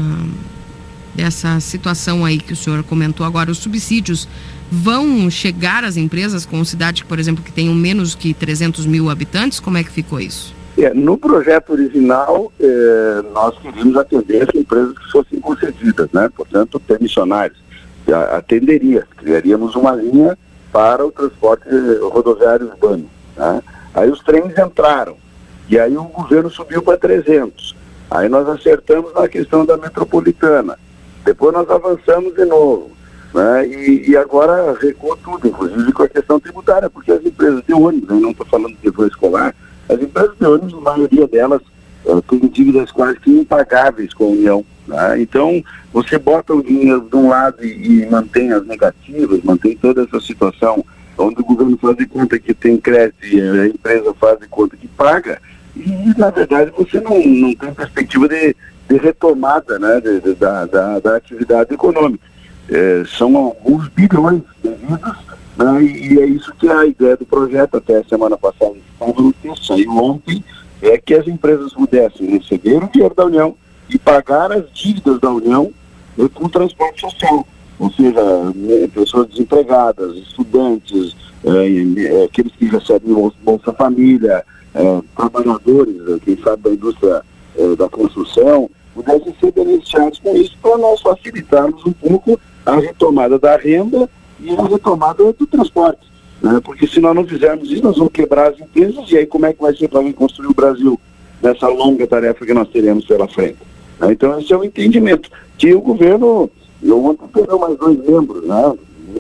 dessa situação aí que o senhor comentou agora, os subsídios vão chegar às empresas com cidade, por exemplo, que tenham menos que trezentos mil habitantes? Como é que ficou isso? É, no projeto original, eh, nós queríamos atender as empresas que fossem concedidas, né? Portanto, permissionários. Atenderia, criaríamos uma linha para o transporte rodoviário urbano. Né? Aí os trens entraram, e aí o governo subiu para trezentos. Aí nós acertamos na questão da metropolitana. Depois nós avançamos de novo. Né? E, e agora recuou tudo, inclusive com a questão tributária, porque as empresas de ônibus, eu não estou falando de van escolar, as empresas de ônibus, a maioria delas, uh, tem dívidas quase que impagáveis com a União. Né? Então, você bota o dinheiro de um lado e, e mantém as negativas, mantém toda essa situação onde o governo faz de conta que tem crédito e a empresa faz de conta que paga, e na verdade você não, não tem perspectiva de, de retomada, né, de, de, da, da, da atividade econômica. É, são alguns bilhões devidos, né, e é isso que é a ideia do projeto. Até a semana passada estava no texto, saiu ontem, é que as empresas pudessem receber o dinheiro da União e pagar as dívidas da União é, com transporte social. Ou seja, pessoas desempregadas, estudantes, é, aqueles que recebem Bolsa Família, é, trabalhadores, quem sabe da indústria é, da construção, pudessem ser beneficiados com isso para nós facilitarmos um pouco a retomada da renda e a retomada do transporte. Né? Porque se nós não fizermos isso, nós vamos quebrar as empresas, e aí como é que vai ser para reconstruir o Brasil nessa longa tarefa que nós teremos pela frente? Né? Então esse é o entendimento que o governo... Eu ontem perdeu mais dois membros, né?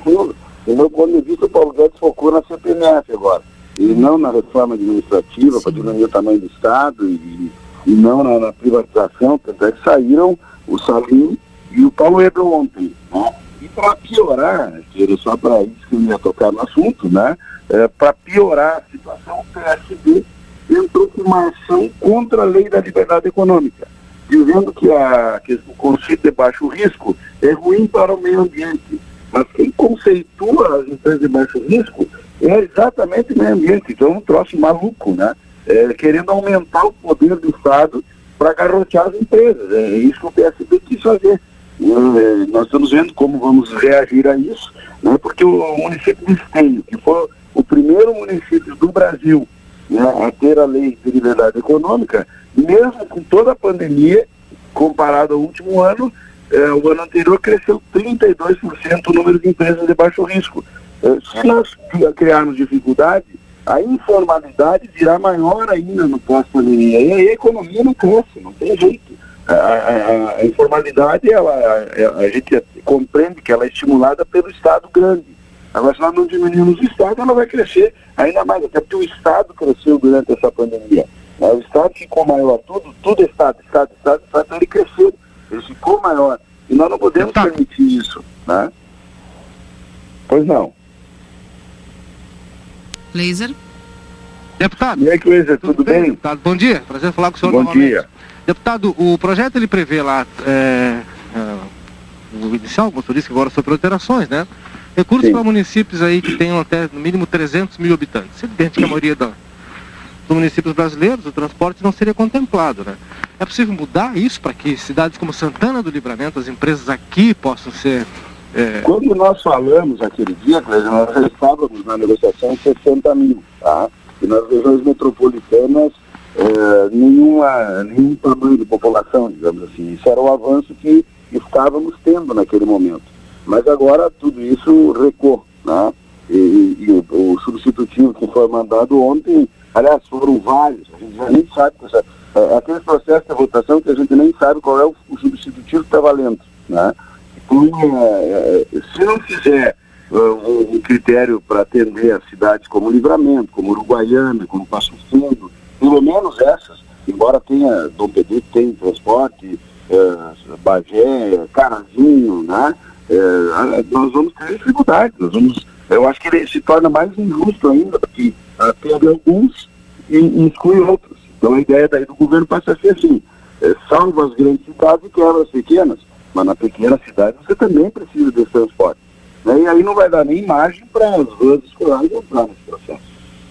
Do meu ponto de vista, o Paulo Guedes focou na C P M F agora, e não na reforma administrativa para diminuir o tamanho do Estado, e, e não na, na privatização. Tanto é que saíram o Salim e o Paulo Ebro ontem, né? E para piorar, só para isso que eu ia tocar no assunto, né? É, para piorar a situação, o P S B entrou com uma ação contra a lei da liberdade econômica, dizendo que, a, que o conceito de baixo risco é ruim para o meio ambiente. Mas quem conceitua as empresas de baixo risco é exatamente o meio ambiente. Então é um troço maluco, né? É, querendo aumentar o poder do Estado para garrotear as empresas. É isso que o P S B quis fazer. É, nós estamos vendo como vamos reagir a isso, né? Porque o município de Esteio, que foi o primeiro município do Brasil, né, a ter a lei de liberdade econômica, mesmo com toda a pandemia, comparado ao último ano, eh, o ano anterior cresceu trinta e dois por cento o número de empresas de baixo risco. Eh, se nós criarmos dificuldade, a informalidade virá maior ainda no pós-pandemia. E aí a economia não cresce, não tem jeito. A, a, a informalidade, ela, a, a gente compreende que ela é estimulada pelo Estado grande. Agora, se nós não diminuirmos o Estado, ela vai crescer ainda mais, até porque o Estado cresceu durante essa pandemia. O Estado ficou maior, tudo, tudo é Estado, Estado, Estado, Estado, então ele cresceu, ele ficou maior. E nós não podemos Deputado. permitir isso, né? Pois não. Laser. Deputado. E aí, Laser, tudo, tudo bem? Deputado, bom dia, prazer falar com o senhor Bom novamente. dia. Deputado, o projeto ele prevê lá, é, é, o inicial, motorista que agora sobre alterações, né? Recursos para municípios aí que tenham até no mínimo trezentos mil habitantes. É evidente que a maioria da... dos municípios brasileiros, o transporte não seria contemplado, né? É possível mudar isso para que cidades como Santana do Livramento, as empresas aqui possam ser... É... Quando nós falamos aquele dia, nós já estávamos na negociação sessenta mil, tá? E nas regiões metropolitanas, é, nenhuma, nenhum tamanho de população, digamos assim. Isso era o avanço que estávamos tendo naquele momento. Mas agora tudo isso recuou, né? E, e, e o, o substitutivo que foi mandado ontem, aliás, foram vários, a gente já nem sabe, é, aquele processo de votação que a gente nem sabe qual é o, o substitutivo que está valendo, né? Então, é, é, se não fizer uh, um, um critério para atender as cidades como Livramento, como Uruguaiana, como Passo Fundo, pelo menos essas, embora tenha Dom Pedro, tem transporte, uh, Bagé, Carazinho, né? É, nós vamos ter dificuldade, nós vamos, eu acho que ele se torna mais injusto ainda, porque uh, pega alguns e, e exclui outros. Então a ideia daí do governo passa a ser assim, é, salva as grandes cidades e quebra as pequenas, mas na pequena cidade você também precisa desse transporte. Né? E aí não vai dar nem margem para as ruas escolares entrar nesse processo.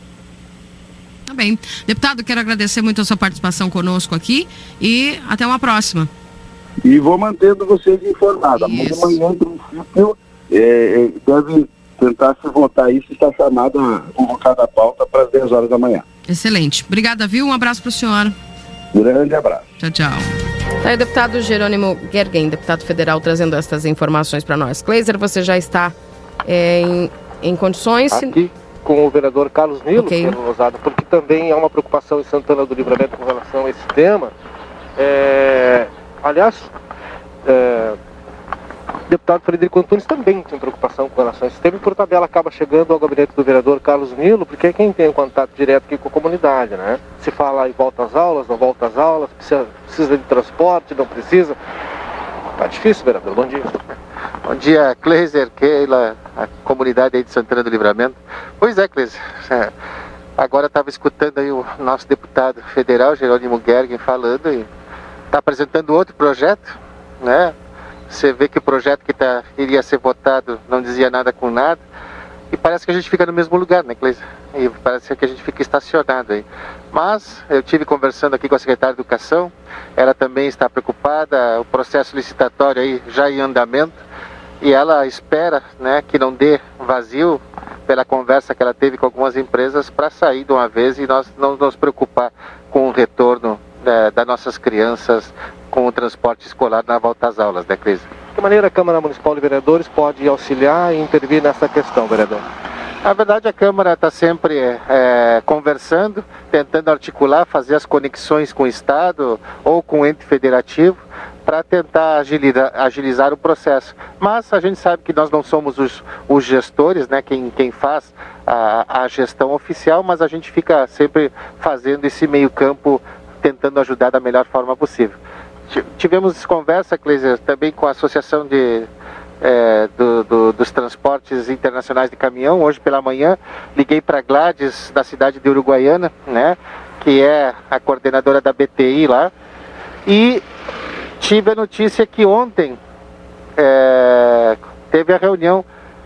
Tá bem. Deputado, quero agradecer muito a sua participação conosco aqui e até uma próxima. E vou mantendo vocês informados. Amanhã, em princípio, é, deve tentar se votar isso, está chamada, convocada a pauta para as dez horas da manhã. Excelente. Obrigada, viu? Um abraço para o senhor. Grande abraço. Tchau, tchau. Tá aí o deputado Jerônimo Gergen, deputado federal, trazendo estas informações para nós. Kleiser, você já está é, em, em condições... Aqui com o vereador Carlos Nilo, okay. que é Rosado, porque também há uma preocupação em Santana do Livramento com relação a esse tema. É... Aliás, é, o deputado Frederico Antunes também tem preocupação com relação a esse tema e por tabela acaba chegando ao gabinete do vereador Carlos Nilo, porque é quem tem um contato direto aqui com a comunidade, né? Se fala em volta às aulas, não volta às aulas, precisa, precisa de transporte, não precisa. Tá difícil, vereador. Bom dia. Bom dia, Kleiser, Keila, a comunidade aí de Santana do Livramento. Pois é, Cleise, é, agora estava escutando aí o nosso deputado federal, Jerônimo Gergen, falando e está apresentando outro projeto, né? Você vê que o projeto que tá, iria ser votado não dizia nada com nada. E parece que a gente fica no mesmo lugar, né, Cleise? E parece que a gente fica estacionado aí. Mas eu tive conversando aqui com a secretária de Educação, ela também está preocupada, o processo licitatório aí já em andamento, e ela espera, né, que não dê vazio pela conversa que ela teve com algumas empresas para sair de uma vez e nós não nos preocupar com o retorno da, das nossas crianças com o transporte escolar na volta às aulas, né, Cris? De que maneira a Câmara Municipal de Vereadores pode auxiliar e intervir nessa questão, vereador? Na verdade, a Câmara está sempre é, conversando, tentando articular, fazer as conexões com o Estado ou com o ente federativo para tentar agilizar, agilizar o processo. Mas a gente sabe que nós não somos os, os gestores, né, quem, quem faz a, a gestão oficial, mas a gente fica sempre fazendo esse meio campo, tentando ajudar da melhor forma possível. Tivemos conversa, Cleiser, também com a Associação de, é, do, do, dos Transportes Internacionais de Caminhão. Hoje pela manhã liguei para a Gladys, da cidade de Uruguaiana, né, que é a coordenadora da B T I lá, e tive a notícia que ontem é, teve a reunião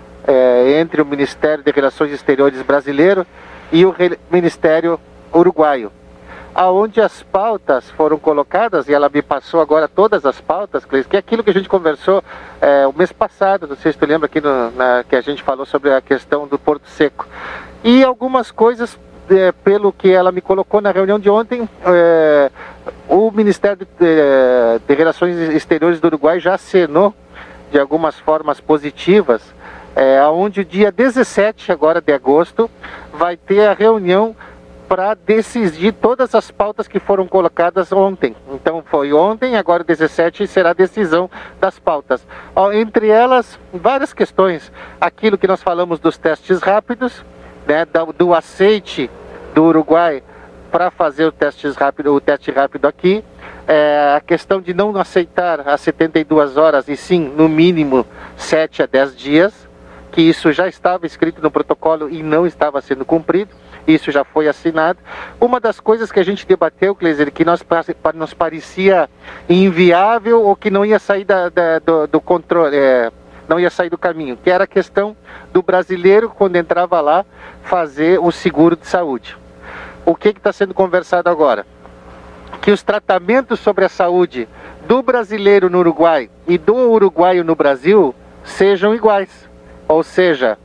é, entre o Ministério de Relações Exteriores brasileiro e o Ministério uruguaio, aonde as pautas foram colocadas, e ela me passou agora todas as pautas, Cleis, que é aquilo que a gente conversou é, o mês passado, não sei se tu lembra aqui no, na, que a gente falou sobre a questão do Porto Seco. E algumas coisas, é, pelo que ela me colocou na reunião de ontem, é, o Ministério de, de, de Relações Exteriores do Uruguai já acenou de algumas formas positivas, é, onde o dia dezessete agora de agosto vai ter a reunião para decidir todas as pautas que foram colocadas ontem. Então foi ontem, agora dezessete será a decisão das pautas. Entre elas, várias questões. Aquilo que nós falamos dos testes rápidos, né, do aceite do Uruguai para fazer o teste rápido, o teste rápido aqui. É, a questão de não aceitar as setenta e duas horas, e sim, no mínimo, sete a dez dias, que isso já estava escrito no protocolo e não estava sendo cumprido. Isso já foi assinado. Uma das coisas que a gente debateu, Cleiser, que nós, nos parecia inviável ou que não ia sair da, da, do, do controle, é, não ia sair do caminho, que era a questão do brasileiro, quando entrava lá, fazer o seguro de saúde. O que está sendo conversado agora? Que os tratamentos sobre a saúde do brasileiro no Uruguai e do uruguaio no Brasil sejam iguais. Ou seja,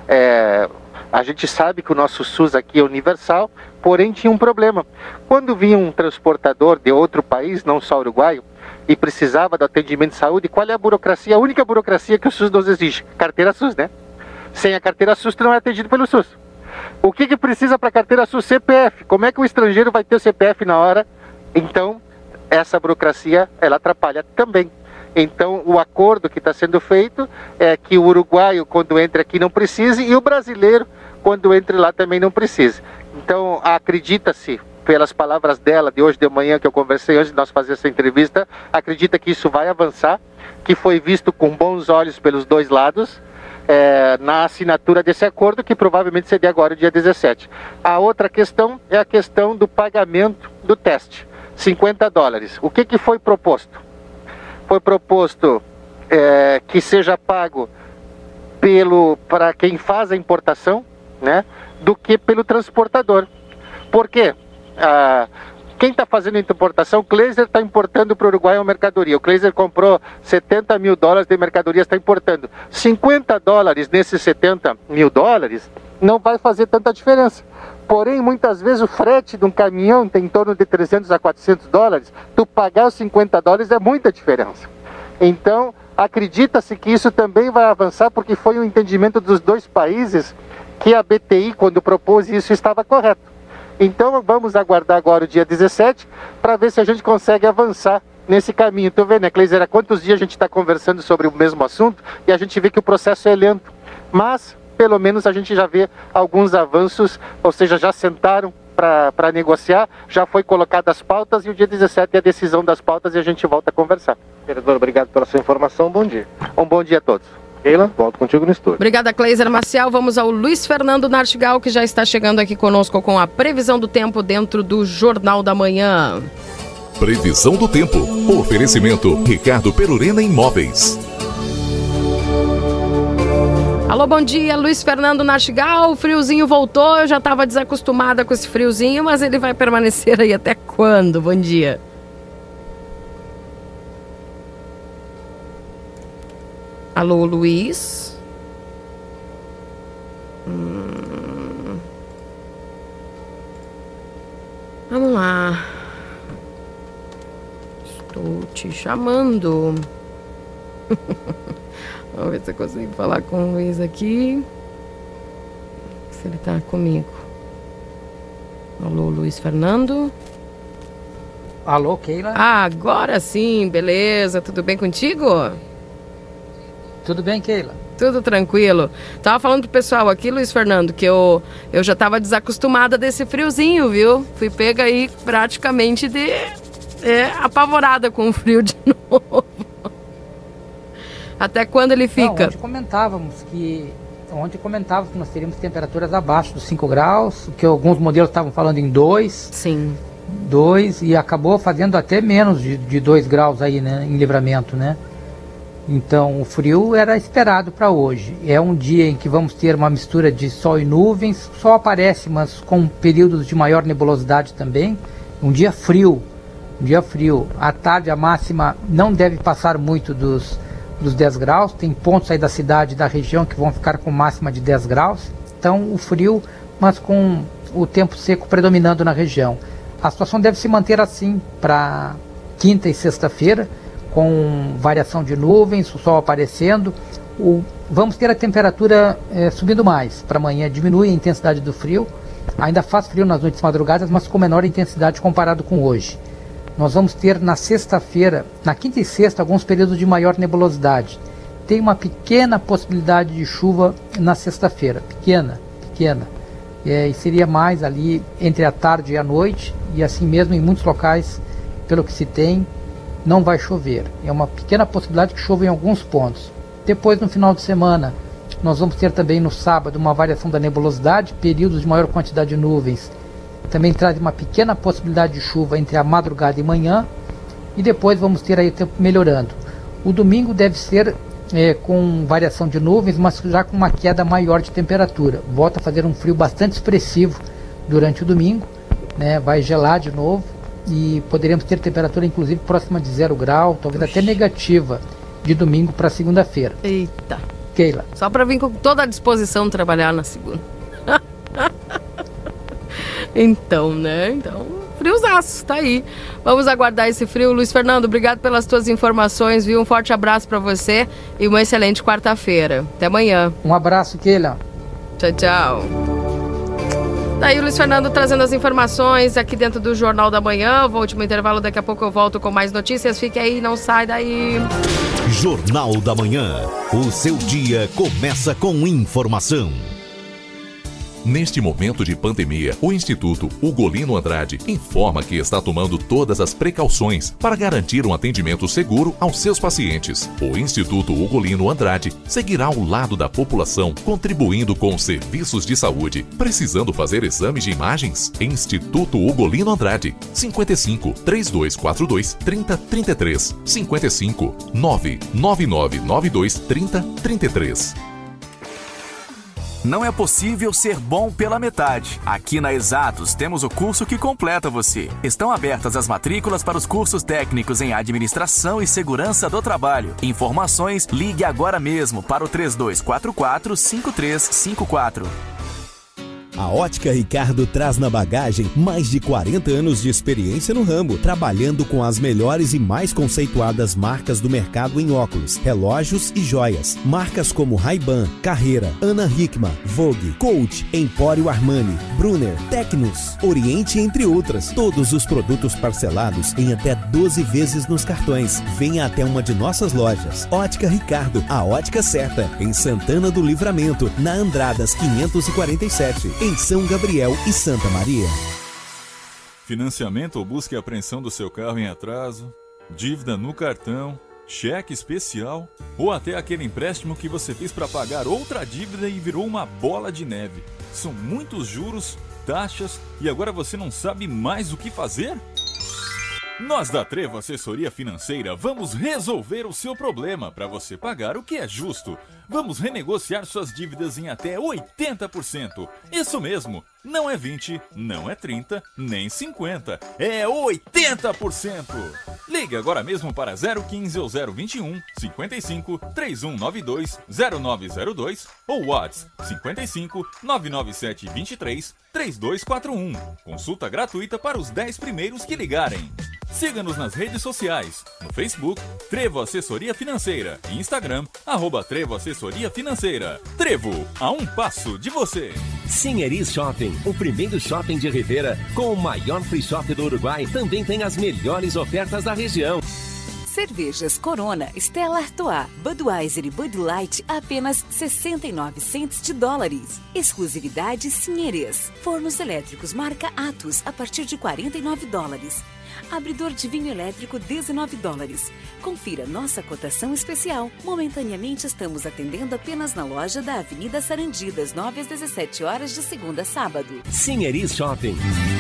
é, a gente sabe que o nosso SUS aqui é universal, porém tinha um problema. Quando vinha um transportador de outro país, não só uruguaio, e precisava do atendimento de saúde, qual é a burocracia? A única burocracia que o SUS nos exige? Carteira SUS, né? Sem a carteira SUS, tu não é atendido pelo SUS. O que que precisa para a carteira SUS? C P F. Como é que o estrangeiro vai ter o C P F na hora? Então, essa burocracia, ela atrapalha também. Então, o acordo que está sendo feito é que o uruguaio, quando entra aqui, não precise, e o brasileiro, quando entre lá, também não precise. Então, acredita-se, pelas palavras dela, de hoje de manhã, que eu conversei antes de nós fazer essa entrevista, acredita que isso vai avançar, que foi visto com bons olhos pelos dois lados, é, na assinatura desse acordo, que provavelmente seria agora, dia dezessete. A outra questão é a questão do pagamento do teste, cinquenta dólares. O que que foi proposto? Foi proposto é, que seja pago pelo para quem faz a importação, né, do que pelo transportador. Por quê? Ah, quem está fazendo a importação, o Cleiser está importando para o Uruguai uma mercadoria. O Cleiser comprou setenta mil dólares de mercadoria, está importando. cinquenta dólares nesses setenta mil dólares não vai fazer tanta diferença. Porém, muitas vezes o frete de um caminhão tem em torno de trezentos a quatrocentos dólares. Tu pagar os cinquenta dólares é muita diferença. Então, acredita-se que isso também vai avançar, porque foi um entendimento dos dois países que a B T I, quando propôs isso, estava correto. Então, vamos aguardar agora o dia dezessete para ver se a gente consegue avançar nesse caminho. Tu vê, né, Cleiser, há quantos dias a gente está conversando sobre o mesmo assunto e a gente vê que o processo é lento. Mas pelo menos a gente já vê alguns avanços, ou seja, já sentaram para negociar, já foi colocadas as pautas, e o dia dezessete é a decisão das pautas e a gente volta a conversar. Vereador, obrigado pela sua informação, bom dia. Um bom dia a todos. Keila, volto contigo no estúdio. Obrigada, Cleiser Marcial. Vamos ao Luiz Fernando Nartigal, que já está chegando aqui conosco com a previsão do tempo dentro do Jornal da Manhã. Previsão do tempo. Oferecimento Ricardo Perurena Imóveis. Alô, bom dia, Luiz Fernando Nartigal. O friozinho voltou, eu já estava desacostumada com esse friozinho, mas ele vai permanecer aí até quando? Bom dia. Alô, Luiz? Hum... Vamos lá. Estou te chamando. Vamos ver se eu consigo falar com o Luiz aqui. Se ele tá comigo. Alô, Luiz Fernando? Alô, Keila? Ah, agora sim, beleza. Tudo bem contigo? Tudo bem, Keila? Tudo tranquilo. Tava falando pro pessoal aqui, Luiz Fernando, que eu, eu já tava desacostumada desse friozinho, viu? Fui pega aí praticamente de... É, apavorada com o frio de novo. Até quando ele fica? Não, ontem comentávamos que ontem comentávamos que nós teríamos temperaturas abaixo dos cinco graus, que alguns modelos estavam falando em dois. Sim. dois e acabou fazendo até menos de, de dois graus aí, né, em Livramento, né? Então, o frio era esperado para hoje. É um dia em que vamos ter uma mistura de sol e nuvens. O sol aparece, mas com períodos de maior nebulosidade também. Um dia frio. Um dia frio. À tarde, a máxima não deve passar muito dos, dos dez graus. Tem pontos aí da cidade e da região que vão ficar com máxima de dez graus. Então, o frio, mas com o tempo seco predominando na região. A situação deve se manter assim para quinta e sexta-feira, com variação de nuvens, o sol aparecendo. O, vamos ter a temperatura é, subindo mais. Para amanhã diminui a intensidade do frio. Ainda faz frio nas noites madrugadas, mas com menor intensidade comparado com hoje. Nós vamos ter na sexta-feira, na quinta e sexta, alguns períodos de maior nebulosidade. Tem uma pequena possibilidade de chuva na sexta-feira. Pequena, pequena. É, e seria mais ali entre a tarde e a noite. E assim mesmo em muitos locais, pelo que se tem, não vai chover. É uma pequena possibilidade que chova em alguns pontos. Depois, no final de semana, nós vamos ter também no sábado uma variação da nebulosidade, períodos de maior quantidade de nuvens. Também traz uma pequena possibilidade de chuva entre a madrugada e manhã. E depois vamos ter aí o tempo melhorando. O domingo deve ser é, com variação de nuvens, mas já com uma queda maior de temperatura. Volta a fazer um frio bastante expressivo durante o domingo, né? Vai gelar de novo. E poderemos ter temperatura inclusive próxima de zero grau, talvez Oxi. até negativa, de domingo para segunda-feira. Eita. Keila. Só para vir com toda a disposição trabalhar na segunda. Então, né? Então, friozaço, tá aí. Vamos aguardar esse frio. Luiz Fernando, obrigado pelas tuas informações, viu? Um forte abraço para você e uma excelente quarta-feira. Até amanhã. Um abraço, Keila. Tchau, tchau. Daí o Luiz Fernando trazendo as informações aqui dentro do Jornal da Manhã. Vou último intervalo, daqui a pouco eu volto com mais notícias. Fique aí, não sai daí. Jornal da Manhã. O seu dia começa com informação. Neste momento de pandemia, o Instituto Ugolino Andrade informa que está tomando todas as precauções para garantir um atendimento seguro aos seus pacientes. O Instituto Ugolino Andrade seguirá ao lado da população, contribuindo com os serviços de saúde. Precisando fazer exames de imagens? Instituto Ugolino Andrade, cinquenta e cinco, três dois quatro dois, trinta, trinta e três, cinquenta e cinco, nove nove nove nove dois, trinta, trinta e três. Não é possível ser bom pela metade. Aqui na Exatos temos o curso que completa você. Estão abertas as matrículas para os cursos técnicos em Administração e Segurança do Trabalho. Informações, ligue agora mesmo para o três dois quatro quatro, cinco três cinco quatro. A Ótica Ricardo traz na bagagem mais de quarenta anos de experiência no ramo, trabalhando com as melhores e mais conceituadas marcas do mercado em óculos, relógios e joias. Marcas como Ray-Ban, Carreira, Ana Hickman, Vogue, Coach, Empório Armani, Brunner, Tecnos, Oriente, entre outras. Todos os produtos parcelados em até doze vezes nos cartões. Venha até uma de nossas lojas. Ótica Ricardo, a ótica certa, em Santana do Livramento, na Andradas quinhentos e quarenta e sete. Em São Gabriel e Santa Maria. Financiamento ou busca e apreensão do seu carro em atraso, dívida no cartão, cheque especial ou até aquele empréstimo que você fez para pagar outra dívida e virou uma bola de neve. São muitos juros, taxas e agora você não sabe mais o que fazer? Nós da Trevo Assessoria Financeira vamos resolver o seu problema para você pagar o que é justo. Vamos renegociar suas dívidas em até oitenta por cento. Isso mesmo, não é vinte, não é trinta, nem cinquenta, é oitenta por cento. Ligue agora mesmo para zero quinze ou zero vinte e um, cinquenta e cinco, trinta e um noventa e dois, zero nove zero dois ou WhatsApp cinquenta e cinco, nove nove sete, vinte e três, trinta e dois quarenta e um. Consulta gratuita para os dez primeiros que ligarem. Siga-nos nas redes sociais, no Facebook, Trevo Assessoria Financeira e Instagram, arroba Trevo Assessoria Financeira. Trevo, a um passo de você. Sinheris Shopping, o primeiro shopping de Rivera com o maior free shop do Uruguai, também tem as melhores ofertas da região. Cervejas Corona, Stella Artois, Budweiser e Bud Light a apenas sessenta e nove centos de dólares. Exclusividade Sinheris. Fornos elétricos marca Atos a partir de quarenta e nove dólares. Abridor de vinho elétrico dezenove dólares. Confira nossa cotação especial. Momentaneamente estamos atendendo apenas na loja da Avenida Sarandi, das nove às dezessete horas de segunda a sábado. Sinheris Shopping.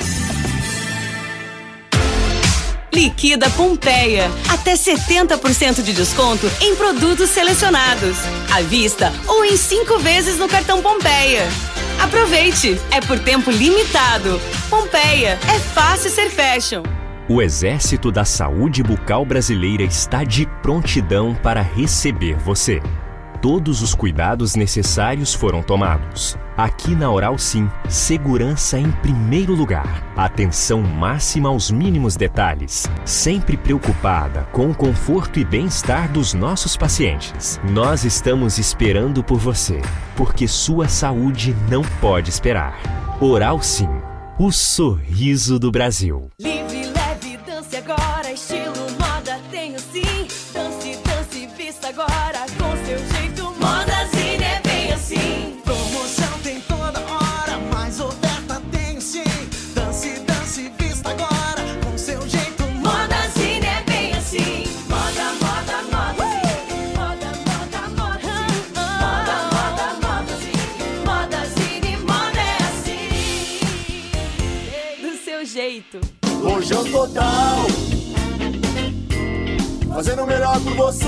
Liquida Pompeia. Até setenta por cento de desconto em produtos selecionados. À vista ou em cinco vezes no cartão Pompeia. Aproveite! É por tempo limitado. Pompeia. É fácil ser fashion. O Exército da Saúde Bucal Brasileira está de prontidão para receber você. Todos os cuidados necessários foram tomados. Aqui na Oral Sim, segurança em primeiro lugar. Atenção máxima aos mínimos detalhes. Sempre preocupada com o conforto e bem-estar dos nossos pacientes. Nós estamos esperando por você, porque sua saúde não pode esperar. Oral Sim, o sorriso do Brasil. Livre, leve, dance agora, estilo moda tenho sim. Dance, dance, vista agora com seu jeito. Modazine é bem assim. Promoção tem toda hora, mais oferta tenho sim. Dance, dance, vista agora com seu jeito. Modazine é bem assim. Moda, moda, moda, uh! moda, moda, moda, moda, moda, moda, Modazine, moda é assim. Do seu jeito. Lojão Total, fazendo o melhor por você,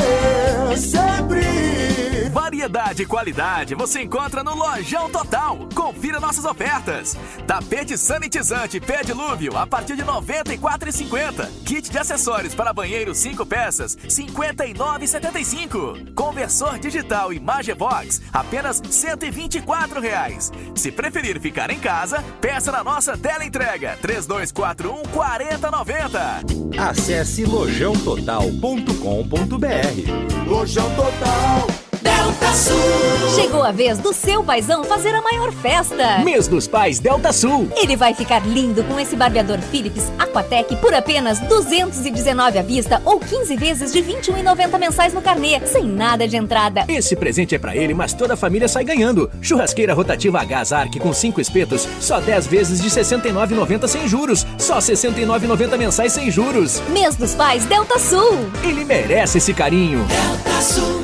sempre. Variedade e qualidade você encontra no Lojão Total. Confira nossas ofertas. Tapete sanitizante pé dilúvio a partir de noventa e quatro reais e cinquenta centavos. Kit de acessórios para banheiro cinco peças, cinquenta e nove reais e setenta e cinco centavos. Conversor digital Imagevox, apenas cento e vinte e quatro reais. Se preferir ficar em casa, peça na nossa tela entrega três dois quatro um, quatro zero nove zero. Acesse lojão total ponto com ponto br. Lojão Total Delta Sul. Chegou a vez do seu paizão fazer a maior festa. Mês dos Pais Delta Sul. Ele vai ficar lindo com esse barbeador Philips Aquatec por apenas duzentos e dezenove à vista ou quinze vezes de vinte e um reais e noventa centavos mensais no carnê, sem nada de entrada. Esse presente é pra ele, mas toda a família sai ganhando. Churrasqueira rotativa a gás Arc com cinco espetos, só dez vezes de sessenta e nove reais e noventa centavos sem juros. Só sessenta e nove reais e noventa centavos mensais sem juros. Mês dos Pais Delta Sul. Ele merece esse carinho. Delta Sul.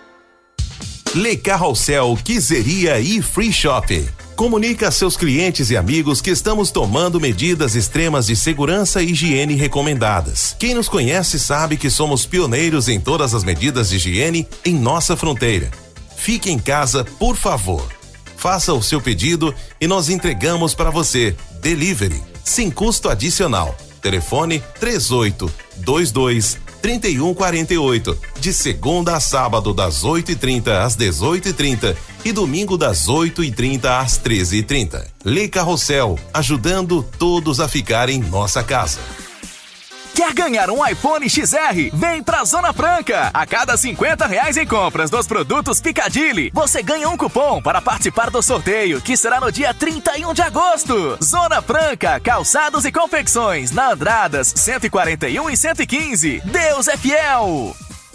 Le Carrossel, Quiseria e Free Shop. Comunica a seus clientes e amigos que estamos tomando medidas extremas de segurança e higiene recomendadas. Quem nos conhece sabe que somos pioneiros em todas as medidas de higiene em nossa fronteira. Fique em casa, por favor. Faça o seu pedido e nós entregamos para você. Delivery, sem custo adicional. Telefone três oito dois dois, três um quatro oito, de segunda a sábado das oito e trinta às dezoito e trinta e domingo das oito e trinta às treze e trinta. Le Carrossel, ajudando todos a ficar em nossa casa. Quer ganhar um iPhone X R? Vem pra Zona Franca! A cada cinquenta reais em compras dos produtos Picadilly, você ganha um cupom para participar do sorteio, que será no dia trinta e um de agosto. Zona Franca, calçados e confecções, na Andradas, cento e quarenta e um e cento e quinze. Deus é fiel!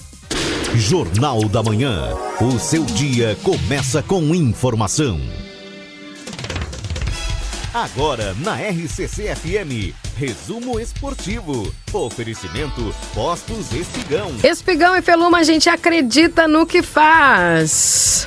Jornal da Manhã. O seu dia começa com informação. Agora, na R C C F M, Resumo esportivo. Oferecimento Postos Espigão. Espigão e Feluma, a gente acredita no que faz.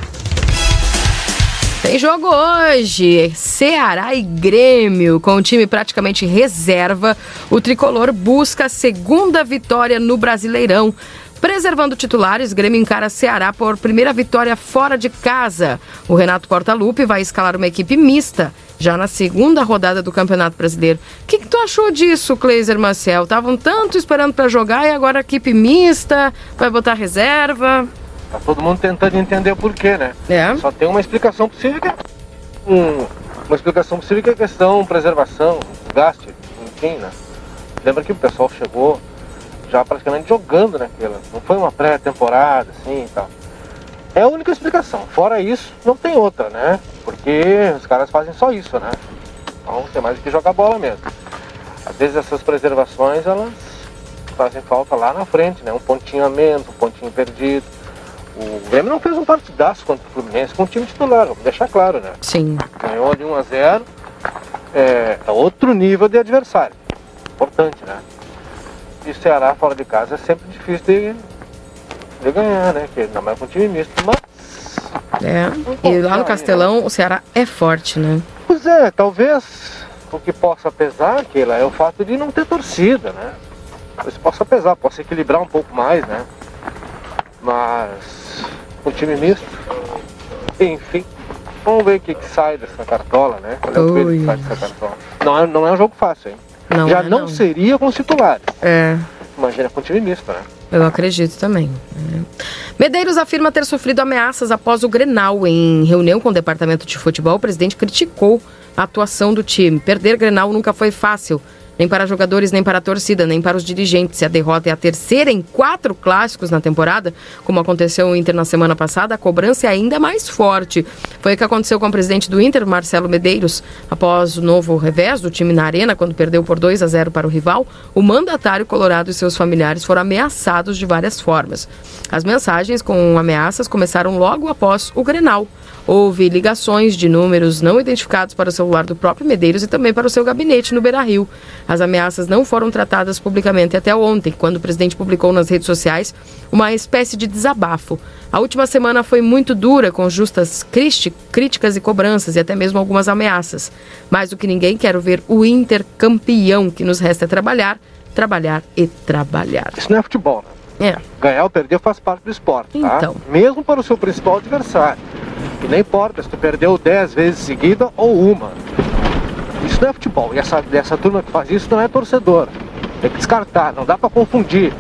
Tem jogo hoje, Ceará e Grêmio, com o time praticamente reserva. O tricolor busca a segunda vitória no Brasileirão. Preservando titulares, Grêmio encara Ceará por primeira vitória fora de casa. O Renato Portaluppi vai escalar uma equipe mista, já na segunda rodada do Campeonato Brasileiro. O que, que tu achou disso, Cleiser Maciel? Estavam tanto esperando para jogar e agora equipe mista, vai botar reserva... Tá todo mundo tentando entender o porquê, né? É. Só tem uma explicação possível que é um, uma explicação possível que é questão preservação, gasto, enfim, né? Lembra que o pessoal chegou já praticamente jogando naquela, não foi uma pré-temporada assim e tal. É a única explicação. Fora isso, não tem outra, né? Porque os caras fazem só isso, né? Então tem mais do que jogar bola mesmo. Às vezes essas preservações, elas fazem falta lá na frente, né? Um pontinho a menos, um pontinho perdido. O Grêmio não fez um partidaço contra o Fluminense com o time titular, vamos deixar claro, né? Sim. Ganhou de um a zero, é, é outro nível de adversário. Importante, né? E o Ceará fora de casa é sempre difícil de, de ganhar, né? Porque não é com um time misto, mas... É, e lá no Castelão o Ceará é forte, né? Pois é, talvez o que possa pesar, Keila, é o fato de não ter torcida, né? Isso possa pesar, possa equilibrar um pouco mais, né? Mas o time misto, enfim, vamos ver o que, que sai dessa cartola, né? Qual é o coelho que sai dessa cartola? Não é, não é um jogo fácil, hein? Não Já é, não, não seria com os titulares. É. Imagina com o time misto, né? Eu acredito também. É. Medeiros afirma ter sofrido ameaças após o Grenal. Em reunião com o departamento de futebol, o presidente criticou a atuação do time. Perder Grenal nunca foi fácil. Nem para jogadores, nem para a torcida, nem para os dirigentes. Se a derrota é a terceira em quatro clássicos na temporada, como aconteceu no Inter na semana passada, a cobrança é ainda mais forte. Foi o que aconteceu com o presidente do Inter, Marcelo Medeiros. Após o novo revés do time na Arena, quando perdeu por dois a zero para o rival, o mandatário colorado e seus familiares foram ameaçados de várias formas. As mensagens com ameaças começaram logo após o Grenal. Houve ligações de números não identificados para o celular do próprio Medeiros e também para o seu gabinete no Beira-Rio. As ameaças não foram tratadas publicamente até ontem, quando o presidente publicou nas redes sociais uma espécie de desabafo. A última semana foi muito dura, com justas críticas e cobranças e até mesmo algumas ameaças. Mais do que ninguém, quero ver o Inter campeão, que nos resta é trabalhar, trabalhar e trabalhar. Isso não é futebol, né? É. Ganhar ou perder faz parte do esporte, tá? Então. Mesmo para o seu principal adversário. E nem importa se tu perdeu dez vezes seguida ou uma. Isso não é futebol. E essa, essa turma que faz isso não é torcedor. Tem que descartar, não dá para confundir.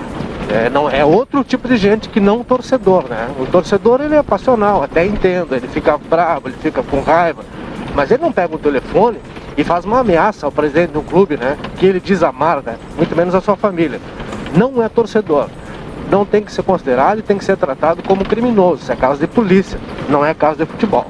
É, não, é outro tipo de gente que não torcedor, né? O torcedor, ele é passional, até entendo. Ele fica bravo, ele fica com raiva. Mas ele não pega o telefone e faz uma ameaça ao presidente do clube, né? Que ele diz amar, né? Muito menos a sua família. Não é torcedor. Não tem que ser considerado e tem que ser tratado como criminoso. Isso é caso de polícia, não é caso de futebol.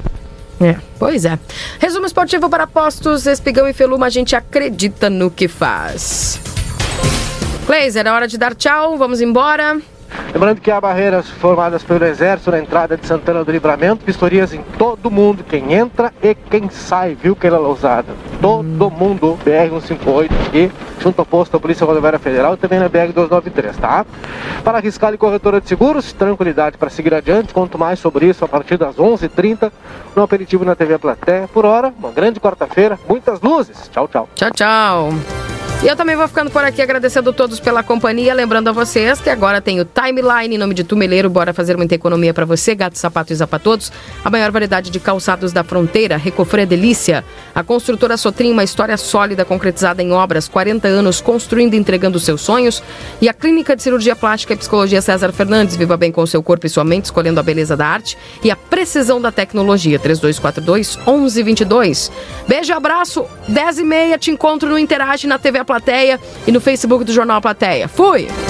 É, pois é. Resumo esportivo para Postos Espigão e Feluma, a gente acredita no que faz. Cleiser, é hora de dar tchau, vamos embora. Lembrando que há barreiras formadas pelo Exército na entrada de Santana do Livramento, vistorias em todo mundo, quem entra e quem sai, viu, Keila Lousada? Todo hum. mundo, B R cento e cinquenta e oito aqui, junto ao posto da Polícia Rodoviária Federal e também na B R duzentos e noventa e três, tá? Para Riscal e Corretora de Seguros, tranquilidade para seguir adiante, conto mais sobre isso a partir das onze e trinta no aperitivo na T V Platéia. Por hora, uma grande quarta-feira, muitas luzes. Tchau, tchau. Tchau, tchau. E eu também vou ficando por aqui agradecendo a todos pela companhia, lembrando a vocês que agora tem o Timeline em nome de Tumeleiro, bora fazer muita economia para você, Gato, Sapato e Zapa Todos, a maior variedade de calçados da fronteira, Recofre Delícia, a construtora Sotrim, uma história sólida concretizada em obras, quarenta anos construindo e entregando seus sonhos, e a Clínica de Cirurgia Plástica e Psicologia César Fernandes, viva bem com o seu corpo e sua mente, escolhendo a beleza da arte e a precisão da tecnologia, três dois quatro dois, um um dois dois. Beijo e abraço, dez e meia, te encontro no Interage na T V Platéia e no Facebook do Jornal Platéia. Fui!